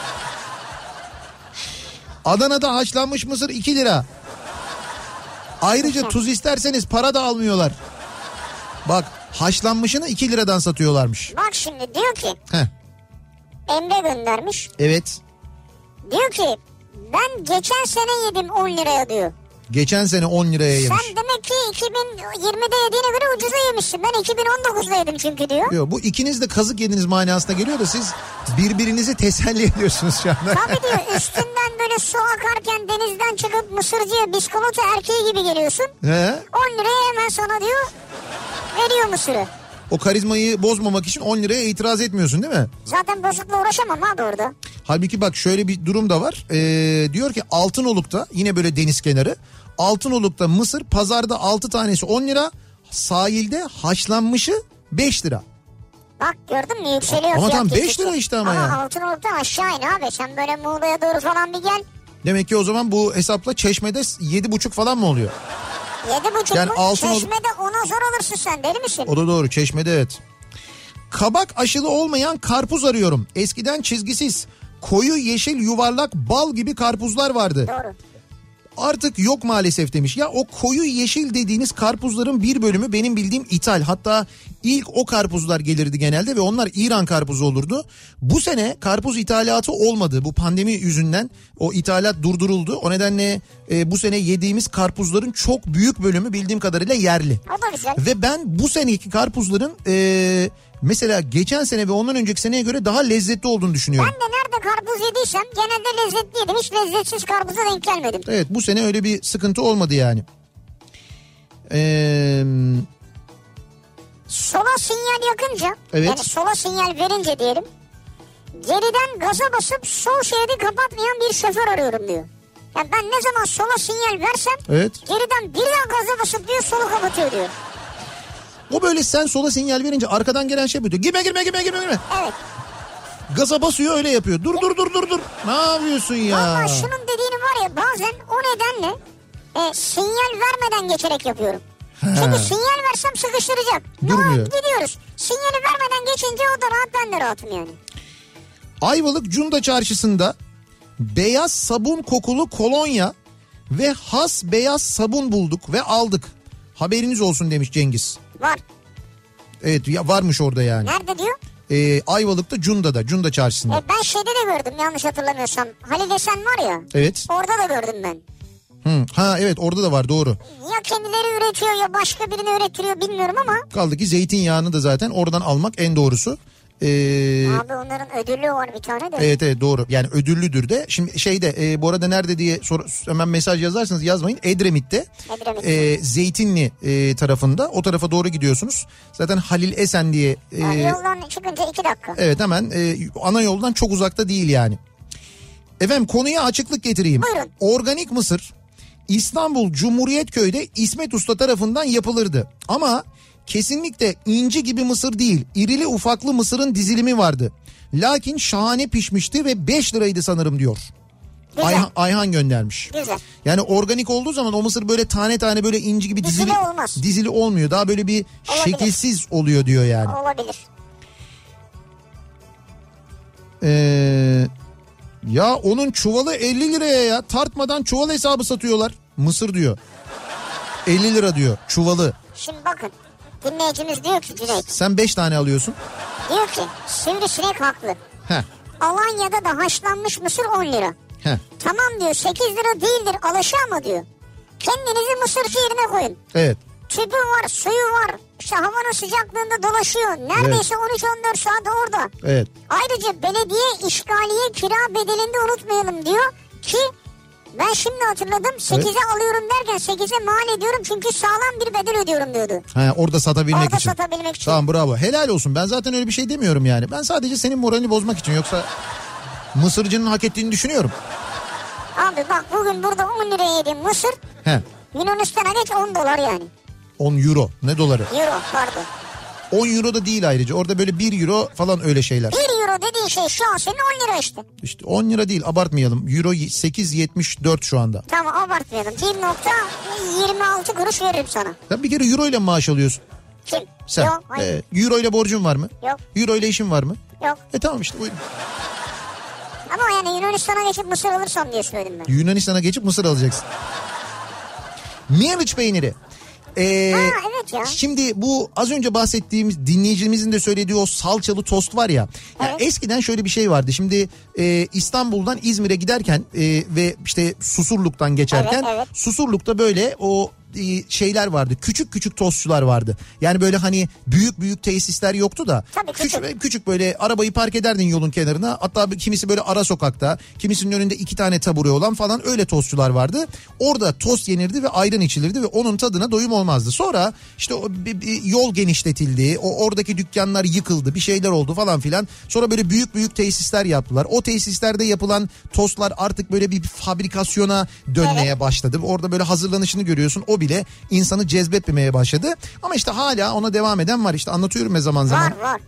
[SPEAKER 1] Adana'da haşlanmış mısır iki lira. Ayrıca tuz isterseniz para da almıyorlar. Bak, haşlanmışını iki liradan satıyorlarmış.
[SPEAKER 2] Bak şimdi diyor ki.
[SPEAKER 1] Heh.
[SPEAKER 2] Emre göndermiş.
[SPEAKER 1] Evet.
[SPEAKER 2] Diyor ki ben geçen sene yedim on liraya diyor.
[SPEAKER 1] Geçen sene on liraya yemiş.
[SPEAKER 2] Sen demek ki iki bin yirmide yediğine göre ucuza yemişsin. Ben iki bin on dokuzda yedim çünkü diyor.
[SPEAKER 1] Yok, bu ikiniz de kazık yediniz manasına geliyor da siz birbirinizi teselli ediyorsunuz şu anda.
[SPEAKER 2] Tabii diyor, üstünden böyle su akarken denizden çıkıp mısırcıya biskolata erkeği gibi geliyorsun.
[SPEAKER 1] He?
[SPEAKER 2] on liraya hemen sana diyor veriyor mısırı.
[SPEAKER 1] O karizmayı bozmamak için on liraya itiraz etmiyorsun değil mi?
[SPEAKER 2] Zaten bozukla uğraşamam abi orada.
[SPEAKER 1] Halbuki bak şöyle bir durum da var. Ee, diyor ki Altınoluk'ta, yine böyle deniz kenarı. Altınoluk'ta mısır pazarda altı tanesi on lira. Sahilde haşlanmışı beş lira.
[SPEAKER 2] Bak gördün mü, yükseliyor.
[SPEAKER 1] Ama tam beş lira işte ama, ama ya.
[SPEAKER 2] Altınoluk'tan aşağı in abi. Sen böyle Muğla'ya doğru falan bir gel.
[SPEAKER 1] Demek ki o zaman bu hesapla Çeşme'de yedi buçuk falan mı oluyor?
[SPEAKER 2] Yedi buçuk
[SPEAKER 1] yani
[SPEAKER 2] mu?
[SPEAKER 1] Altınoluk...
[SPEAKER 2] Çeşme'de ona zor alırsın sen, deli misin?
[SPEAKER 1] O da doğru, Çeşme'de evet. Kabak aşılı olmayan karpuz arıyorum. Eskiden çizgisiz, koyu yeşil yuvarlak bal gibi karpuzlar vardı.
[SPEAKER 2] Doğru.
[SPEAKER 1] Artık yok maalesef demiş. Ya o koyu yeşil dediğiniz karpuzların bir bölümü benim bildiğim ithal. Hatta ilk o karpuzlar gelirdi genelde ve onlar İran karpuzu olurdu. Bu sene karpuz ithalatı olmadı. Bu pandemi yüzünden o ithalat durduruldu. O nedenle e, bu sene yediğimiz karpuzların çok büyük bölümü bildiğim kadarıyla yerli.
[SPEAKER 2] O da güzel.
[SPEAKER 1] Ve ben bu seneki karpuzların e, mesela geçen sene ve ondan önceki seneye göre daha lezzetli olduğunu düşünüyorum.
[SPEAKER 2] Ben de nerede karpuz yediysem genelde lezzetliydim. Hiç lezzetsiz karpuza denk gelmedim.
[SPEAKER 1] Evet, bu sene öyle bir sıkıntı olmadı yani. Eee...
[SPEAKER 2] Sola sinyal yakınca,
[SPEAKER 1] evet.
[SPEAKER 2] Yani sola sinyal verince diyelim, geriden gaza basıp sol şeridi kapatmayan bir şoför arıyorum diyor. Yani ben ne zaman sola sinyal versem,
[SPEAKER 1] evet.
[SPEAKER 2] geriden bir daha gaza basıp diyor solu kapatıyor diyor.
[SPEAKER 1] O böyle sen sola sinyal verince arkadan gelen şey yapıyor. Girme girme girme girme girme.
[SPEAKER 2] Evet.
[SPEAKER 1] Gaza basıyor öyle yapıyor. Dur dur dur dur dur. Ne yapıyorsun ya?
[SPEAKER 2] Valla şunun dediğini var ya, bazen o nedenle e, sinyal vermeden geçerek yapıyorum. He. Çünkü sinyal versem sıkıştıracak.
[SPEAKER 1] Durmuyor.
[SPEAKER 2] Ne gidiyoruz. Sinyali vermeden geçince o da rahat, ben de rahatım yani.
[SPEAKER 1] Ayvalık Cunda Çarşısı'nda beyaz sabun kokulu kolonya ve has beyaz sabun bulduk ve aldık. Haberiniz olsun demiş Cengiz.
[SPEAKER 2] Var.
[SPEAKER 1] Evet ya, varmış orada yani.
[SPEAKER 2] Nerede diyor?
[SPEAKER 1] Ee, Ayvalık'ta Cunda'da, Cunda Çarşısı'nda.
[SPEAKER 2] E ben şeyde de gördüm yanlış hatırlamıyorsam. Halil Esen var ya.
[SPEAKER 1] Evet.
[SPEAKER 2] Orada da gördüm ben.
[SPEAKER 1] Hı, ha evet, orada da var, doğru.
[SPEAKER 2] Ya kendileri üretiyor ya başka birini ürettiriyor bilmiyorum ama.
[SPEAKER 1] Kaldı ki zeytinyağını da zaten oradan almak en doğrusu. Ee,
[SPEAKER 2] Abi onların ödüllü var bir tane de.
[SPEAKER 1] Evet evet doğru, yani ödüllüdür de. Şimdi şeyde e, bu arada nerede diye sor, hemen mesaj yazarsanız yazmayın. Edremit'te
[SPEAKER 2] Edremit.
[SPEAKER 1] e, Zeytinli e, tarafında, o tarafa doğru gidiyorsunuz. Zaten Halil Esen diye. E,
[SPEAKER 2] yani yoldan çıkınca iki dakika.
[SPEAKER 1] Evet, hemen e, ana yoldan çok uzakta değil yani. Efendim konuya açıklık getireyim.
[SPEAKER 2] Buyurun.
[SPEAKER 1] Organik mısır İstanbul Cumhuriyetköy'de İsmet Usta tarafından yapılırdı. Ama kesinlikle inci gibi mısır değil, irili ufaklı mısırın dizilimi vardı. Lakin şahane pişmişti ve beş liraydı sanırım diyor. Ayhan, Ayhan göndermiş.
[SPEAKER 2] Güzel.
[SPEAKER 1] Yani organik olduğu zaman o mısır böyle tane tane böyle inci gibi dizili,
[SPEAKER 2] dizili olmaz.
[SPEAKER 1] Dizili olmuyor. Daha böyle bir olabilir. Şekilsiz oluyor diyor yani.
[SPEAKER 2] Olabilir.
[SPEAKER 1] Eee... Ya onun çuvalı elli liraya ya. Tartmadan çuval hesabı satıyorlar. Mısır diyor. elli lira diyor çuvalı.
[SPEAKER 2] Şimdi bakın dinleyicimiz diyor ki Cüneyt.
[SPEAKER 1] Sen beş tane alıyorsun.
[SPEAKER 2] Diyor ki sivrisinek haklı.
[SPEAKER 1] Heh.
[SPEAKER 2] Alanya'da da haşlanmış mısır on lira.
[SPEAKER 1] Heh.
[SPEAKER 2] Tamam diyor, sekiz lira değildir alışı ama diyor. Kendinizi mısırcı yerine koyun.
[SPEAKER 1] Evet.
[SPEAKER 2] Tüpü var, suyu var. İşte havanın sıcaklığında dolaşıyor. Neredeyse evet. on üç on dört saat orada.
[SPEAKER 1] Evet.
[SPEAKER 2] Ayrıca belediye işgaliye kira bedelini de unutmayalım diyor ki ben şimdi hatırladım. sekize evet. alıyorum derken sekize mal ediyorum çünkü sağlam bir bedel ödüyorum diyordu.
[SPEAKER 1] He, orada satabilmek
[SPEAKER 2] orada
[SPEAKER 1] için.
[SPEAKER 2] Orada satabilmek için.
[SPEAKER 1] Tamam, bravo. Helal olsun. Ben zaten öyle bir şey demiyorum yani. Ben sadece senin moralini bozmak için, yoksa mısırcının hak ettiğini düşünüyorum.
[SPEAKER 2] Abi bak bugün burada on liraya yedim mısır.
[SPEAKER 1] He.
[SPEAKER 2] Yunanistan'a geç on dolar yani.
[SPEAKER 1] on euro. Ne doları?
[SPEAKER 2] Euro pardon.
[SPEAKER 1] on euro da değil ayrıca. Orada böyle bir euro falan öyle şeyler.
[SPEAKER 2] bir euro dediğin şey şu an senin on lira işte.
[SPEAKER 1] İşte on lira değil, abartmayalım. Euro sekiz yetmiş dört şu anda.
[SPEAKER 2] Tamam abartmayalım. bir nokta yirmi altı kuruş veririm sana.
[SPEAKER 1] Sen bir kere euro ile maaş alıyorsun.
[SPEAKER 2] Kim?
[SPEAKER 1] Sen.
[SPEAKER 2] Yok. Hayır.
[SPEAKER 1] Ee, euro ile borcun var mı?
[SPEAKER 2] Yok.
[SPEAKER 1] Euro ile işin var mı?
[SPEAKER 2] Yok.
[SPEAKER 1] E tamam işte buyurun.
[SPEAKER 2] Ama yani Yunanistan'a geçip mısır alırsam diye söyledim ben.
[SPEAKER 1] Yunanistan'a geçip mısır alacaksın. Miyalıç peyniri. Ee,
[SPEAKER 2] ha evet ya.
[SPEAKER 1] Şimdi bu az önce bahsettiğimiz dinleyicimizin de söylediği o salçalı tost var ya. Evet. Yani eskiden şöyle bir şey vardı. Şimdi e, İstanbul'dan İzmir'e giderken e, ve işte Susurluk'tan geçerken evet, evet. Susurluk'ta böyle o şeyler vardı. Küçük küçük tostçular vardı. Yani böyle hani büyük büyük tesisler yoktu da.
[SPEAKER 2] Tabii, küçük.
[SPEAKER 1] küçük. Küçük böyle arabayı park ederdin yolun kenarına. Hatta kimisi böyle ara sokakta, kimisinin önünde iki tane tabure olan falan öyle tostçular vardı. Orada tost yenirdi ve ayran içilirdi ve onun tadına doyum olmazdı. Sonra işte o bir, bir yol genişletildi. O oradaki dükkanlar yıkıldı. Bir şeyler oldu falan filan. Sonra böyle büyük büyük tesisler yaptılar. O tesislerde yapılan tostlar artık böyle bir fabrikasyona dönmeye evet. başladı. Orada böyle hazırlanışını görüyorsun. O bile insanı cezbetmemeye başladı. Ama işte hala ona devam eden var. İşte anlatıyorum ya zaman zaman.
[SPEAKER 2] Var var.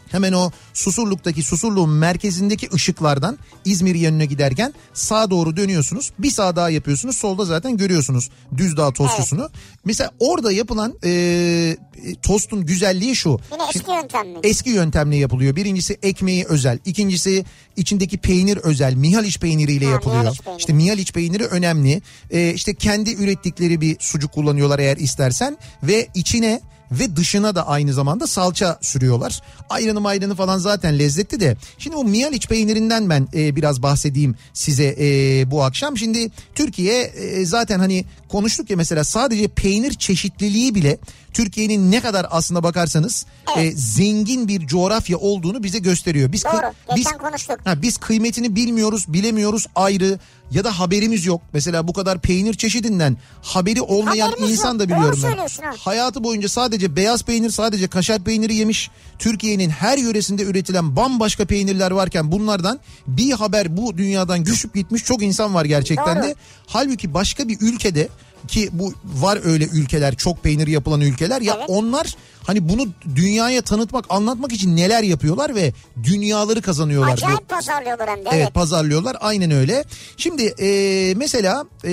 [SPEAKER 1] Hemen o Susurluk'taki Susurluk'un merkezindeki ışıklardan İzmir yönüne giderken sağa doğru dönüyorsunuz. Bir sağ daha yapıyorsunuz. Solda zaten görüyorsunuz Düzdağ tostçusunu. Evet. Mesela orada yapılan e, tostun güzelliği şu.
[SPEAKER 2] Yine eski Şimdi, yöntemle.
[SPEAKER 1] Eski yöntemle yapılıyor. Birincisi ekmeği özel. İkincisi içindeki peynir özel. Mihaliç peyniriyle ha, yapılıyor. Mihaliç peyniri. İşte Mihaliç peyniri önemli. E, işte kendi ürettikleri bir sucuk kullanıyorlar eğer istersen. Ve içine ve dışına da aynı zamanda salça sürüyorlar. Ayranı mayranı falan zaten lezzetli de. Şimdi bu Mihaliç peynirinden ben e, biraz bahsedeyim size e, bu akşam. Şimdi Türkiye e, zaten hani konuştuk ya, mesela sadece peynir çeşitliliği bile Türkiye'nin ne kadar aslına bakarsanız evet. e, zengin bir coğrafya olduğunu bize gösteriyor. Biz
[SPEAKER 2] Doğru.
[SPEAKER 1] Kı-
[SPEAKER 2] Geçen
[SPEAKER 1] biz,
[SPEAKER 2] konuştuk.
[SPEAKER 1] Ha, biz kıymetini bilmiyoruz, bilemiyoruz ayrı, ya da haberimiz yok. Mesela bu kadar peynir çeşidinden haberi olmayan haberimiz insan yok. Da biliyorum
[SPEAKER 2] Doğru
[SPEAKER 1] ben.
[SPEAKER 2] Ha.
[SPEAKER 1] Hayatı boyunca sadece beyaz peynir, sadece kaşar peyniri yemiş. Türkiye'nin her yöresinde üretilen bambaşka peynirler varken bunlardan bir haber bu dünyadan göçüp gitmiş çok insan var gerçekten Doğru. de. Halbuki başka bir ülkede, ki bu var öyle ülkeler, çok peynir yapılan ülkeler ya, evet. onlar hani bunu dünyaya tanıtmak, anlatmak için neler yapıyorlar ve dünyaları kazanıyorlar.
[SPEAKER 2] Acayip bu. pazarlıyorlar hem de.
[SPEAKER 1] Evet, evet pazarlıyorlar, aynen öyle. Şimdi e, mesela e,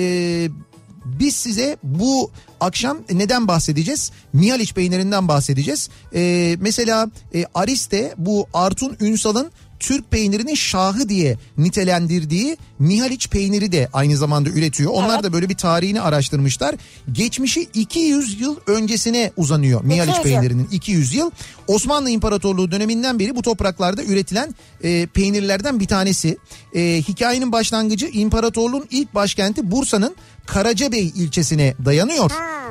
[SPEAKER 1] biz size bu akşam neden bahsedeceğiz? Mihaliç peynirinden bahsedeceğiz. E, mesela e, Ariste bu Artun Ünsal'ın Türk peynirinin şahı diye nitelendirdiği Mihaliç peyniri de aynı zamanda üretiyor. Onlar evet. da böyle bir tarihini araştırmışlar. Geçmişi iki yüz yıl öncesine uzanıyor Mihaliç peynirinin. iki yüz yıl. Osmanlı İmparatorluğu döneminden beri bu topraklarda üretilen e, peynirlerden bir tanesi. E, hikayenin başlangıcı imparatorluğun ilk başkenti Bursa'nın Karacabey ilçesine dayanıyor.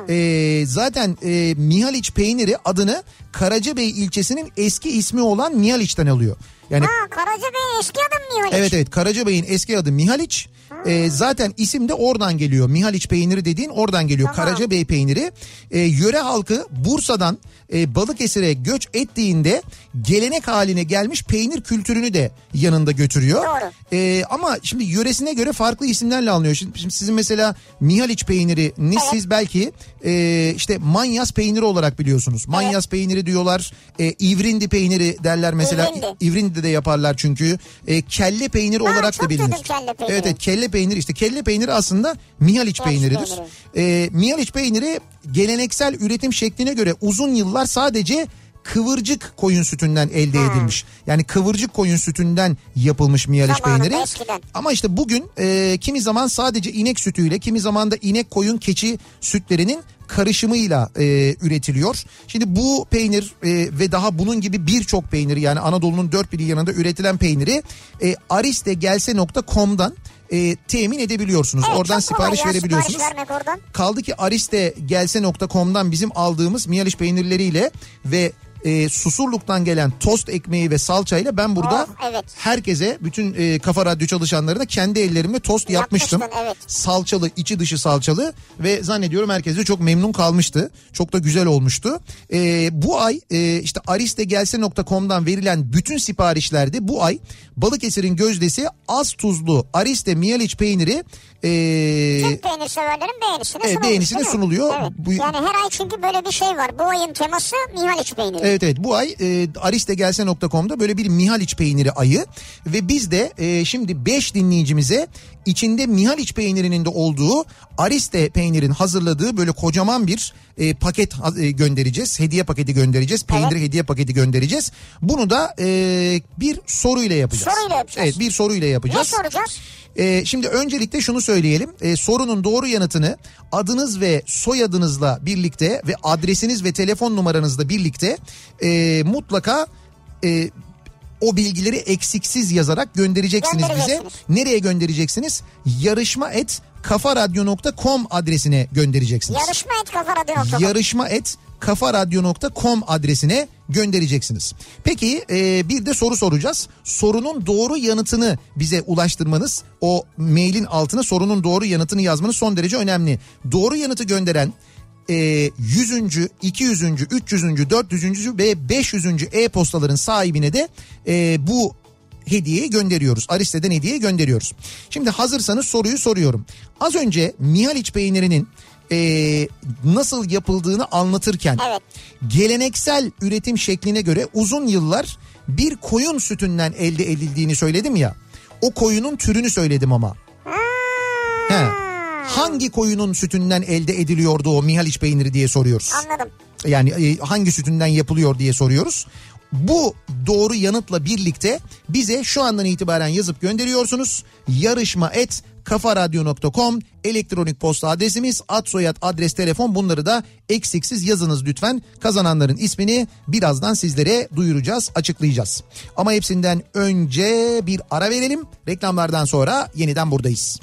[SPEAKER 1] E, zaten e, Mihaliç peyniri adını Karacabey ilçesinin eski ismi olan Mihaliç'ten alıyor. Yani,
[SPEAKER 2] ha, Karacabey'in eski adı Mihaliç.
[SPEAKER 1] Evet evet, Karacabey'in eski adı Mihaliç. E, zaten isim de oradan geliyor. Mihaliç peyniri dediğin oradan geliyor. Tamam. Karacabey peyniri. E, yöre halkı Bursa'dan e, Balıkesir'e göç ettiğinde gelenek haline gelmiş peynir kültürünü de yanında götürüyor.
[SPEAKER 2] Doğru.
[SPEAKER 1] E, ama şimdi yöresine göre farklı isimlerle alınıyor. Şimdi, şimdi sizin mesela Mihaliç peynirini evet. siz belki e, işte Manyas peyniri olarak biliyorsunuz. Manyas evet. peyniri diyorlar. E, İvrindi peyniri derler mesela. İvrindi. İvrindi de yaparlar çünkü. E, kelle peyniri ha, olarak da bilinir.
[SPEAKER 2] Kelle peyniri.
[SPEAKER 1] Evet evet, kelle peyniri, işte kelle peyniri aslında Mihaliç peyniridir. Peyniri. E, Mihaliç peyniri geleneksel üretim şekline göre uzun yıllar sadece kıvırcık koyun sütünden elde hmm. edilmiş. Yani kıvırcık koyun sütünden yapılmış Mihaliç peyniri.
[SPEAKER 2] Eskiden.
[SPEAKER 1] Ama işte bugün e, kimi zaman sadece inek sütüyle, kimi zaman da inek, koyun, keçi sütlerinin karışımıyla e, üretiliyor. Şimdi bu peynir e, ve daha bunun gibi birçok peynir, yani Anadolu'nun dört bir yanında üretilen peyniri e, aristegelse nokta com'dan e, temin edebiliyorsunuz. Evet, oradan sipariş ya, verebiliyorsunuz.
[SPEAKER 2] Sipariş
[SPEAKER 1] Kaldı ki aristegelse nokta com'dan bizim aldığımız Mihaliç peynirleriyle ve E, Susurluk'tan gelen tost ekmeği ve salçayla ben burada
[SPEAKER 2] oh, evet.
[SPEAKER 1] herkese, bütün e, Kafa Radyo çalışanlarına kendi ellerimle tost yapmıştım.
[SPEAKER 2] Evet.
[SPEAKER 1] Salçalı, içi dışı salçalı ve zannediyorum herkes de çok memnun kalmıştı. Çok da güzel olmuştu. E, bu ay e, işte aristegelse nokta com'dan verilen bütün siparişlerde bu ay Balıkesir'in gözdesi az tuzlu Ariste Mihaliç peyniri
[SPEAKER 2] Ee, Türk peynir severlerin beğenisine,
[SPEAKER 1] evet, beğenisine sunuluyor.
[SPEAKER 2] Evet. Bu, yani her ay çünkü böyle bir şey var. Bu ayın teması Mihaliç peyniri.
[SPEAKER 1] Evet evet, bu ay e, aristegelse nokta com'da böyle bir Mihaliç peyniri ayı ve biz de e, şimdi beş dinleyicimize içinde Mihaliç peynirinin de olduğu Ariste peynirin hazırladığı böyle kocaman bir e, paket e, göndereceğiz. Hediye paketi göndereceğiz. Peynir evet. hediye paketi göndereceğiz. Bunu da e, bir soruyla yapacağız.
[SPEAKER 2] Soruyla yapacağız.
[SPEAKER 1] Evet, bir soruyla yapacağız.
[SPEAKER 2] Ne soracağız?
[SPEAKER 1] Ee, şimdi öncelikle şunu söyleyelim. Ee, sorunun doğru yanıtını adınız ve soyadınızla birlikte ve adresiniz ve telefon numaranızla birlikte e, mutlaka e, o bilgileri eksiksiz yazarak göndereceksiniz bize. Nereye göndereceksiniz? Yarışma et kafaradyo nokta com adresine göndereceksiniz.
[SPEAKER 2] Yarışma et kafaradyo nokta com.
[SPEAKER 1] Yarışma et kafaradyo nokta com adresine göndereceksiniz. Peki e, bir de soru soracağız. Sorunun doğru yanıtını bize ulaştırmanız, o mailin altına sorunun doğru yanıtını yazmanız son derece önemli. Doğru yanıtı gönderen e, yüzüncü, iki yüzüncü, üç yüzüncü, dört yüzüncü ve beş yüzüncü e-postaların sahibine de e, bu hediyeyi gönderiyoruz. Ariste'den hediye gönderiyoruz. Şimdi hazırsanız soruyu soruyorum. Az önce Mihaliç peynirinin Ee, nasıl yapıldığını anlatırken evet. geleneksel üretim şekline göre uzun yıllar bir koyun sütünden elde edildiğini söyledim ya. O koyunun türünü söyledim ama. He. Hangi koyunun sütünden elde ediliyordu o Mihaliç peyniri diye soruyoruz.
[SPEAKER 2] Anladım.
[SPEAKER 1] Yani e, hangi sütünden yapılıyor diye soruyoruz. Bu doğru yanıtla birlikte bize şu andan itibaren yazıp gönderiyorsunuz. Yarışma et kafaradyo nokta com elektronik posta adresimiz, ad soyad adres telefon, bunları da eksiksiz yazınız lütfen. Kazananların ismini birazdan sizlere duyuracağız, açıklayacağız. Ama hepsinden önce bir ara verelim. Reklamlardan sonra yeniden buradayız.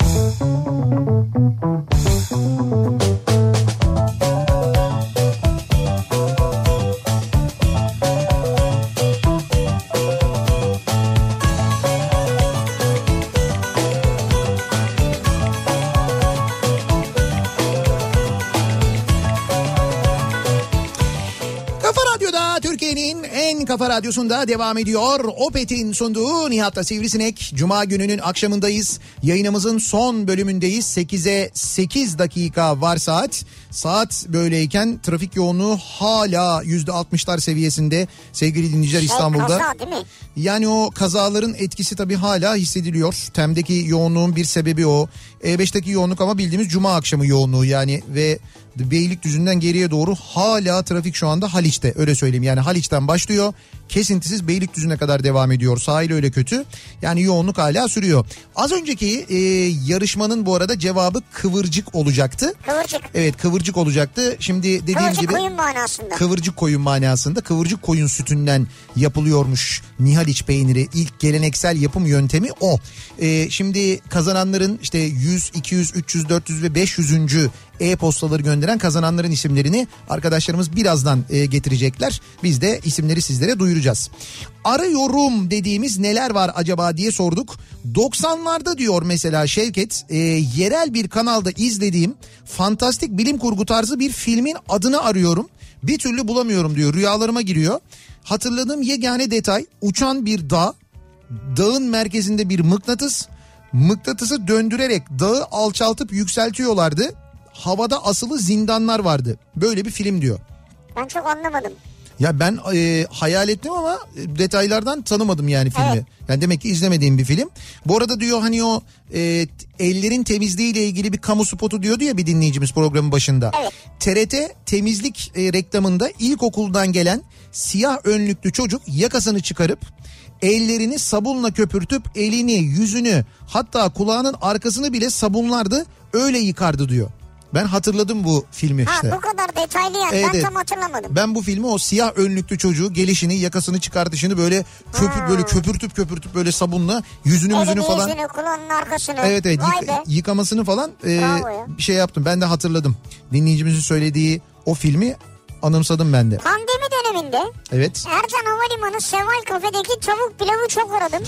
[SPEAKER 1] Türkiye'nin en kafa radyosunda devam ediyor. Opet'in sunduğu Nihat'la Sivrisinek. Cuma gününün akşamındayız. Yayınımızın son bölümündeyiz. sekize sekiz dakika var saat. Saat böyleyken trafik yoğunluğu hala yüzde altmışlar seviyesinde sevgili dinleyiciler şey, İstanbul'da.
[SPEAKER 2] Kaza değil mi?
[SPEAKER 1] Yani o kazaların etkisi tabii hala hissediliyor. Tem'deki yoğunluğun bir sebebi o. E beşteki yoğunluk ama bildiğimiz Cuma akşamı yoğunluğu yani ve Beylikdüzü'nden geriye doğru hala trafik şu anda Haliç'te, öyle söyleyeyim. Yani Haliç'ten başlıyor, kesintisiz Beylikdüzü'ne kadar devam ediyor. Sahil öyle kötü. Yani yoğunluk hala sürüyor. Az önceki e, yarışmanın bu arada cevabı kıvırcık olacaktı.
[SPEAKER 2] Kıvırcık.
[SPEAKER 1] Evet, kıvırcık olacaktı. Şimdi dediğim
[SPEAKER 2] kıvırcık
[SPEAKER 1] gibi.
[SPEAKER 2] Kıvırcık koyun manasında.
[SPEAKER 1] Kıvırcık koyun manasında. Kıvırcık koyun sütünden yapılıyormuş Mihaliç peyniri. İlk geleneksel yapım yöntemi o. E, şimdi kazananların işte yüz, iki yüz, üç yüz, dört yüz ve beş yüzüncü e-postaları gönderen kazananların isimlerini arkadaşlarımız birazdan e, getirecekler. Biz de isimleri sizlere duyuracağız. Arıyorum dediğimiz neler var acaba diye sorduk. doksanlarda diyor mesela Şevket, e, yerel bir kanalda izlediğim fantastik bilim kurgu tarzı bir filmin adını arıyorum. Bir türlü bulamıyorum diyor, rüyalarıma giriyor. Hatırladığım yegane detay uçan bir dağ, dağın merkezinde bir mıknatıs, mıknatısı döndürerek dağı alçaltıp yükseltiyorlardı. Havada asılı zindanlar vardı. Böyle bir film diyor.
[SPEAKER 2] Ben çok anlamadım.
[SPEAKER 1] Ya ben e, hayal ettim ama detaylardan tanımadım yani filmi.
[SPEAKER 2] Evet.
[SPEAKER 1] Yani demek ki izlemediğim bir film. Bu arada diyor hani o e, ellerin temizliğiyle ilgili bir kamu spotu diyordu ya bir dinleyicimiz programın başında.
[SPEAKER 2] Evet.
[SPEAKER 1] T R T temizlik e, reklamında ilkokuldan gelen siyah önlüklü çocuk yakasını çıkarıp ellerini sabunla köpürtüp elini, yüzünü, hatta kulağının arkasını bile sabunlardı, öyle yıkardı diyor. Ben hatırladım bu filmi
[SPEAKER 2] ha,
[SPEAKER 1] işte.
[SPEAKER 2] Ha bu kadar detaylı yani, evet, ben tam hatırlamadım.
[SPEAKER 1] Ben bu filmi o siyah önlüklü çocuğu gelişini, yakasını çıkartışını böyle köpür ha. böyle köpürtüp köpürtüp böyle sabunla yüzünü yüzünü
[SPEAKER 2] Elini,
[SPEAKER 1] falan.
[SPEAKER 2] yüzünü, kulağının arkasını.
[SPEAKER 1] Evet evet yık, yıkamasını falan e, bir şey yaptım. Ben de hatırladım. Dinleyicimizin söylediği o filmi anımsadım ben de.
[SPEAKER 2] Pandemi döneminde.
[SPEAKER 1] Evet.
[SPEAKER 2] Ercan Havalimanı Seval Kafe'deki tavuk pilavı çok aradım.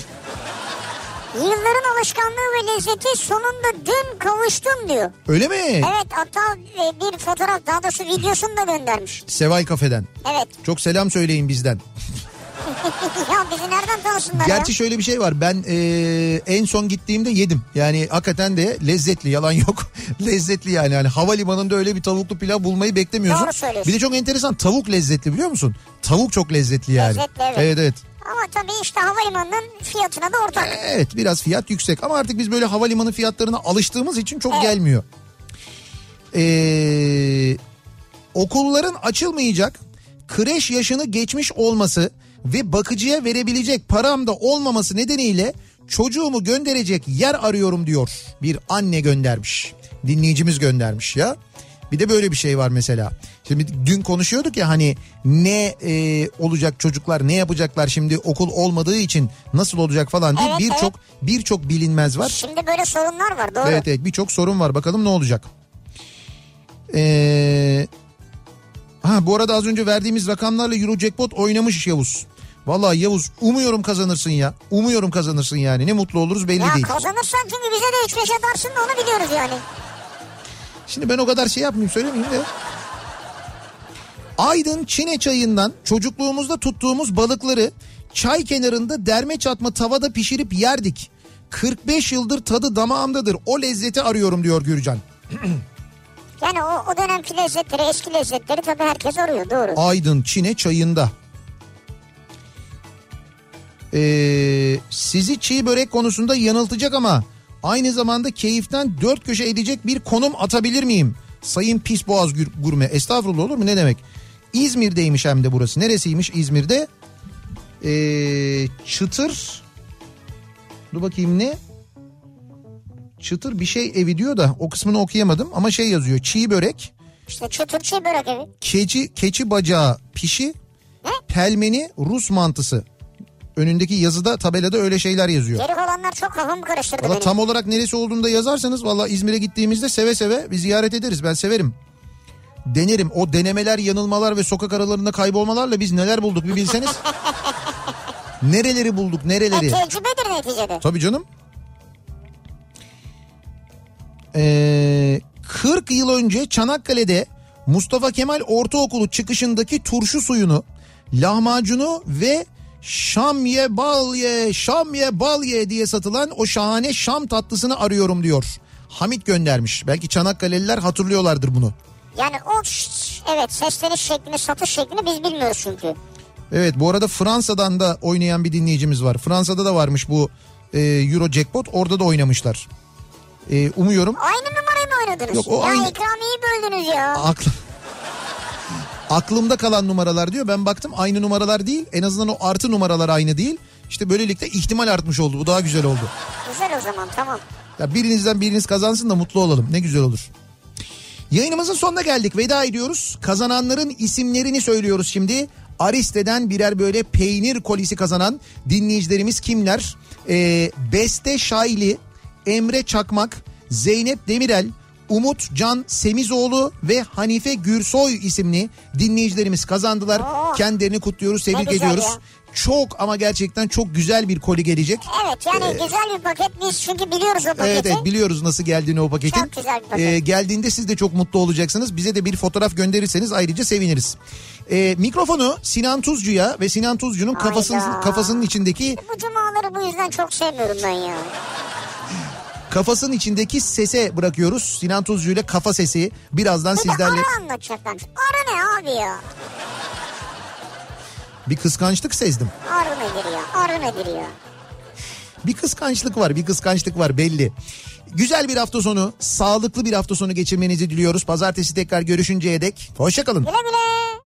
[SPEAKER 2] Yılların alışkanlığı ve lezzeti sonunda dün kavuştum diyor.
[SPEAKER 1] Öyle mi?
[SPEAKER 2] Evet, hatta bir fotoğraf, daha doğrusu videosunu da göndermiş.
[SPEAKER 1] Seval Kafe'den.
[SPEAKER 2] Evet.
[SPEAKER 1] Çok selam söyleyin bizden.
[SPEAKER 2] Ya bizi nereden tanısınlar
[SPEAKER 1] Gerçi
[SPEAKER 2] ya?
[SPEAKER 1] şöyle bir şey var, ben e, en son gittiğimde yedim. Yani hakikaten de lezzetli, yalan yok. Lezzetli yani. yani havalimanında öyle bir tavuklu pilav bulmayı beklemiyorsun.
[SPEAKER 2] Doğru söylüyorsun.
[SPEAKER 1] Bir de çok enteresan, tavuk lezzetli biliyor musun? Tavuk çok lezzetli yani.
[SPEAKER 2] Lezzetli, evet.
[SPEAKER 1] Evet evet.
[SPEAKER 2] Ama tabii işte havalimanının fiyatına da ortak.
[SPEAKER 1] Evet, biraz fiyat yüksek ama artık biz böyle havalimanı fiyatlarına alıştığımız için çok evet. gelmiyor. Ee, okulların açılmayacak, kreş yaşını geçmiş olması ve bakıcıya verebilecek param da olmaması nedeniyle çocuğumu gönderecek yer arıyorum diyor. Bir anne göndermiş. Dinleyicimiz göndermiş ya. Bir de böyle bir şey var mesela. Şimdi dün konuşuyorduk ya hani ne e, olacak çocuklar, ne yapacaklar şimdi okul olmadığı için, nasıl olacak falan diye evet, birçok evet. birçok bilinmez var.
[SPEAKER 2] Şimdi böyle sorunlar var, doğru.
[SPEAKER 1] Evet evet, birçok sorun var, bakalım ne olacak. Ee, ha bu arada az önce verdiğimiz rakamlarla Eurojackpot oynamış Yavuz. Vallahi Yavuz, umuyorum kazanırsın ya. Umuyorum kazanırsın yani. Ne mutlu oluruz belli
[SPEAKER 2] ya
[SPEAKER 1] değil.
[SPEAKER 2] Ya kazanırsan çünkü bize de üç beş atarsın da onu biliyoruz yani.
[SPEAKER 1] Şimdi ben o kadar şey yapmayayım, söylemeyeyim de. Aydın Çine çayından çocukluğumuzda tuttuğumuz balıkları çay kenarında derme çatma tavada pişirip yerdik. kırk beş yıldır tadı damağımdadır. O lezzeti arıyorum diyor Gürcan.
[SPEAKER 2] Yani o, o dönemki lezzetleri, eski lezzetleri tabii herkes arıyor, doğru.
[SPEAKER 1] Aydın Çine çayında. Ee, sizi çiğ börek konusunda yanıltacak ama aynı zamanda keyiften dört köşe edecek bir konum atabilir miyim? Sayın Pisboğaz Gurme. Estağfurullah, olur mu, ne demek? İzmir'deymiş hem de burası. Neresiymiş İzmir'de? Ee, çıtır. Dur bakayım ne? Çıtır bir şey evi diyor da o kısmını okuyamadım ama şey yazıyor. Çiğ börek.
[SPEAKER 2] İşte çıtır çiğ börek evi.
[SPEAKER 1] Keçi, keçi bacağı pişi.
[SPEAKER 2] Ne?
[SPEAKER 1] Pelmeni Rus mantısı. Önündeki yazıda, tabelada öyle şeyler yazıyor.
[SPEAKER 2] Geri kalanlar çok kafamı karıştırdı
[SPEAKER 1] Valla
[SPEAKER 2] benim.
[SPEAKER 1] tam olarak neresi olduğunu da yazarsanız valla İzmir'e gittiğimizde seve seve bir ziyaret ederiz. Ben severim. Denerim. O denemeler, yanılmalar ve sokak aralarında kaybolmalarla biz neler bulduk bir bilseniz. Nereleri bulduk, nereleri.
[SPEAKER 2] E, tecrübedir neticede.
[SPEAKER 1] Tabii canım. Ee, kırk yıl önce Çanakkale'de Mustafa Kemal Ortaokulu çıkışındaki turşu suyunu, lahmacunu ve Şam ye bal ye, Şam ye bal ye diye satılan o şahane Şam tatlısını arıyorum diyor. Hamit göndermiş. Belki Çanakkale'liler hatırlıyorlardır bunu. Yani
[SPEAKER 2] o evet, sesleniş şeklini, satış şeklini biz bilmiyoruz çünkü.
[SPEAKER 1] Evet, bu arada Fransa'dan da oynayan bir dinleyicimiz var. Fransa'da da varmış bu e, Euro Jackpot, orada da oynamışlar. E, umuyorum.
[SPEAKER 2] Aynı numarayı mı oynadınız?
[SPEAKER 1] Yok, o
[SPEAKER 2] ya
[SPEAKER 1] aynı...
[SPEAKER 2] ikramiyeyi böldünüz ya.
[SPEAKER 1] Aklı... Aklımda kalan numaralar diyor. Ben baktım aynı numaralar değil. En azından o artı numaralar aynı değil. İşte böylelikle ihtimal artmış oldu. Bu daha güzel oldu.
[SPEAKER 2] Güzel o zaman, tamam.
[SPEAKER 1] Ya birinizden biriniz kazansın da mutlu olalım. Ne güzel olur. Yayınımızın sonuna geldik. Veda ediyoruz. Kazananların isimlerini söylüyoruz şimdi. Ariste'den birer böyle peynir kolisi kazanan dinleyicilerimiz kimler? Ee, Beste Şayli, Emre Çakmak, Zeynep Demirel, Umut Can Semizoğlu ve Hanife Gürsoy isimli dinleyicilerimiz kazandılar. Oo, kendilerini kutluyoruz, tebrik ediyoruz. Ya. Çok ama gerçekten çok güzel bir koli gelecek.
[SPEAKER 2] Evet, yani ee, güzel bir paket. Biz çünkü biliyoruz o paketi.
[SPEAKER 1] Evet evet, biliyoruz nasıl geldiğini o paketin.
[SPEAKER 2] Çok güzel bir paket.
[SPEAKER 1] Ee, geldiğinde siz de çok mutlu olacaksınız. Bize de bir fotoğraf gönderirseniz ayrıca seviniriz. Ee, mikrofonu Sinan Tuzcu'ya ve Sinan Tuzcu'nun kafasının, kafasının içindeki...
[SPEAKER 2] Bu cumaları bu yüzden çok sevmiyorum ben ya.
[SPEAKER 1] Kafasının içindeki sese bırakıyoruz. Sinan Tuzcu ile kafa sesi birazdan
[SPEAKER 2] bir
[SPEAKER 1] sizlerle...
[SPEAKER 2] Bir de arı anlatacaklar. Arı ne abi ya?
[SPEAKER 1] Bir kıskançlık sezdim.
[SPEAKER 2] Arı nedir ya? Arı nedir ya?
[SPEAKER 1] Bir kıskançlık var, bir kıskançlık var belli. Güzel bir hafta sonu, sağlıklı bir hafta sonu geçirmenizi diliyoruz. Pazartesi tekrar görüşünceye dek hoşça kalın.
[SPEAKER 2] Güle güle.